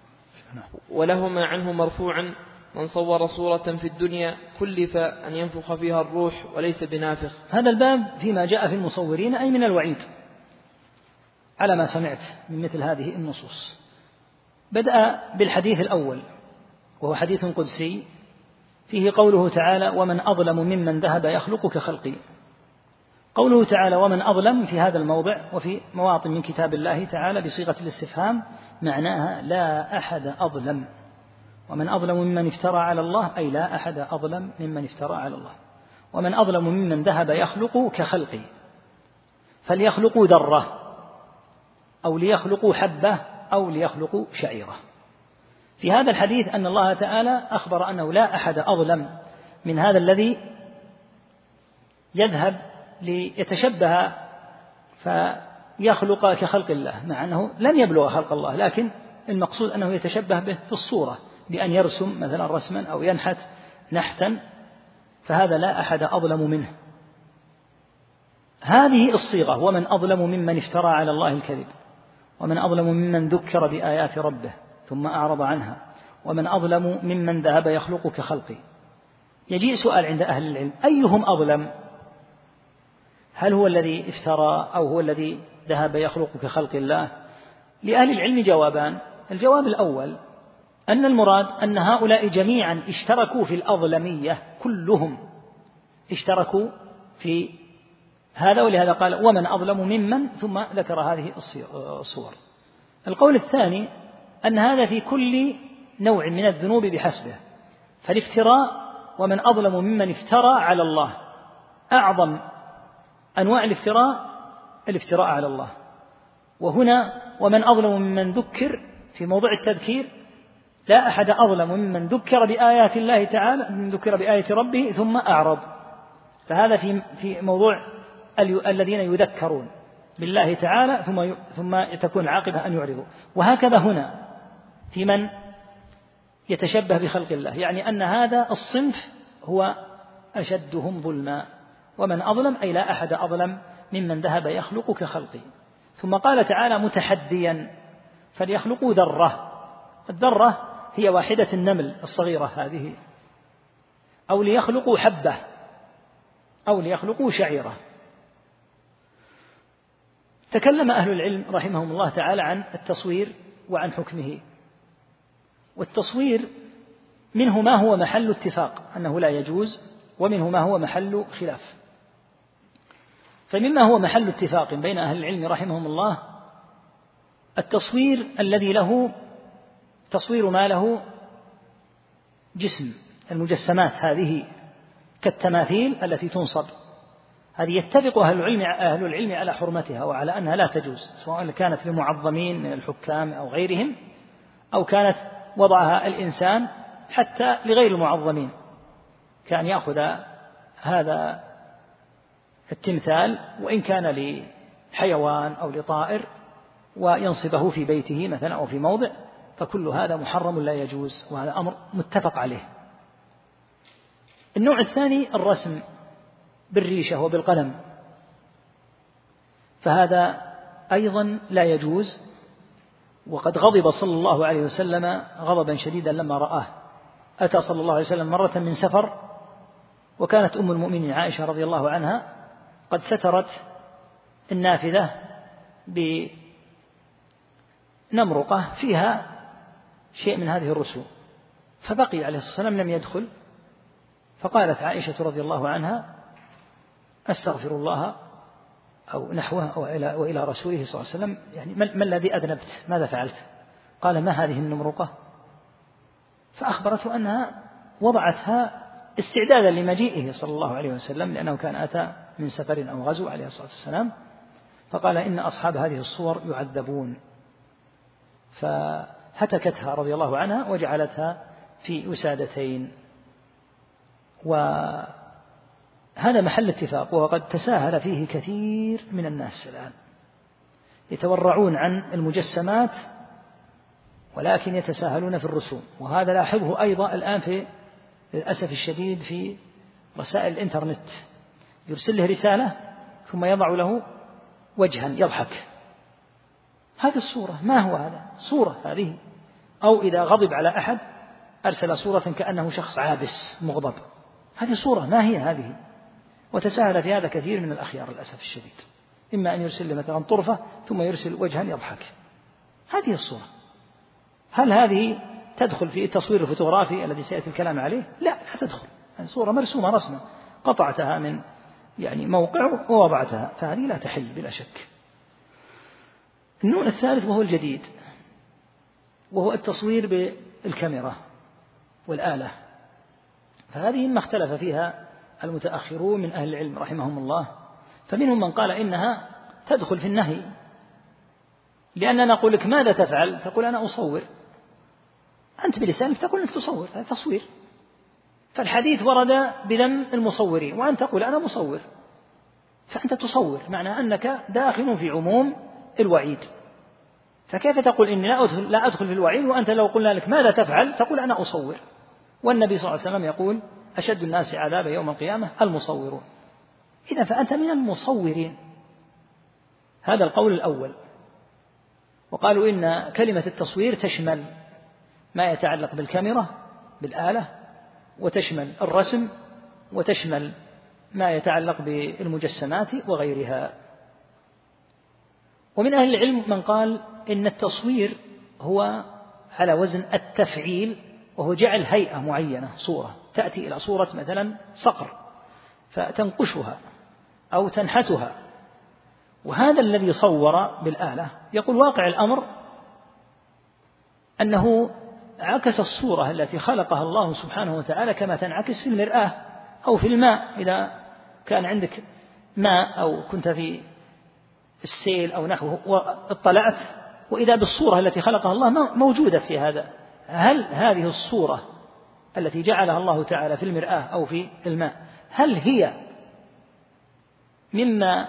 ولهما عنه مرفوعا: من صور صورة في الدنيا كلف أن ينفخ فيها الروح وليس بنافخ. هذا الباب فيما جاء في المصورين أي من الوعيد على ما سمعت من مثل هذه النصوص. بدأ بالحديث الأول وهو حديث قدسي فيه قوله تعالى: ومن أظلم ممن ذهب يخلق كخلقي. قوله تعالى ومن أظلم في هذا الموضع وفي مواطن من كتاب الله تعالى بصيغة الاستفهام معناها لا أحد أظلم. ومن أظلم ممن افترى على الله أي لا أحد أظلم ممن افترى على الله. ومن أظلم ممن ذهب يخلق كخلقي، فليخلقوا ذرة أو ليخلقوا حبة أو ليخلقوا شعيرة. في هذا الحديث أن الله تعالى أخبر أنه لا أحد أظلم من هذا الذي يذهب ليتشبه فيخلق كخلق الله، مع أنه لن يبلغ خلق الله، لكن المقصود أنه يتشبه به في الصورة بأن يرسم مثلا رسما أو ينحت نحتا، فهذا لا أحد أظلم منه. هذه الصيغة ومن أظلم ممن افترى على الله الكذب، ومن أظلم ممن ذكر بآيات ربه ثم أعرض عنها، ومن أظلم ممن ذهب يخلق كخلقي. يجيء سؤال عند أهل العلم: أيهم أظلم؟ هل هو الذي افترى أو هو الذي ذهب يخلق كخلق الله؟ لأهل العلم جوابان. الجواب الأول أن المراد أن هؤلاء جميعا اشتركوا في الأظلمية، كلهم اشتركوا في هذا، ولهذا قال ومن أظلم ممن، ثم ذكر هذه الصور. القول الثاني أن هذا في كل نوع من الذنوب بحسبه، فالافتراء ومن أظلم ممن افترى على الله، أعظم أنواع الافتراء على الله. وهنا ومن أظلم ممن ذكر في موضوع التذكير، لا أحد أظلم ممن ذكر بآيات الله تعالى، من ذكر بآية ربه ثم أعرض، فهذا في موضوع الذين يذكرون بالله تعالى ثم تكون العاقبة أن يعرضوا. وهكذا هنا في من يتشبه بخلق الله، يعني أن هذا الصنف هو أشدهم ظلما. ومن أظلم أي لا أحد أظلم ممن ذهب يخلق كخلقه. ثم قال تعالى متحديا: فليخلقوا ذرة. الذرة هي واحدة النمل الصغيرة هذه، أو ليخلقوا حبة أو ليخلقوا شعيرة. تكلم أهل العلم رحمهم الله تعالى عن التصوير وعن حكمه. والتصوير منه ما هو محل اتفاق أنه لا يجوز، ومنه ما هو محل خلاف. فمما هو محل اتفاق بين أهل العلم رحمهم الله التصوير الذي له تصوير ما له جسم، المجسمات هذه كالتماثيل التي تنصب، هذه يتفق أهل العلم على حرمتها وعلى أنها لا تجوز، سواء كانت لمعظمين من الحكام أو غيرهم، أو كانت وضعها الإنسان حتى لغير المعظمين، كان يأخذ هذا التمثال وإن كان لحيوان أو لطائر وينصبه في بيته مثلا أو في موضع، فكل هذا محرم لا يجوز، وهذا أمر متفق عليه. النوع الثاني الرسم بالريشة وبالقلم، فهذا أيضا لا يجوز، وقد غضب صلى الله عليه وسلم غضبا شديدا لما رآه. أتى صلى الله عليه وسلم مرة من سفر، وكانت أم المؤمنين عائشة رضي الله عنها قد سترت النافذة بنمرقة فيها شيء من هذه الرسوم، فبقي عليه الصلاة والسلام لم يدخل، فقالت عائشة رضي الله عنها: أستغفر الله أو نحوه وإلى رسوله صلى الله عليه وسلم، يعني ما الذي أذنبت؟ ماذا فعلت؟ قال: ما هذه النمرقة؟ فأخبرته أنها وضعتها استعدادا لمجيئه صلى الله عليه وسلم، لأنه كان أتى من سفر أو غزو عليه الصلاة والسلام، فقال: إن أصحاب هذه الصور يعذبون، فهتكتها رضي الله عنها وجعلتها في وسادتين. وهذا محل اتفاق، وقد تساهل فيه كثير من الناس الآن، يتورعون عن المجسمات ولكن يتساهلون في الرسوم. وهذا لاحظه أيضا الآن في للأسف الشديد في رسائل الإنترنت، يرسل له رسالة ثم يضع له وجها يضحك، هذه الصورة ما هو هذا؟ صورة هذه. أو إذا غضب على أحد أرسل صورة كأنه شخص عابس مغضب، هذه صورة ما هي هذه. وتساهل في هذا كثير من الأخيار للأسف الشديد، إما أن يرسل له مثلا طرفة ثم يرسل وجها يضحك، هذه الصورة. هل هذه تدخل في التصوير الفوتوغرافي الذي سيأتي الكلام عليه؟ لا تدخل، يعني صورة مرسومة رسمة قطعتها من موقع ووضعتها، فهذه لا تحل بلا شك. النوع الثالث وهو الجديد، وهو التصوير بالكاميرا والآلة، فهذه ما اختلف فيها المتأخرون من أهل العلم رحمهم الله. فمنهم من قال إنها تدخل في النهي، لأننا نقول لك ماذا تفعل؟ تقول أنا أصور، أنت بلسانك تقول أنك تصور، هذا تصوير. فالحديث ورد بذم المصورين وأنت تقول أنا مصور، فأنت تصور، معنى أنك داخل في عموم الوعيد. فكيف تقول إني لا أدخل في الوعيد وأنت لو قلنا لك ماذا تفعل تقول أنا أصور؟ والنبي صلى الله عليه وسلم يقول: أشد الناس عذابا يوم القيامة المصورون. إذا فأنت من المصورين. هذا القول الأول. وقالوا إن كلمة التصوير تشمل ما يتعلق بالكاميرا بالآلة، وتشمل الرسم، وتشمل ما يتعلق بالمجسمات وغيرها. ومن أهل العلم من قال إن التصوير هو على وزن التفعيل، وهو جعل هيئة معينة، صورة تأتي إلى صورة مثلا صقر فتنقشها أو تنحتها، وهذا الذي صور بالآلة يقول واقع الأمر أنه عكس الصورة التي خلقها الله سبحانه وتعالى كما تنعكس في المرآة أو في الماء. إذا كان عندك ماء أو كنت في السيل أو نحوه واطلعت وإذا بالصورة التي خلقها الله موجودة في هذا، هل هذه الصورة التي جعلها الله تعالى في المرآة أو في الماء هل هي مما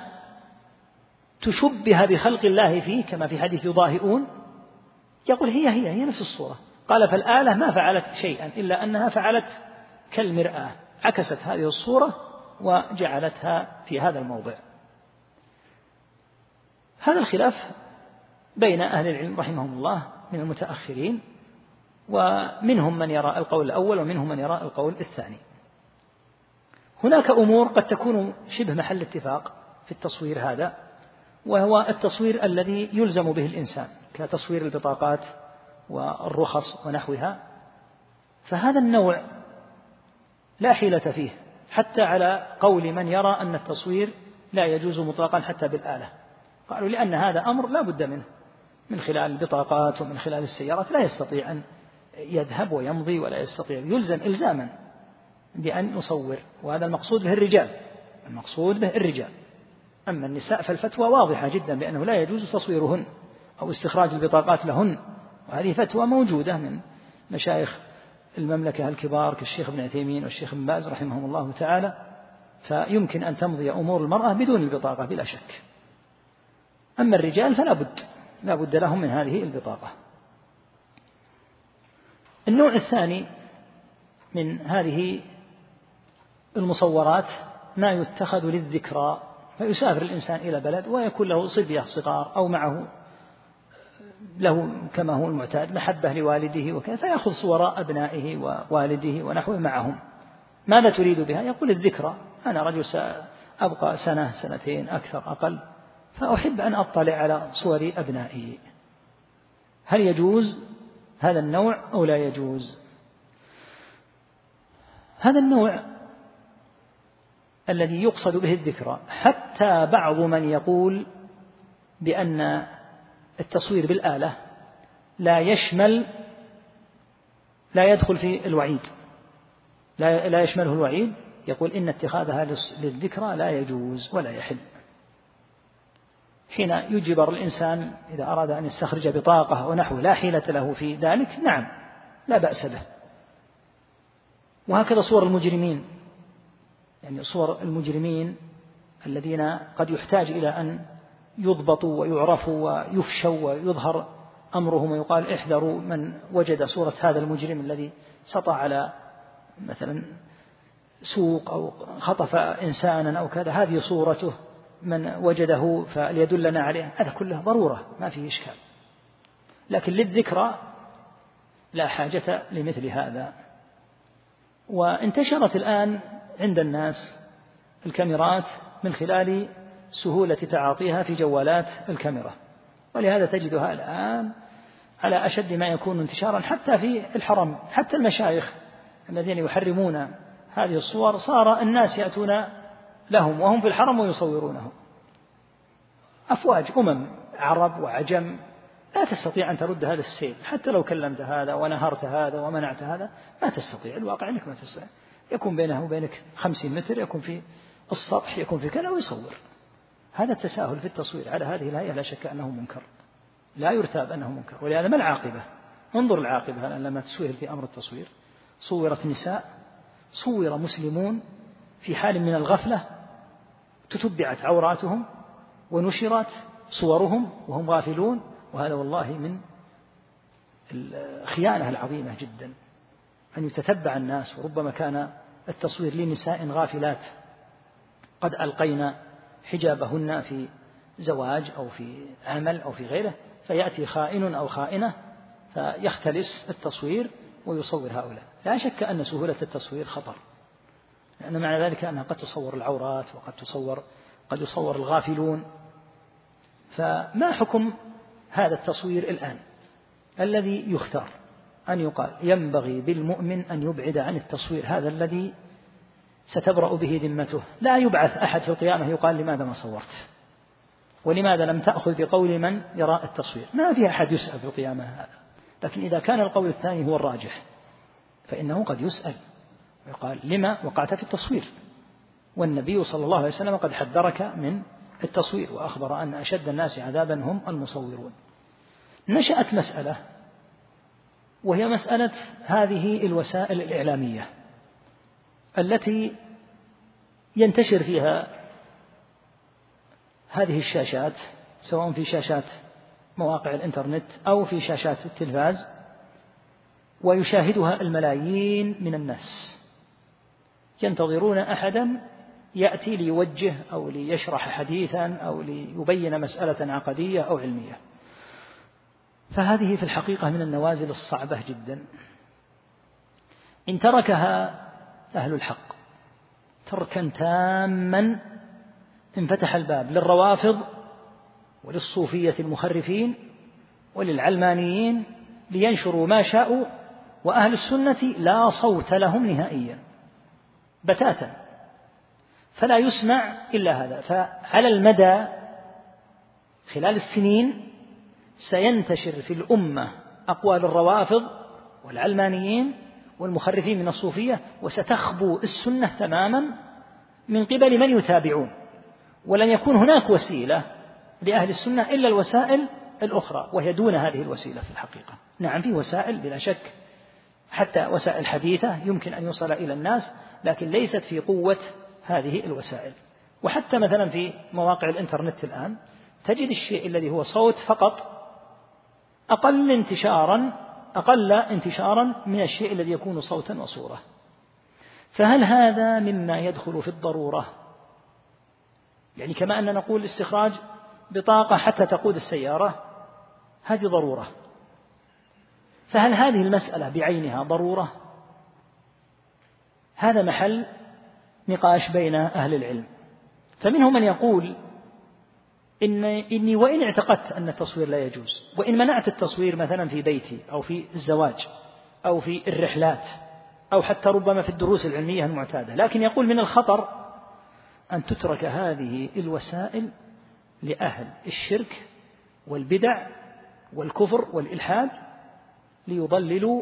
تشبه بخلق الله فيه كما في حديث يضاهئون؟ يقول هي نفس الصورة. قال فالآلة ما فعلت شيئا إلا أنها فعلت كالمرآة، عكست هذه الصورة وجعلتها في هذا الموضع. هذا الخلاف بين أهل العلم رحمهم الله من المتأخرين، ومنهم من يرى القول الأول ومنهم من يرى القول الثاني. هناك أمور قد تكون شبه محل اتفاق في التصوير هذا، وهو التصوير الذي يلزم به الإنسان كتصوير البطاقات والرخص ونحوها، فهذا النوع لا حيلة فيه، حتى على قول من يرى أن التصوير لا يجوز مطلقا حتى بالآلة. قالوا لأن هذا أمر لا بد منه، من خلال البطاقات ومن خلال السيارات لا يستطيع أن يذهب ويمضي، ولا يستطيع، يلزم إلزاما بأن يصور، وهذا المقصود به الرجال، المقصود به الرجال. أما النساء فالفتوى واضحة جدا بأنه لا يجوز تصويرهن أو استخراج البطاقات لهن، وهذه فتوى موجودة من مشايخ المملكة الكبار كالشيخ ابن عثيمين والشيخ ابن باز رحمهم الله تعالى، فيمكن أن تمضي أمور المرأة بدون البطاقة بلا شك. أما الرجال فلا بد لهم من هذه البطاقة. النوع الثاني من هذه المصورات ما يتخذ للذكرى، فيسافر الإنسان إلى بلد ويكون له صبية صغار أو معه له كما هو المعتاد محبة لوالده وكذا، فيأخذ صور أبنائه ووالده ونحوه معهم. ماذا تريد بها؟ يقول الذكرى، أنا رجل سأبقى سنة سنتين أكثر أقل، فأحب أن أطلع على صور أبنائي. هل يجوز هذا النوع أو لا يجوز؟ هذا النوع الذي يقصد به الذكرى، حتى بعض من يقول بأن التصوير بالآلة لا يدخل في الوعيد، لا يشمله الوعيد، يقول إن اتخاذها للذكرى لا يجوز ولا يحل. حين يجبر الإنسان إذا أراد أن يستخرج بطاقة ونحو لا حيلة له في ذلك، نعم لا بأس به. وهكذا صور المجرمين، يعني صور المجرمين الذين قد يحتاج إلى أن يضبطوا ويعرفوا ويفشوا ويظهر أمرهم ويقال احذروا من وجد صورة هذا المجرم الذي سطع على مثلا سوق أو خطف إنسانا أو كذا، هذه صورته، من وجده فليدلنا عليه. هذا كله ضرورة ما فيه إشكال، لكن للذكرى لا حاجة لمثل هذا. وانتشرت الآن عند الناس الكاميرات من خلال سهولة تعاطيها في جوالات الكاميرا، ولهذا تجدها الآن على أشد ما يكون انتشارا حتى في الحرم. حتى المشايخ الذين يحرمون هذه الصور صار الناس يأتون لهم وهم في الحرم ويصورونهم. أفواج عرب وعجم لا تستطيع أن ترد هذا السيل، حتى لو كلمت هذا ونهرت هذا ومنعت هذا ما تستطيع. الواقع أنك ما تستطيع، يكون بينه وبينك 50 متر، يكون في السطح، يكون في كذا ويصور. هذا التساهل في التصوير على هذه الهيئة لا شك أنه منكر، لا يرتاب أنه منكر. ولهذا ما العاقبة؟ انظر العاقبة لما تسهل في أمر التصوير. صورت نساء، صور مسلمون في حال من الغفلة، تتبعت عوراتهم ونشرت صورهم وهم غافلون، وهذا والله من الخيانة العظيمة جدا أن يتتبع الناس. وربما كان التصوير لنساء غافلات قد ألقينا حجابهن في زواج أو في عمل أو في غيره، فيأتي خائن أو خائنة فيختلس التصوير ويصور هؤلاء. لا شك أن سهولة التصوير خطر، لأن معنى ذلك أنها قد تصور العورات وقد يصور الغافلون. فما حكم هذا التصوير الآن الذي يختار؟ أن يقال ينبغي بالمؤمن أن يبعد عن التصوير هذا الذي ستبرأ به ذمته. لا يبعث أحد في القيامة يقال لماذا ما صورت، ولماذا لم تأخذ بقول من يرى التصوير. ما في أحد يسأل في القيامة هذا. لكن إذا كان القول الثاني هو الراجح فإنه قد يسأل ويقال لما وقعت في التصوير، والنبي صلى الله عليه وسلم قد حذرك من التصوير وأخبر أن أشد الناس عذابا هم المصورون. نشأت مسألة، وهي مسألة هذه الوسائل الإعلامية التي ينتشر فيها هذه الشاشات، سواء في شاشات مواقع الإنترنت أو في شاشات التلفاز، ويشاهدها الملايين من الناس ينتظرون أحدا يأتي ليوجه أو ليشرح حديثا أو ليبين مسألة عقدية أو علمية. فهذه في الحقيقة من النوازل الصعبة جدا. إن تركها أهل الحق تركا تاما انفتح الباب للروافض وللصوفية المخرفين وللعلمانيين لينشروا ما شاءوا وأهل السنة لا صوت لهم نهائيا بتاتا، فلا يسمع إلا هذا. فعلى المدى خلال السنين سينتشر في الأمة أقوال الروافض والعلمانيين والمخرفين من الصوفية، وستخبو السنة تماما من قبل من يتابعون، ولن يكون هناك وسيلة لأهل السنة إلا الوسائل الأخرى، وهي دون هذه الوسيلة في الحقيقة. نعم في وسائل بلا شك، حتى وسائل حديثة يمكن أن يوصل إلى الناس، لكن ليست في قوة هذه الوسائل. وحتى مثلا في مواقع الإنترنت الآن تجد الشيء الذي هو صوت فقط أقل انتشارا من الشيء الذي يكون صوتا وصورة. فهل هذا مما يدخل في الضرورة؟ يعني كما أن نقول استخراج بطاقة حتى تقود السيارة هذه ضرورة، فهل هذه المسألة بعينها ضرورة؟ هذا محل نقاش بين أهل العلم. فمنهم من يقول إني وإن اعتقدت أن التصوير لا يجوز، وإن منعت التصوير مثلا في بيتي أو في الزواج أو في الرحلات أو حتى ربما في الدروس العلمية المعتادة، لكن يقول من الخطر أن تترك هذه الوسائل لأهل الشرك والبدع والكفر والإلحاد ليضللوا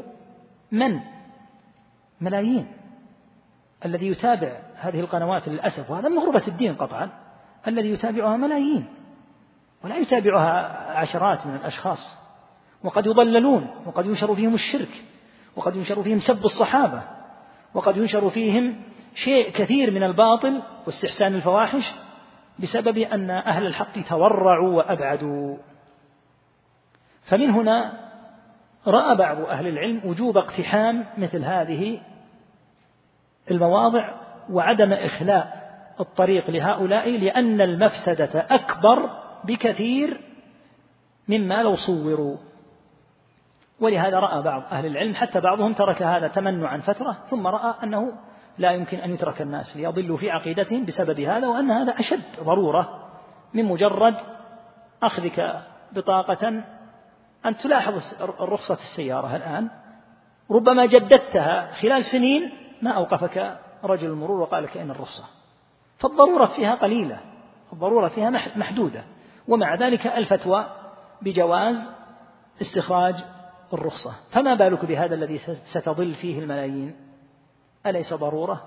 ملايين. الذي يتابع هذه القنوات للأسف، وهذا من غربة الدين قطعا، الذي يتابعها ملايين ولا يتابعها عشرات من الأشخاص، وقد يضللون، وقد ينشر فيهم الشرك، وقد ينشر فيهم سب الصحابة، وقد ينشر فيهم شيء كثير من الباطل واستحسان الفواحش بسبب أن أهل الحق تورعوا وأبعدوا. فمن هنا رأى بعض أهل العلم وجوب اقتحام مثل هذه المواضع وعدم إخلاء الطريق لهؤلاء، لأن المفسدة أكبر بكثير مما لو صوروا. ولهذا رأى بعض أهل العلم، حتى بعضهم ترك هذا تمنعا فترة، ثم رأى أنه لا يمكن أن يترك الناس ليضلوا في عقيدتهم بسبب هذا، وأن هذا أشد ضرورة من مجرد أخذك بطاقة. أن تلاحظ الرخصة السيارة الآن ربما جددتها خلال سنين ما أوقفك رجل المرور وقال لك إن الرخصة، فالضرورة فيها قليلة، الضرورة فيها محدودة، ومع ذلك الفتوى بجواز استخراج الرخصة. فما بالك بهذا الذي ستضل فيه الملايين؟ أليس ضرورة؟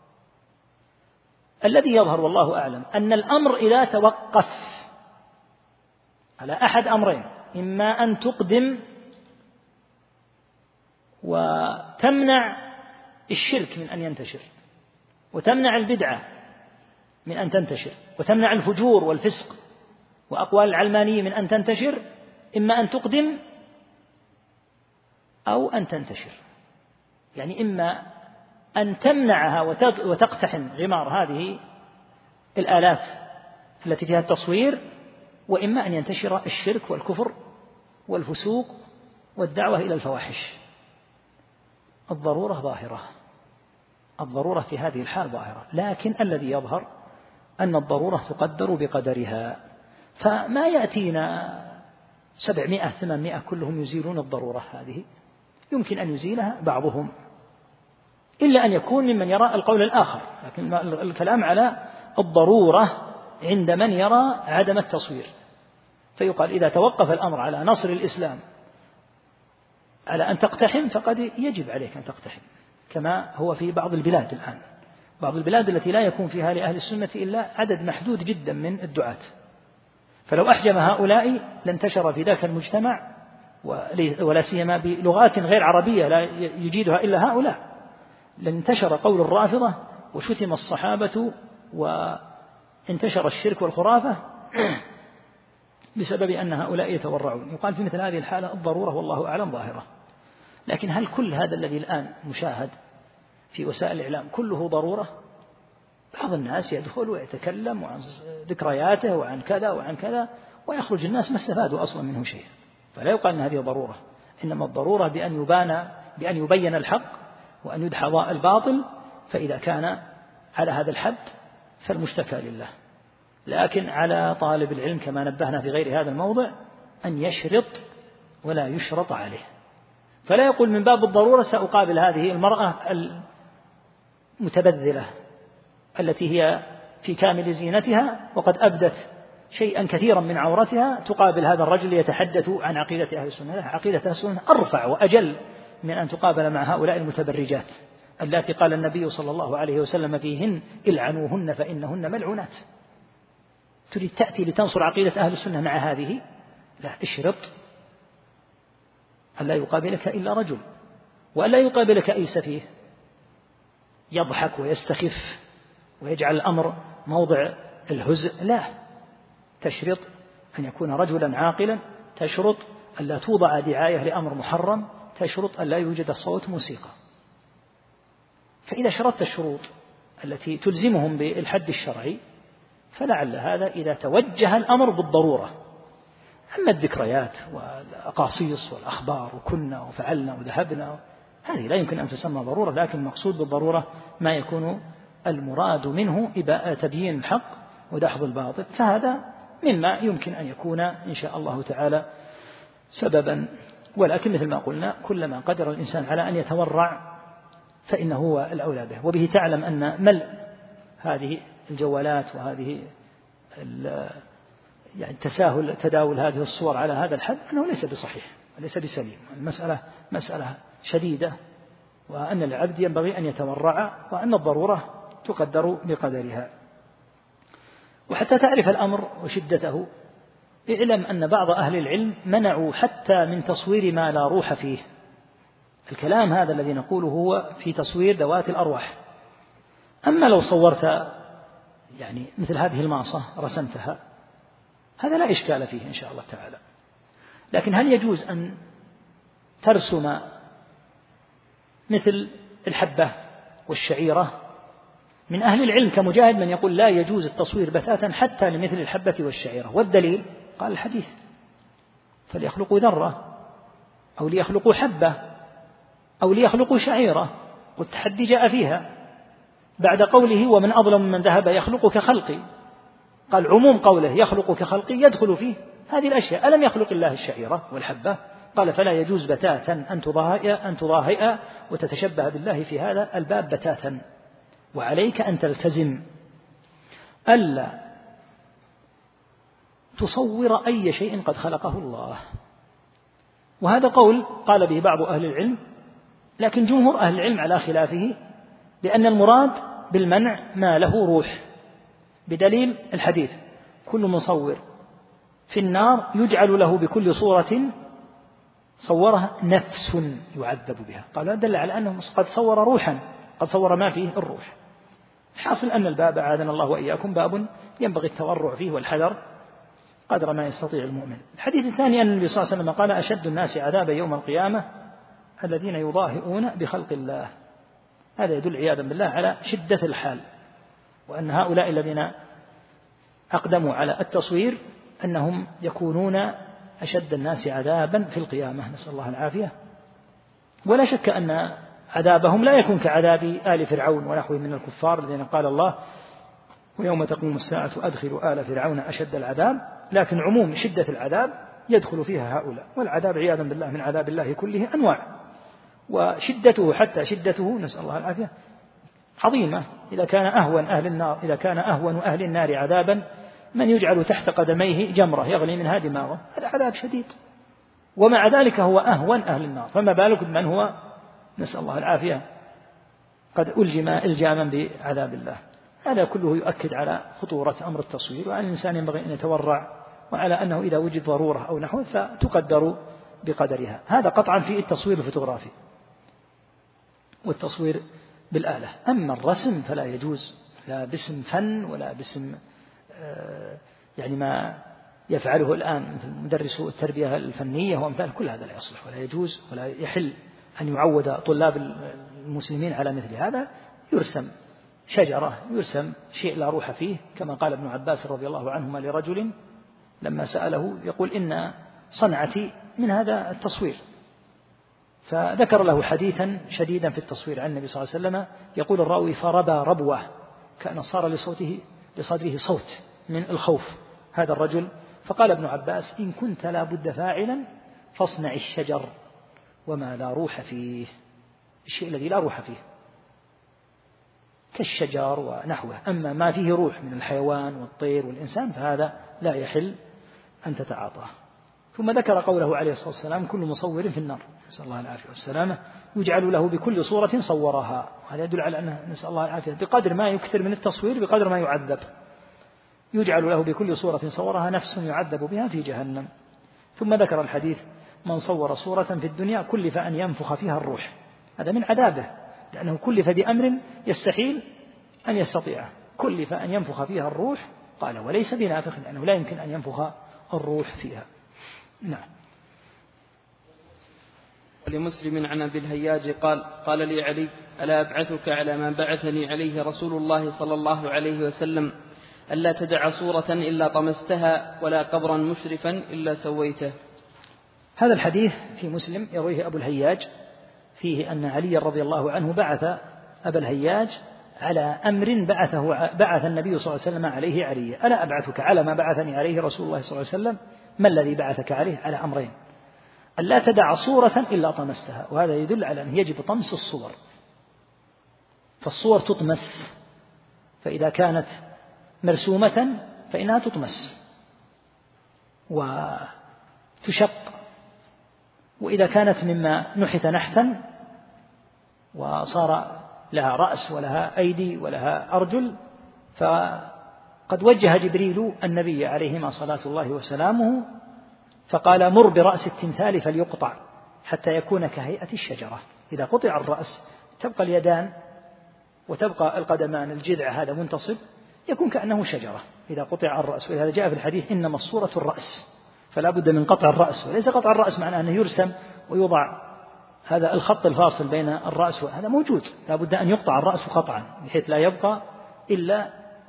الذي يظهر والله أعلم أن الأمر إذا توقف على أحد أمرين: إما أن تقدم وتمنع الشرك من أن ينتشر، وتمنع البدعة من أن تنتشر، وتمنع الفجور والفسق وأقوال العلمانية من أن تنتشر، إما أن تقدم أو أن تنتشر. يعني إما أن تمنعها وتقتحم غمار هذه الآلات التي فيها التصوير، وإما أن ينتشر الشرك والكفر والفسوق والدعوة إلى الفواحش. الضرورة ظاهرة، الضرورة في هذه الحال ظاهرة، لكن الذي يظهر أن الضرورة تقدر بقدرها. فما يأتينا 700 800 كلهم يزيلون الضرورة هذه، يمكن أن يزيلها بعضهم، إلا أن يكون ممن يرى القول الآخر. لكن الكلام على الضرورة عند من يرى عدم التصوير، فيقال إذا توقف الأمر على نصر الإسلام على أن تقتحم فقد يجب عليك أن تقتحم، كما هو في بعض البلاد الآن، بعض البلاد التي لا يكون فيها لأهل السنة إلا عدد محدود جدا من الدعاة، فلو أحجم هؤلاء لانتشر في ذاك المجتمع، ولا سيما بلغات غير عربية لا يجيدها إلا هؤلاء، لانتشر قول الرافضة وشتم الصحابة وانتشر الشرك والخرافة بسبب أن هؤلاء يتورعون. يقال في مثل هذه الحالة الضرورة والله أعلم ظاهرة. لكن هل كل هذا الذي الآن مشاهد في وسائل الإعلام كله ضرورة؟ بعض الناس يدخل ويتكلم عن ذكرياته وعن كذا وعن كذا، ويخرج الناس ما استفادوا أصلا منه شيء. فلا يقال أن هذه ضرورة، إنما الضرورة بأن يبين الحق وأن يدحض الباطل، فإذا كان على هذا الحد فالمشتكى لله. لكن على طالب العلم كما نبهنا في غير هذا الموضع أن يشرط ولا يشرط عليه، فلا يقول من باب الضرورة سأقابل هذه المرأة المتبذلة التي هي في كامل زينتها وقد أبدت شيئا كثيرا من عورتها، تقابل هذا الرجل يتحدث عن عقيدة أهل السنة. عقيدة أهل السنة أرفع وأجل من أن تقابل مع هؤلاء المتبرجات التي قال النبي صلى الله عليه وسلم فيهن العنوهن فإنهن ملعونات. تريد تأتي لتنصر عقيدة أهل السنة مع هذه؟ لا، اشرط أن لا يقابلك إلا رجل، وأن لا يقابلك أي سفيه يضحك ويستخف ويجعل الأمر موضع الهزء. لا، تشرط أن يكون رجلا عاقلا، تشرط أن لا توضع دعاية لأمر محرم، تشرط أن لا يوجد صوت موسيقى. فإذا شرطت الشروط التي تلزمهم بالحد الشرعي فلعل هذا إذا توجه الأمر بالضرورة. أما الذكريات والأقاصيص والأخبار وكنا وفعلنا وذهبنا هذه لا يمكن أن تسمى ضرورة، لكن المقصود بالضرورة ما يكون المراد منه تبيين الحق ودحض الباطل، فهذا مما يمكن أن يكون إن شاء الله تعالى سببا. ولكن مثل ما قلنا كلما قدر الإنسان على أن يتورع فإنه هو الأولى به. وبه تعلم أن ملء هذه الجوالات وهذه يعني تداول هذه الصور على هذا الحد أنه ليس بصحيح وليس بسليم. المسألة مسألة شديدة، وأن العبد ينبغي أن يتورع، وأن الضرورة تقدر بقدرها. وحتى تعرف الأمر وشدته اعلم أن بعض أهل العلم منعوا حتى من تصوير ما لا روح فيه. الكلام هذا الذي نقوله هو في تصوير ذوات الأرواح. أما لو صورت يعني مثل هذه المعصة رسمتها هذا لا إشكال فيه إن شاء الله تعالى. لكن هل يجوز أن ترسم مثل الحبة والشعيرة؟ من أهل العلم كمجاهد من يقول لا يجوز التصوير بتاتا حتى لمثل الحبة والشعيرة، والدليل قال الحديث فليخلقوا ذرة أو ليخلقوا حبة أو ليخلقوا شعيرة، والتحدي جاء فيها بعد قوله ومن أظلم من ذهب يخلق كخلقي، قال عموم قوله يخلق كخلقي يدخل فيه هذه الأشياء. ألم يخلق الله الشعيرة والحبة؟ قال فلا يجوز بتاتا أن تضاهئ وتتشبه بالله في هذا الباب بتاتا. وعليك أن تلتزم ألا تصور أي شيء قد خلقه الله. وهذا قول قال به بعض أهل العلم، لكن جمهور أهل العلم على خلافه، لأن المراد بالمنع ما له روح، بدليل الحديث كل مصور في النار يجعل له بكل صورة صورها نفس يعذب بها. قال دل على أنه قد صور روحا، قد صور ما فيه الروح. حاصل أن الباب أعاذنا الله وإياكم باب ينبغي التورع فيه والحذر قدر ما يستطيع المؤمن. الحديث الثاني أن النبي صلى الله عليه وسلم قال أشد الناس عذابا يوم القيامة الذين يضاهئون بخلق الله. هذا يدل عياذا بالله على شدة الحال، وأن هؤلاء الذين أقدموا على التصوير أنهم يكونون أشد الناس عذابا في القيامة، نسأل الله العافية. ولا شك أن عذابهم لا يكون كعذاب آل فرعون ونحوه من الكفار الذين قال الله ويوم تقوم الساعة أدخلوا آل فرعون أشد العذاب، لكن عموم شدة العذاب يدخل فيها هؤلاء. والعذاب عياذا بالله من عذاب الله كله أنواع، وشدته حتى شدته نسأل الله العافية عظيمة. إذا كان أهون أهل النار عذابا من يجعل تحت قدميه جمرة يغلي منها دماغه، هذا عذاب شديد، ومع ذلك هو أهون أهل النار، فما بالك بمن هو نسأل الله العافية قد ألجم إلجاما بعذاب الله. هذا كله يؤكد على خطورة أمر التصوير، وأن الإنسان ينبغي أن يتورع، وعلى أنه إذا وجد ضرورة أو نحو فتقدر بقدرها. هذا قطعا في التصوير الفوتوغرافي والتصوير بالآلة. أما الرسم فلا يجوز، لا باسم فن ولا باسم يعني ما يفعله الآن مثل مدرسو التربية الفنية وأمثال، كل هذا لا يصلح ولا يجوز ولا يحل أن يعود طلاب المسلمين على مثل هذا. يرسم شجرة، يرسم شيء لا روح فيه، كما قال ابن عباس رضي الله عنهما لرجل لما سأله يقول إن صنعتي من هذا التصوير، فذكر له حديثا شديدا في التصوير عن النبي صلى الله عليه وسلم، يقول الراوي فربى ربوة كأن صار لصدره صوت من الخوف هذا الرجل. فقال ابن عباس إن كنت لا بد فاعلا فاصنع الشجر وما لا روح فيه، الشيء الذي لا روح فيه كالشجر ونحوه. أما ما فيه روح من الحيوان والطير والإنسان فهذا لا يحل أن تتعاطاه. ثم ذكر قوله عليه الصلاة والسلام: كل مصور في النار، نسأل الله العافية والسلامة، يجعل له بكل صورة صورها. هذا يدل على أنه نسأل الله العافية بقدر ما يكثر من التصوير بقدر ما يعذب. يجعل له بكل صورة صورها نفس يعذب بها في جهنم. ثم ذكر الحديث: من صور صورة في الدنيا كلف أن ينفخ فيها الروح. هذا من عذابه، لأنه كلف بأمر يستحيل أن يستطيعه، كلف أن ينفخ فيها الروح. قال: وليس بنافخ، لأنه لا يمكن أن ينفخ الروح فيها. نعم. ولمسلم عن أبي الهياج قال: قال لي علي: ألا أبعثك على ما بعثني عليه رسول الله صلى الله عليه وسلم، ألا تدع صورة إلا طمستها ولا قبرا مشرفا إلا سويته. هذا الحديث في مسلم يرويه أبو الهياج، فيه أن علي رضي الله عنه بعث أبا الهياج على أمر بعث النبي صلى الله عليه وسلم عليه علي: ألا أبعثك على ما بعثني عليه رسول الله صلى الله عليه وسلم؟ ما الذي بعثك عليه؟ على أمرين: ألا تدع صورة إلا طمستها، وهذا يدل على أن يجب طمس الصور، فالصور تطمس، فإذا كانت مرسومة فإنها تطمس وتشق، وإذا كانت مما نحت نحتا وصار لها رأس ولها أيدي ولها أرجل، فقد وجه جبريل النبي عليهما صلاة الله وسلامه فقال: مر برأس التمثال فليقطع حتى يكون كهيئة الشجرة. إذا قطع الرأس تبقى اليدان وتبقى القدمان، الجذع هذا منتصب يكون كأنه شجرة إذا قطع الرأس. ولهذا جاء في الحديث: إنما الصورة الرأس، فلا بد من قطع الرأس. وليس قطع الرأس معناه أنه يرسم ويوضع هذا الخط الفاصل بين الرأس، وهذا موجود، لا بد أن يقطع الرأس قطعا بحيث لا يبقى إلا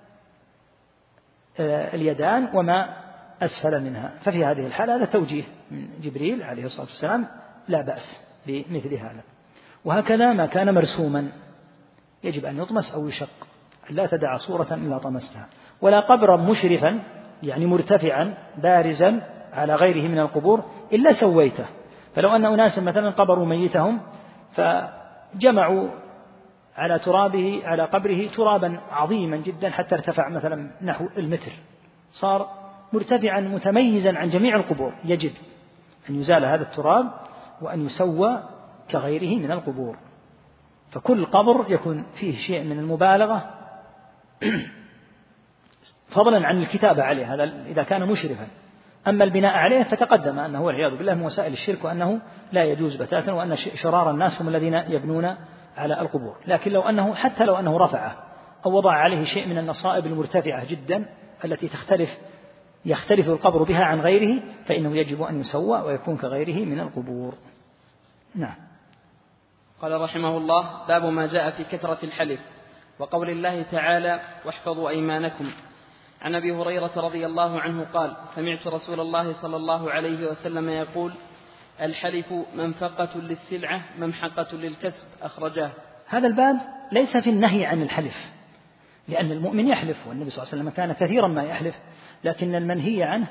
اليدان وما أسفل منها. ففي هذه الحالة هذا توجيه من جبريل عليه الصلاة والسلام، لا بأس بمثل هذا. وهكذا ما كان مرسوما يجب أن يطمس أو يشق، لا تدع صورة إلا طمستها. ولا قبرا مشرفا، يعني مرتفعا بارزا على غيره من القبور، إلا سويته. فلو أن أناس مثلا قبروا ميتهم فجمعوا على ترابه على قبره ترابا عظيما جدا حتى ارتفع مثلا نحو المتر، صار مرتفعا متميزا عن جميع القبور، يجب أن يزال هذا التراب وأن يسوى كغيره من القبور. فكل قبر يكون فيه شيء من المبالغة فضلا عن الكتابة عليه، هذا إذا كان مشرفا. أما البناء عليه فتقدم أنه والعياذ بالله من وسائل الشرك، وأنه لا يجوز بتاتا، وأن شرار الناس هم الذين يبنون على القبور. لكن لو أنه حتى لو أنه رفعه أو وضع عليه شيء من النصائب المرتفعة جدا التي يختلف القبر بها عن غيره، فإنه يجب أن يسوى ويكون كغيره من القبور. نعم. قال رحمه الله: باب ما جاء في كثرة الحلف وقول الله تعالى: واحفظوا أيمانكم. عن أبي هريرة رضي الله عنه قال: سمعت رسول الله صلى الله عليه وسلم يقول: الحلف منفقة للسلعة ممحقة للكسب. أخرجاه. هذا الباب ليس في النهي عن الحلف، لأن المؤمن يحلف، والنبي صلى الله عليه وسلم كان كثيرا ما يحلف، لكن المنهي عنه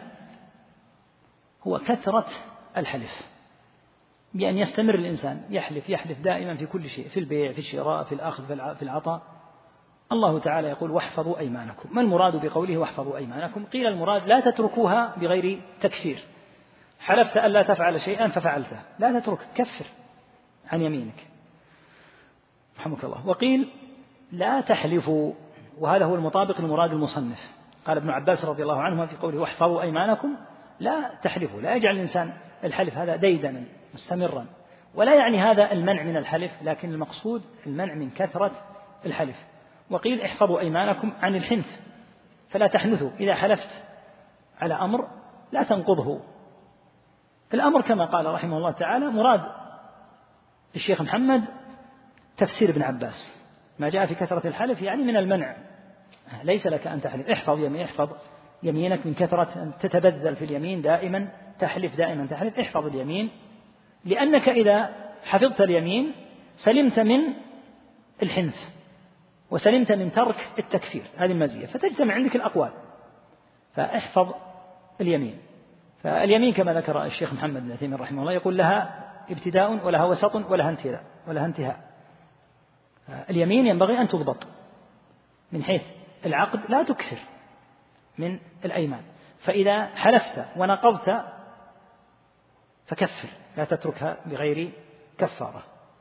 هو كثرة الحلف، بأن يستمر الإنسان يحلف دائما في كل شيء، في البيع، في الشراء، في الأخذ، في العطاء. الله تعالى يقول: واحفظوا أيمانكم. ما المراد بقوله واحفظوا أيمانكم؟ قيل المراد لا تتركوها بغير تكفير. حلفت ألا تفعل شيئا ففعلته، لا تترك، كفر عن يمينك رحمك الله. وقيل لا تحلفوا، وهذا هو المطابق لمراد المصنف. قال ابن عباس رضي الله عنهما في قوله واحفظوا أيمانكم: لا تحلفوا، لا يجعل الإنسان الحلف هذا ديدنا مستمرا، ولا يعني هذا المنع من الحلف، لكن المقصود المنع من كثرة الحلف. وقيل احفظوا أيمانكم عن الحنث، فلا تحنثوا، إذا حلفت على أمر لا تنقضه. الأمر كما قال رحمه الله تعالى مراد الشيخ محمد تفسير ابن عباس، ما جاء في كثرة الحلف يعني من المنع، ليس لك أن تحلف. احفظ يمينك من كثرة أن تتبذل في اليمين دائما، تحلف دائما تحلف. احفظ اليمين، لأنك إذا حفظت اليمين سلمت من الحنث وسلمت من ترك التكفير، هذه المزية، فتجتمع عندك الأقوال. فاحفظ اليمين. فاليمين كما ذكر الشيخ محمد بن عثيمين رحمه الله يقول لها ابتداء ولها وسط ولها انتهاء. اليمين ينبغي أن تضبط من حيث العقد، لا تكثر من الأيمان، فإذا حلفت ونقضت فكفر، لا تتركها بغير كفارة.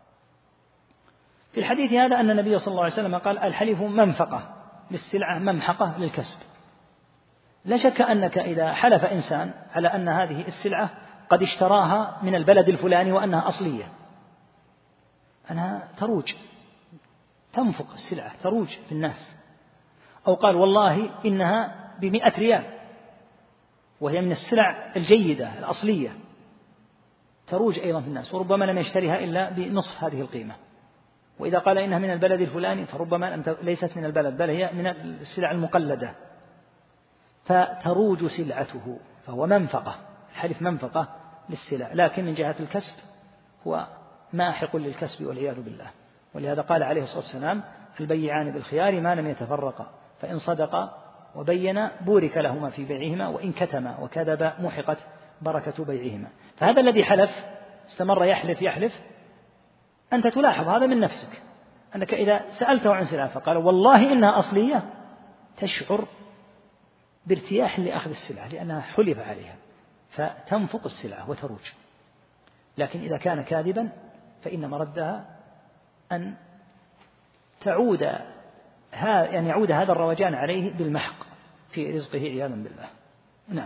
في الحديث هذا أن النبي صلى الله عليه وسلم قال: الحلف منفقة للسلعة ممحقة للكسب. لا شك أنك إذا حلف إنسان على أن هذه السلعة قد اشتراها من البلد الفلاني وأنها أصلية، أنها تروج، تنفق السلعة، تروج في الناس، أو قال والله إنها ب100 ريال وهي من السلع الجيدة الأصلية، تروج أيضا في الناس، وربما لم يشتريها إلا بنصف هذه القيمة. وإذا قال إنها من البلد الفلاني فربما ليست من البلد، بل هي من السلع المقلدة، فتروج سلعته، فهو منفقة. الحلف منفقة للسلع، لكن من جهة الكسب هو ماحق للكسب والعياذ بالله. ولهذا قال عليه الصلاة والسلام: البيعان بالخيار ما لم يتفرقا، فإن صدقا وبينا بورك لهما في بيعهما، وإن كتما وكذبا محقت بركة بيعهما. فهذا الذي حلف استمر يحلف، أنت تلاحظ هذا من نفسك، أنك إذا سألته عن سلعة فقال والله إنها أصلية، تشعر بارتياح لأخذ السلعة لأنها حلف عليها، فتنفق السلعة وتروج. لكن إذا كان كاذبا فإن مردها أن يعود هذا الروجان عليه بالمحق في رزقه عياذا بالله. نعم.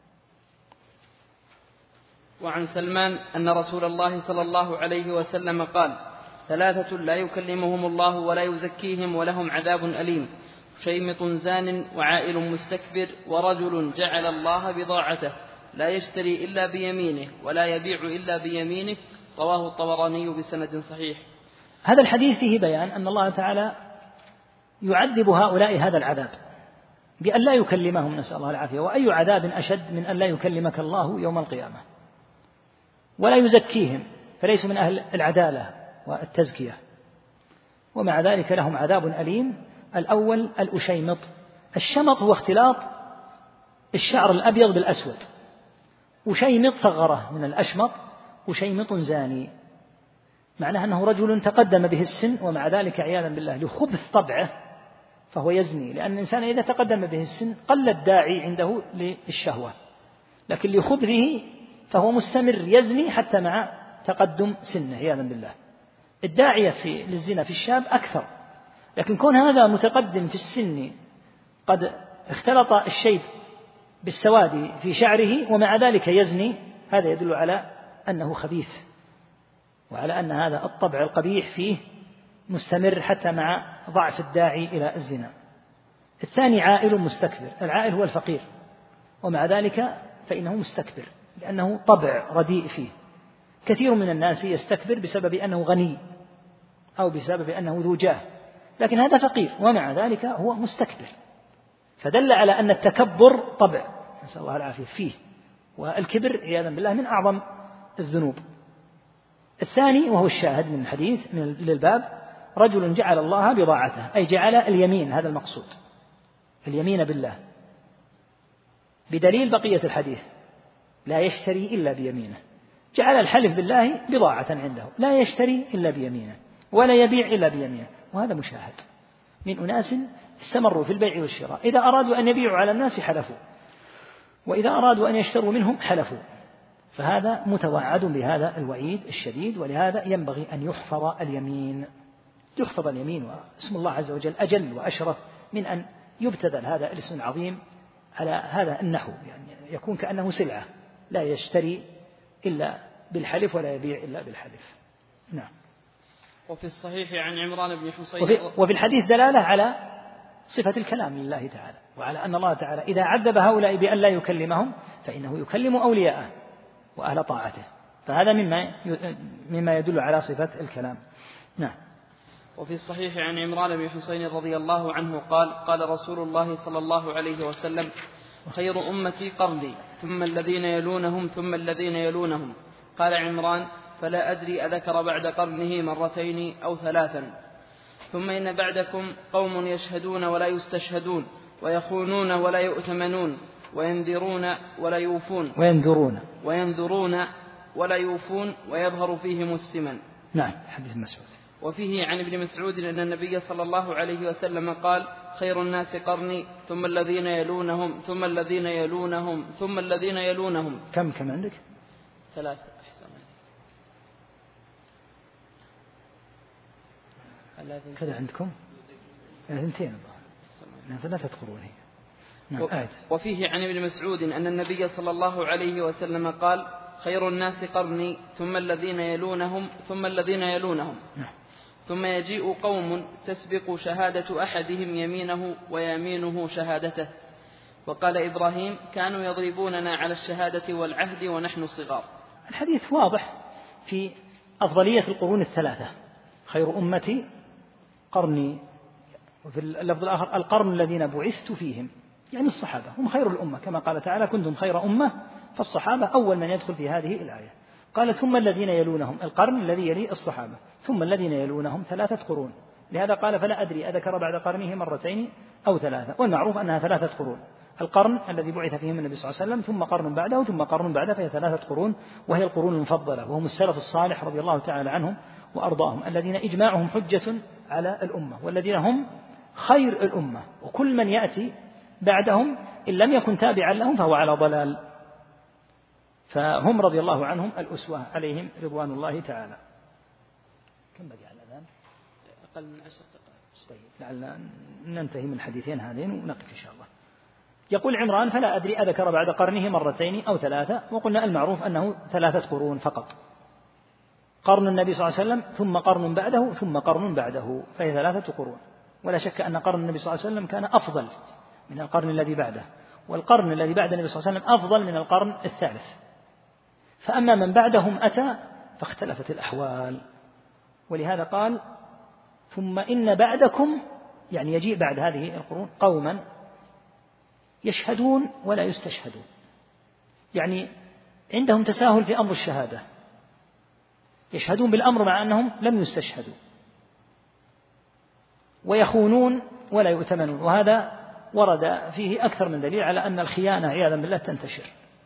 وعن سلمان أن رسول الله صلى الله عليه وسلم قال: 3 لا يكلمهم الله ولا يزكيهم ولهم عذاب أليم: شيمط زان، وعائل مستكبر، ورجل جعل الله بضاعته لا يشتري إلا بيمينه ولا يبيع إلا بيمينه. رواه الطبراني بسند صحيح. هذا الحديث فيه بيان أن الله تعالى يعذب هؤلاء هذا العذاب بأن لا يكلمهم، نسأل الله العافية. وأي عذاب أشد من أن لا يكلمك الله يوم القيامة، ولا يزكيهم، فليسوا من أهل العدالة والتزكية، ومع ذلك لهم عذاب أليم. الأول الأشيمط. الشمط هو اختلاط الشعر الأبيض بالأسود، أشيمط ثغرة من الأشمط، أشيمط زاني، معناه أنه رجل تقدم به السن ومع ذلك عياذا بالله لخبث طبعه فهو يزني، لأن الإنسان إذا تقدم به السن قل الداعي عنده للشهوة، لكن لخبثه فهو مستمر يزني حتى مع تقدم سنه عياذا بالله. الداعية للزنا في الشاب أكثر، لكن كون هذا متقدم في السن قد اختلط الشيب بالسواد في شعره ومع ذلك يزني، هذا يدل على أنه خبيث، وعلى أن هذا الطبع القبيح فيه مستمر حتى مع ضعف الداعي إلى الزنا. الثاني عائل مستكبر. العائل هو الفقير ومع ذلك فإنه مستكبر لأنه طبع رديء فيه. كثير من الناس يستكبر بسبب أنه غني أو بسبب أنه ذو جاه، لكن هذا فقير ومع ذلك هو مستكبر، فدل على أن التكبر طبع، نسأل الله العافية، فيه، والكبر عياذا بالله من أعظم الذنوب. الثاني وهو الشاهد من الحديث للباب: رجل جعل الله بضاعته، أي جعل اليمين، هذا المقصود، اليمين بالله، بدليل بقية الحديث: لا يشتري إلا بيمينه. جعل الحلف بالله بضاعة عنده، لا يشتري إلا بيمينه ولا يبيع إلا بيمينه. وهذا مشاهد من أناس استمروا في البيع والشراء، إذا أرادوا أن يبيعوا على الناس حلفوا، وإذا أرادوا أن يشتروا منهم حلفوا، فهذا متوعد بهذا الوعيد الشديد. ولهذا ينبغي أن يحفظ اليمين، يحفظ اليمين، واسم الله عز وجل أجل وأشرف من أن يبتذل هذا الاسم العظيم على هذا النحو، يعني يكون كأنه سلعة، لا يشتري إلا بالحلف ولا يبيع إلا بالحلف. نعم. وفي الصحيح عن عمران بن حصين، وفي الحديث دلالة على صفة الكلام لله تعالى، وعلى أن الله تعالى إذا عذب هؤلاء بأن لا يكلمهم فإنه يكلم أولياءه وأهل طاعته، فهذا مما يدل على صفة الكلام. نعم. وفي الصحيح عن عمران بن حصين رضي الله عنه قال: قال رسول الله صلى الله عليه وسلم: خير أمتي قرني، ثم الذين يلونهم، ثم الذين يلونهم. قال عمران: فلا أدري أذكر بعد قرنه مرتين أو 3. ثم إن بعدكم قوم يشهدون ولا يستشهدون، ويخونون ولا يؤتمنون، وينذرون ولا يوفون، ولا يوفون ويظهر فيهم السمن. نعم، حديث مسعود. وفيه عن ابن مسعود أن النبي صلى الله عليه وسلم قال: خير الناس قرني ثم الذين يلونهم ثم الذين يلونهم ثم الذين يلونهم. كم عندك؟ 3. كذا عندكم 2 3 قرون. نعم. وفيه عن ابن مسعود أن النبي صلى الله عليه وسلم قال: خير الناس قرني ثم الذين يلونهم ثم الذين يلونهم. نعم. ثم يجيء قوم تسبق شهادة أحدهم يمينه ويمينه شهادته. وقال إبراهيم: كانوا يضربوننا على الشهادة والعهد ونحن صغار. الحديث واضح في أفضلية القرون 3. خير أمتي قرني، وفي اللفظ الآخر القرن الذين بعثت فيهم، يعني الصحابة هم خير الأمة، كما قال تعالى: كنتم خير أمة، فالصحابة أول من يدخل في هذه الآية. قال: ثم الذين يلونهم، القرن الذي يلي الصحابة، ثم الذين يلونهم 3 قرون. لهذا قال: فلا أدري أذكر بعد قرنه 2 أو 3، والمعروف أنها 3 قرون. القرن الذي بعث فيهم النبي صلى الله عليه وسلم، ثم قرن بعده، ثم قرن بعده، فهي 3 قرون، وهي القرون المفضلة، وهم السلف الصالح رضي الله تعالى عنهم وأرضاهم، الذين إجماعهم حجة على الأمة، والذين هم خير الأمة، وكل من يأتي بعدهم إن لم يكن تابعا لهم فهو على ضلال، فهم رضي الله عنهم الأسوة، عليهم رضوان الله تعالى. كم بقي على الأذان؟ أقل من 10 دقائق. طيب، لعل ننتهي من الحديثين هذين ونقف إن شاء الله. يقول عمران: فلا أدري أذكر بعد قرنه 2 أو 3، وقلنا المعروف أنه 3 قرون فقط. قرن النبي صلى الله عليه وسلم، ثم قرن بعده، ثم قرن بعده، فهي 3 قرون. ولا شك أن قرن النبي صلى الله عليه وسلم كان أفضل من القرن الذي بعده، والقرن الذي بعد النبي صلى الله عليه وسلم أفضل من القرن الثالث. فأما من بعدهم أتى فاختلفت الأحوال، ولهذا قال: ثم إن بعدكم، يعني يجيء بعد هذه القرون قوما يشهدون ولا يستشهدون، يعني عندهم تساهل في أمر الشهادة، يشهدون بالأمر مع أنهم لم يستشهدوا، ويخونون ولا يؤتمنون. وهذا ورد فيه أكثر من دليل على أن الخيانة عياذا بالله تنتشر،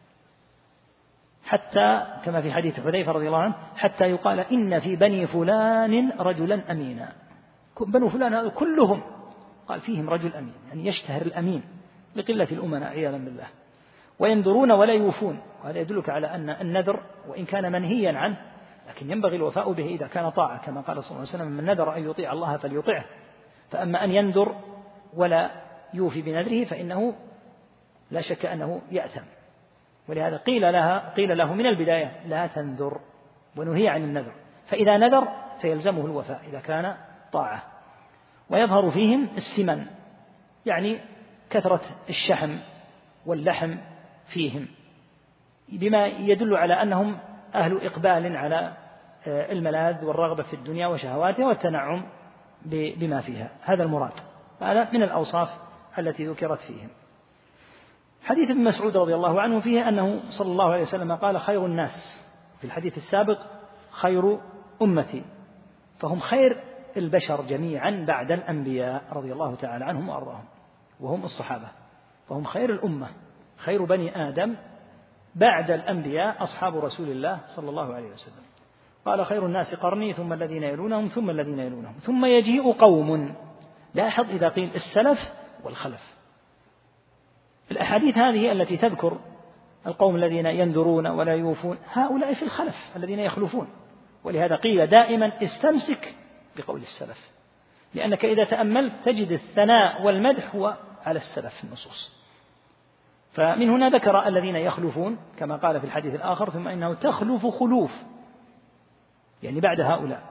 حتى كما في حديث حذيفة رضي الله عنه: حتى يقال إن في بني فلان رجلا أمينا. بنو فلان كلهم قال فيهم رجل أمين، يعني يشتهر الأمين لقلة الأمناء عياذا بالله. وينذرون ولا يوفون، وهذا يدلك على أن النذر وإن كان منهيا عنه لكن ينبغي الوفاء به إذا كان طاعة، كما قال صلى الله عليه وسلم: من نذر أن يطيع الله فليطعه. فأما أن ينذر ولا يوفي بنذره فإنه لا شك أنه يأثم، ولهذا قيل له من البداية: لا تنذر، ونهي عن النذر. فإذا نذر فيلزمه الوفاء إذا كان طاعة. ويظهر فيهم السمن، يعني كثرة الشحم واللحم فيهم، بما يدل على أنهم أهل إقبال على الملاذ والرغبة في الدنيا وشهواتها والتنعم بما فيها. هذا المراد، هذا من الأوصاف التي ذكرت فيهم. حديث ابن مسعود رضي الله عنه فيه أنه صلى الله عليه وسلم قال: خير الناس، في الحديث السابق خير أمتي، فهم خير البشر جميعا بعد الأنبياء رضي الله تعالى عنهم وأرضاهم، وهم الصحابة، فهم خير الأمة، خير بني آدم بعد الأنبياء أصحاب رسول الله صلى الله عليه وسلم. قال: خير الناس قرني ثم الذين يلونهم ثم الذين يلونهم ثم يجيء قوم. لاحظ إذا قيل السلف والخلف، الأحاديث هذه التي تذكر القوم الذين ينذرون ولا يوفون، هؤلاء في الخلف الذين يخلفون. ولهذا قيل دائما استمسك بقول السلف، لأنك إذا تأملت تجد الثناء والمدح هو على السلف في النصوص. فمن هنا ذكر الذين يخلفون كما قال في الحديث الآخر: ثم إنه تخلف خلوف، يعني بعد هؤلاء.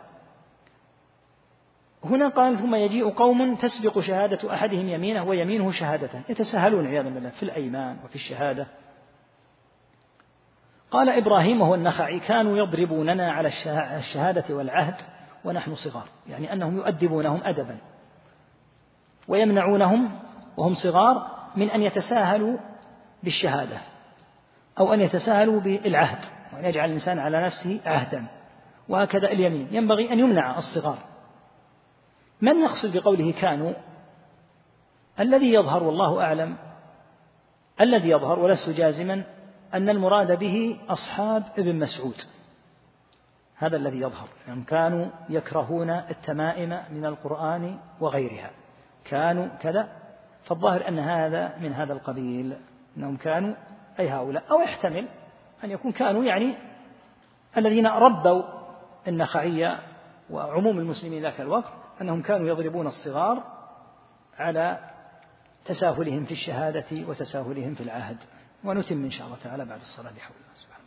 هنا قال: ثم يجيء قوم تسبق شهادة أحدهم يمينه ويمينه شهادته، يتساهلون عياذا بالله في الأيمان وفي الشهادة. قال إبراهيم وهو النخعي: كانوا يضربوننا على الشهادة والعهد ونحن صغار، يعني أنهم يؤدبونهم أدبا ويمنعونهم وهم صغار من أن يتساهلوا بالشهادة أو أن يتساهلوا بالعهد، وأن يجعل الإنسان على نفسه عهدا. وهكذا اليمين ينبغي أن يمنع الصغار. من يقصد بقوله كانوا؟ الذي يظهر والله أعلم، الذي يظهر ولست جازما أن المراد به أصحاب ابن مسعود، هذا الذي يظهر، يعني كانوا يكرهون التمائم من القرآن وغيرها، كانوا كذا، فالظاهر أن هذا من هذا القبيل، أنهم كانوا أي هؤلاء، أو يحتمل أن يكون كانوا يعني الذين ربوا النخعية وعموم المسلمين ذاك الوقت، أنهم كانوا يضربون الصغار على تساهلهم في الشهادة وتساهلهم في العهد. ونتم إن شاء الله تعالى بعد الصلاة بحول الله سبحانه.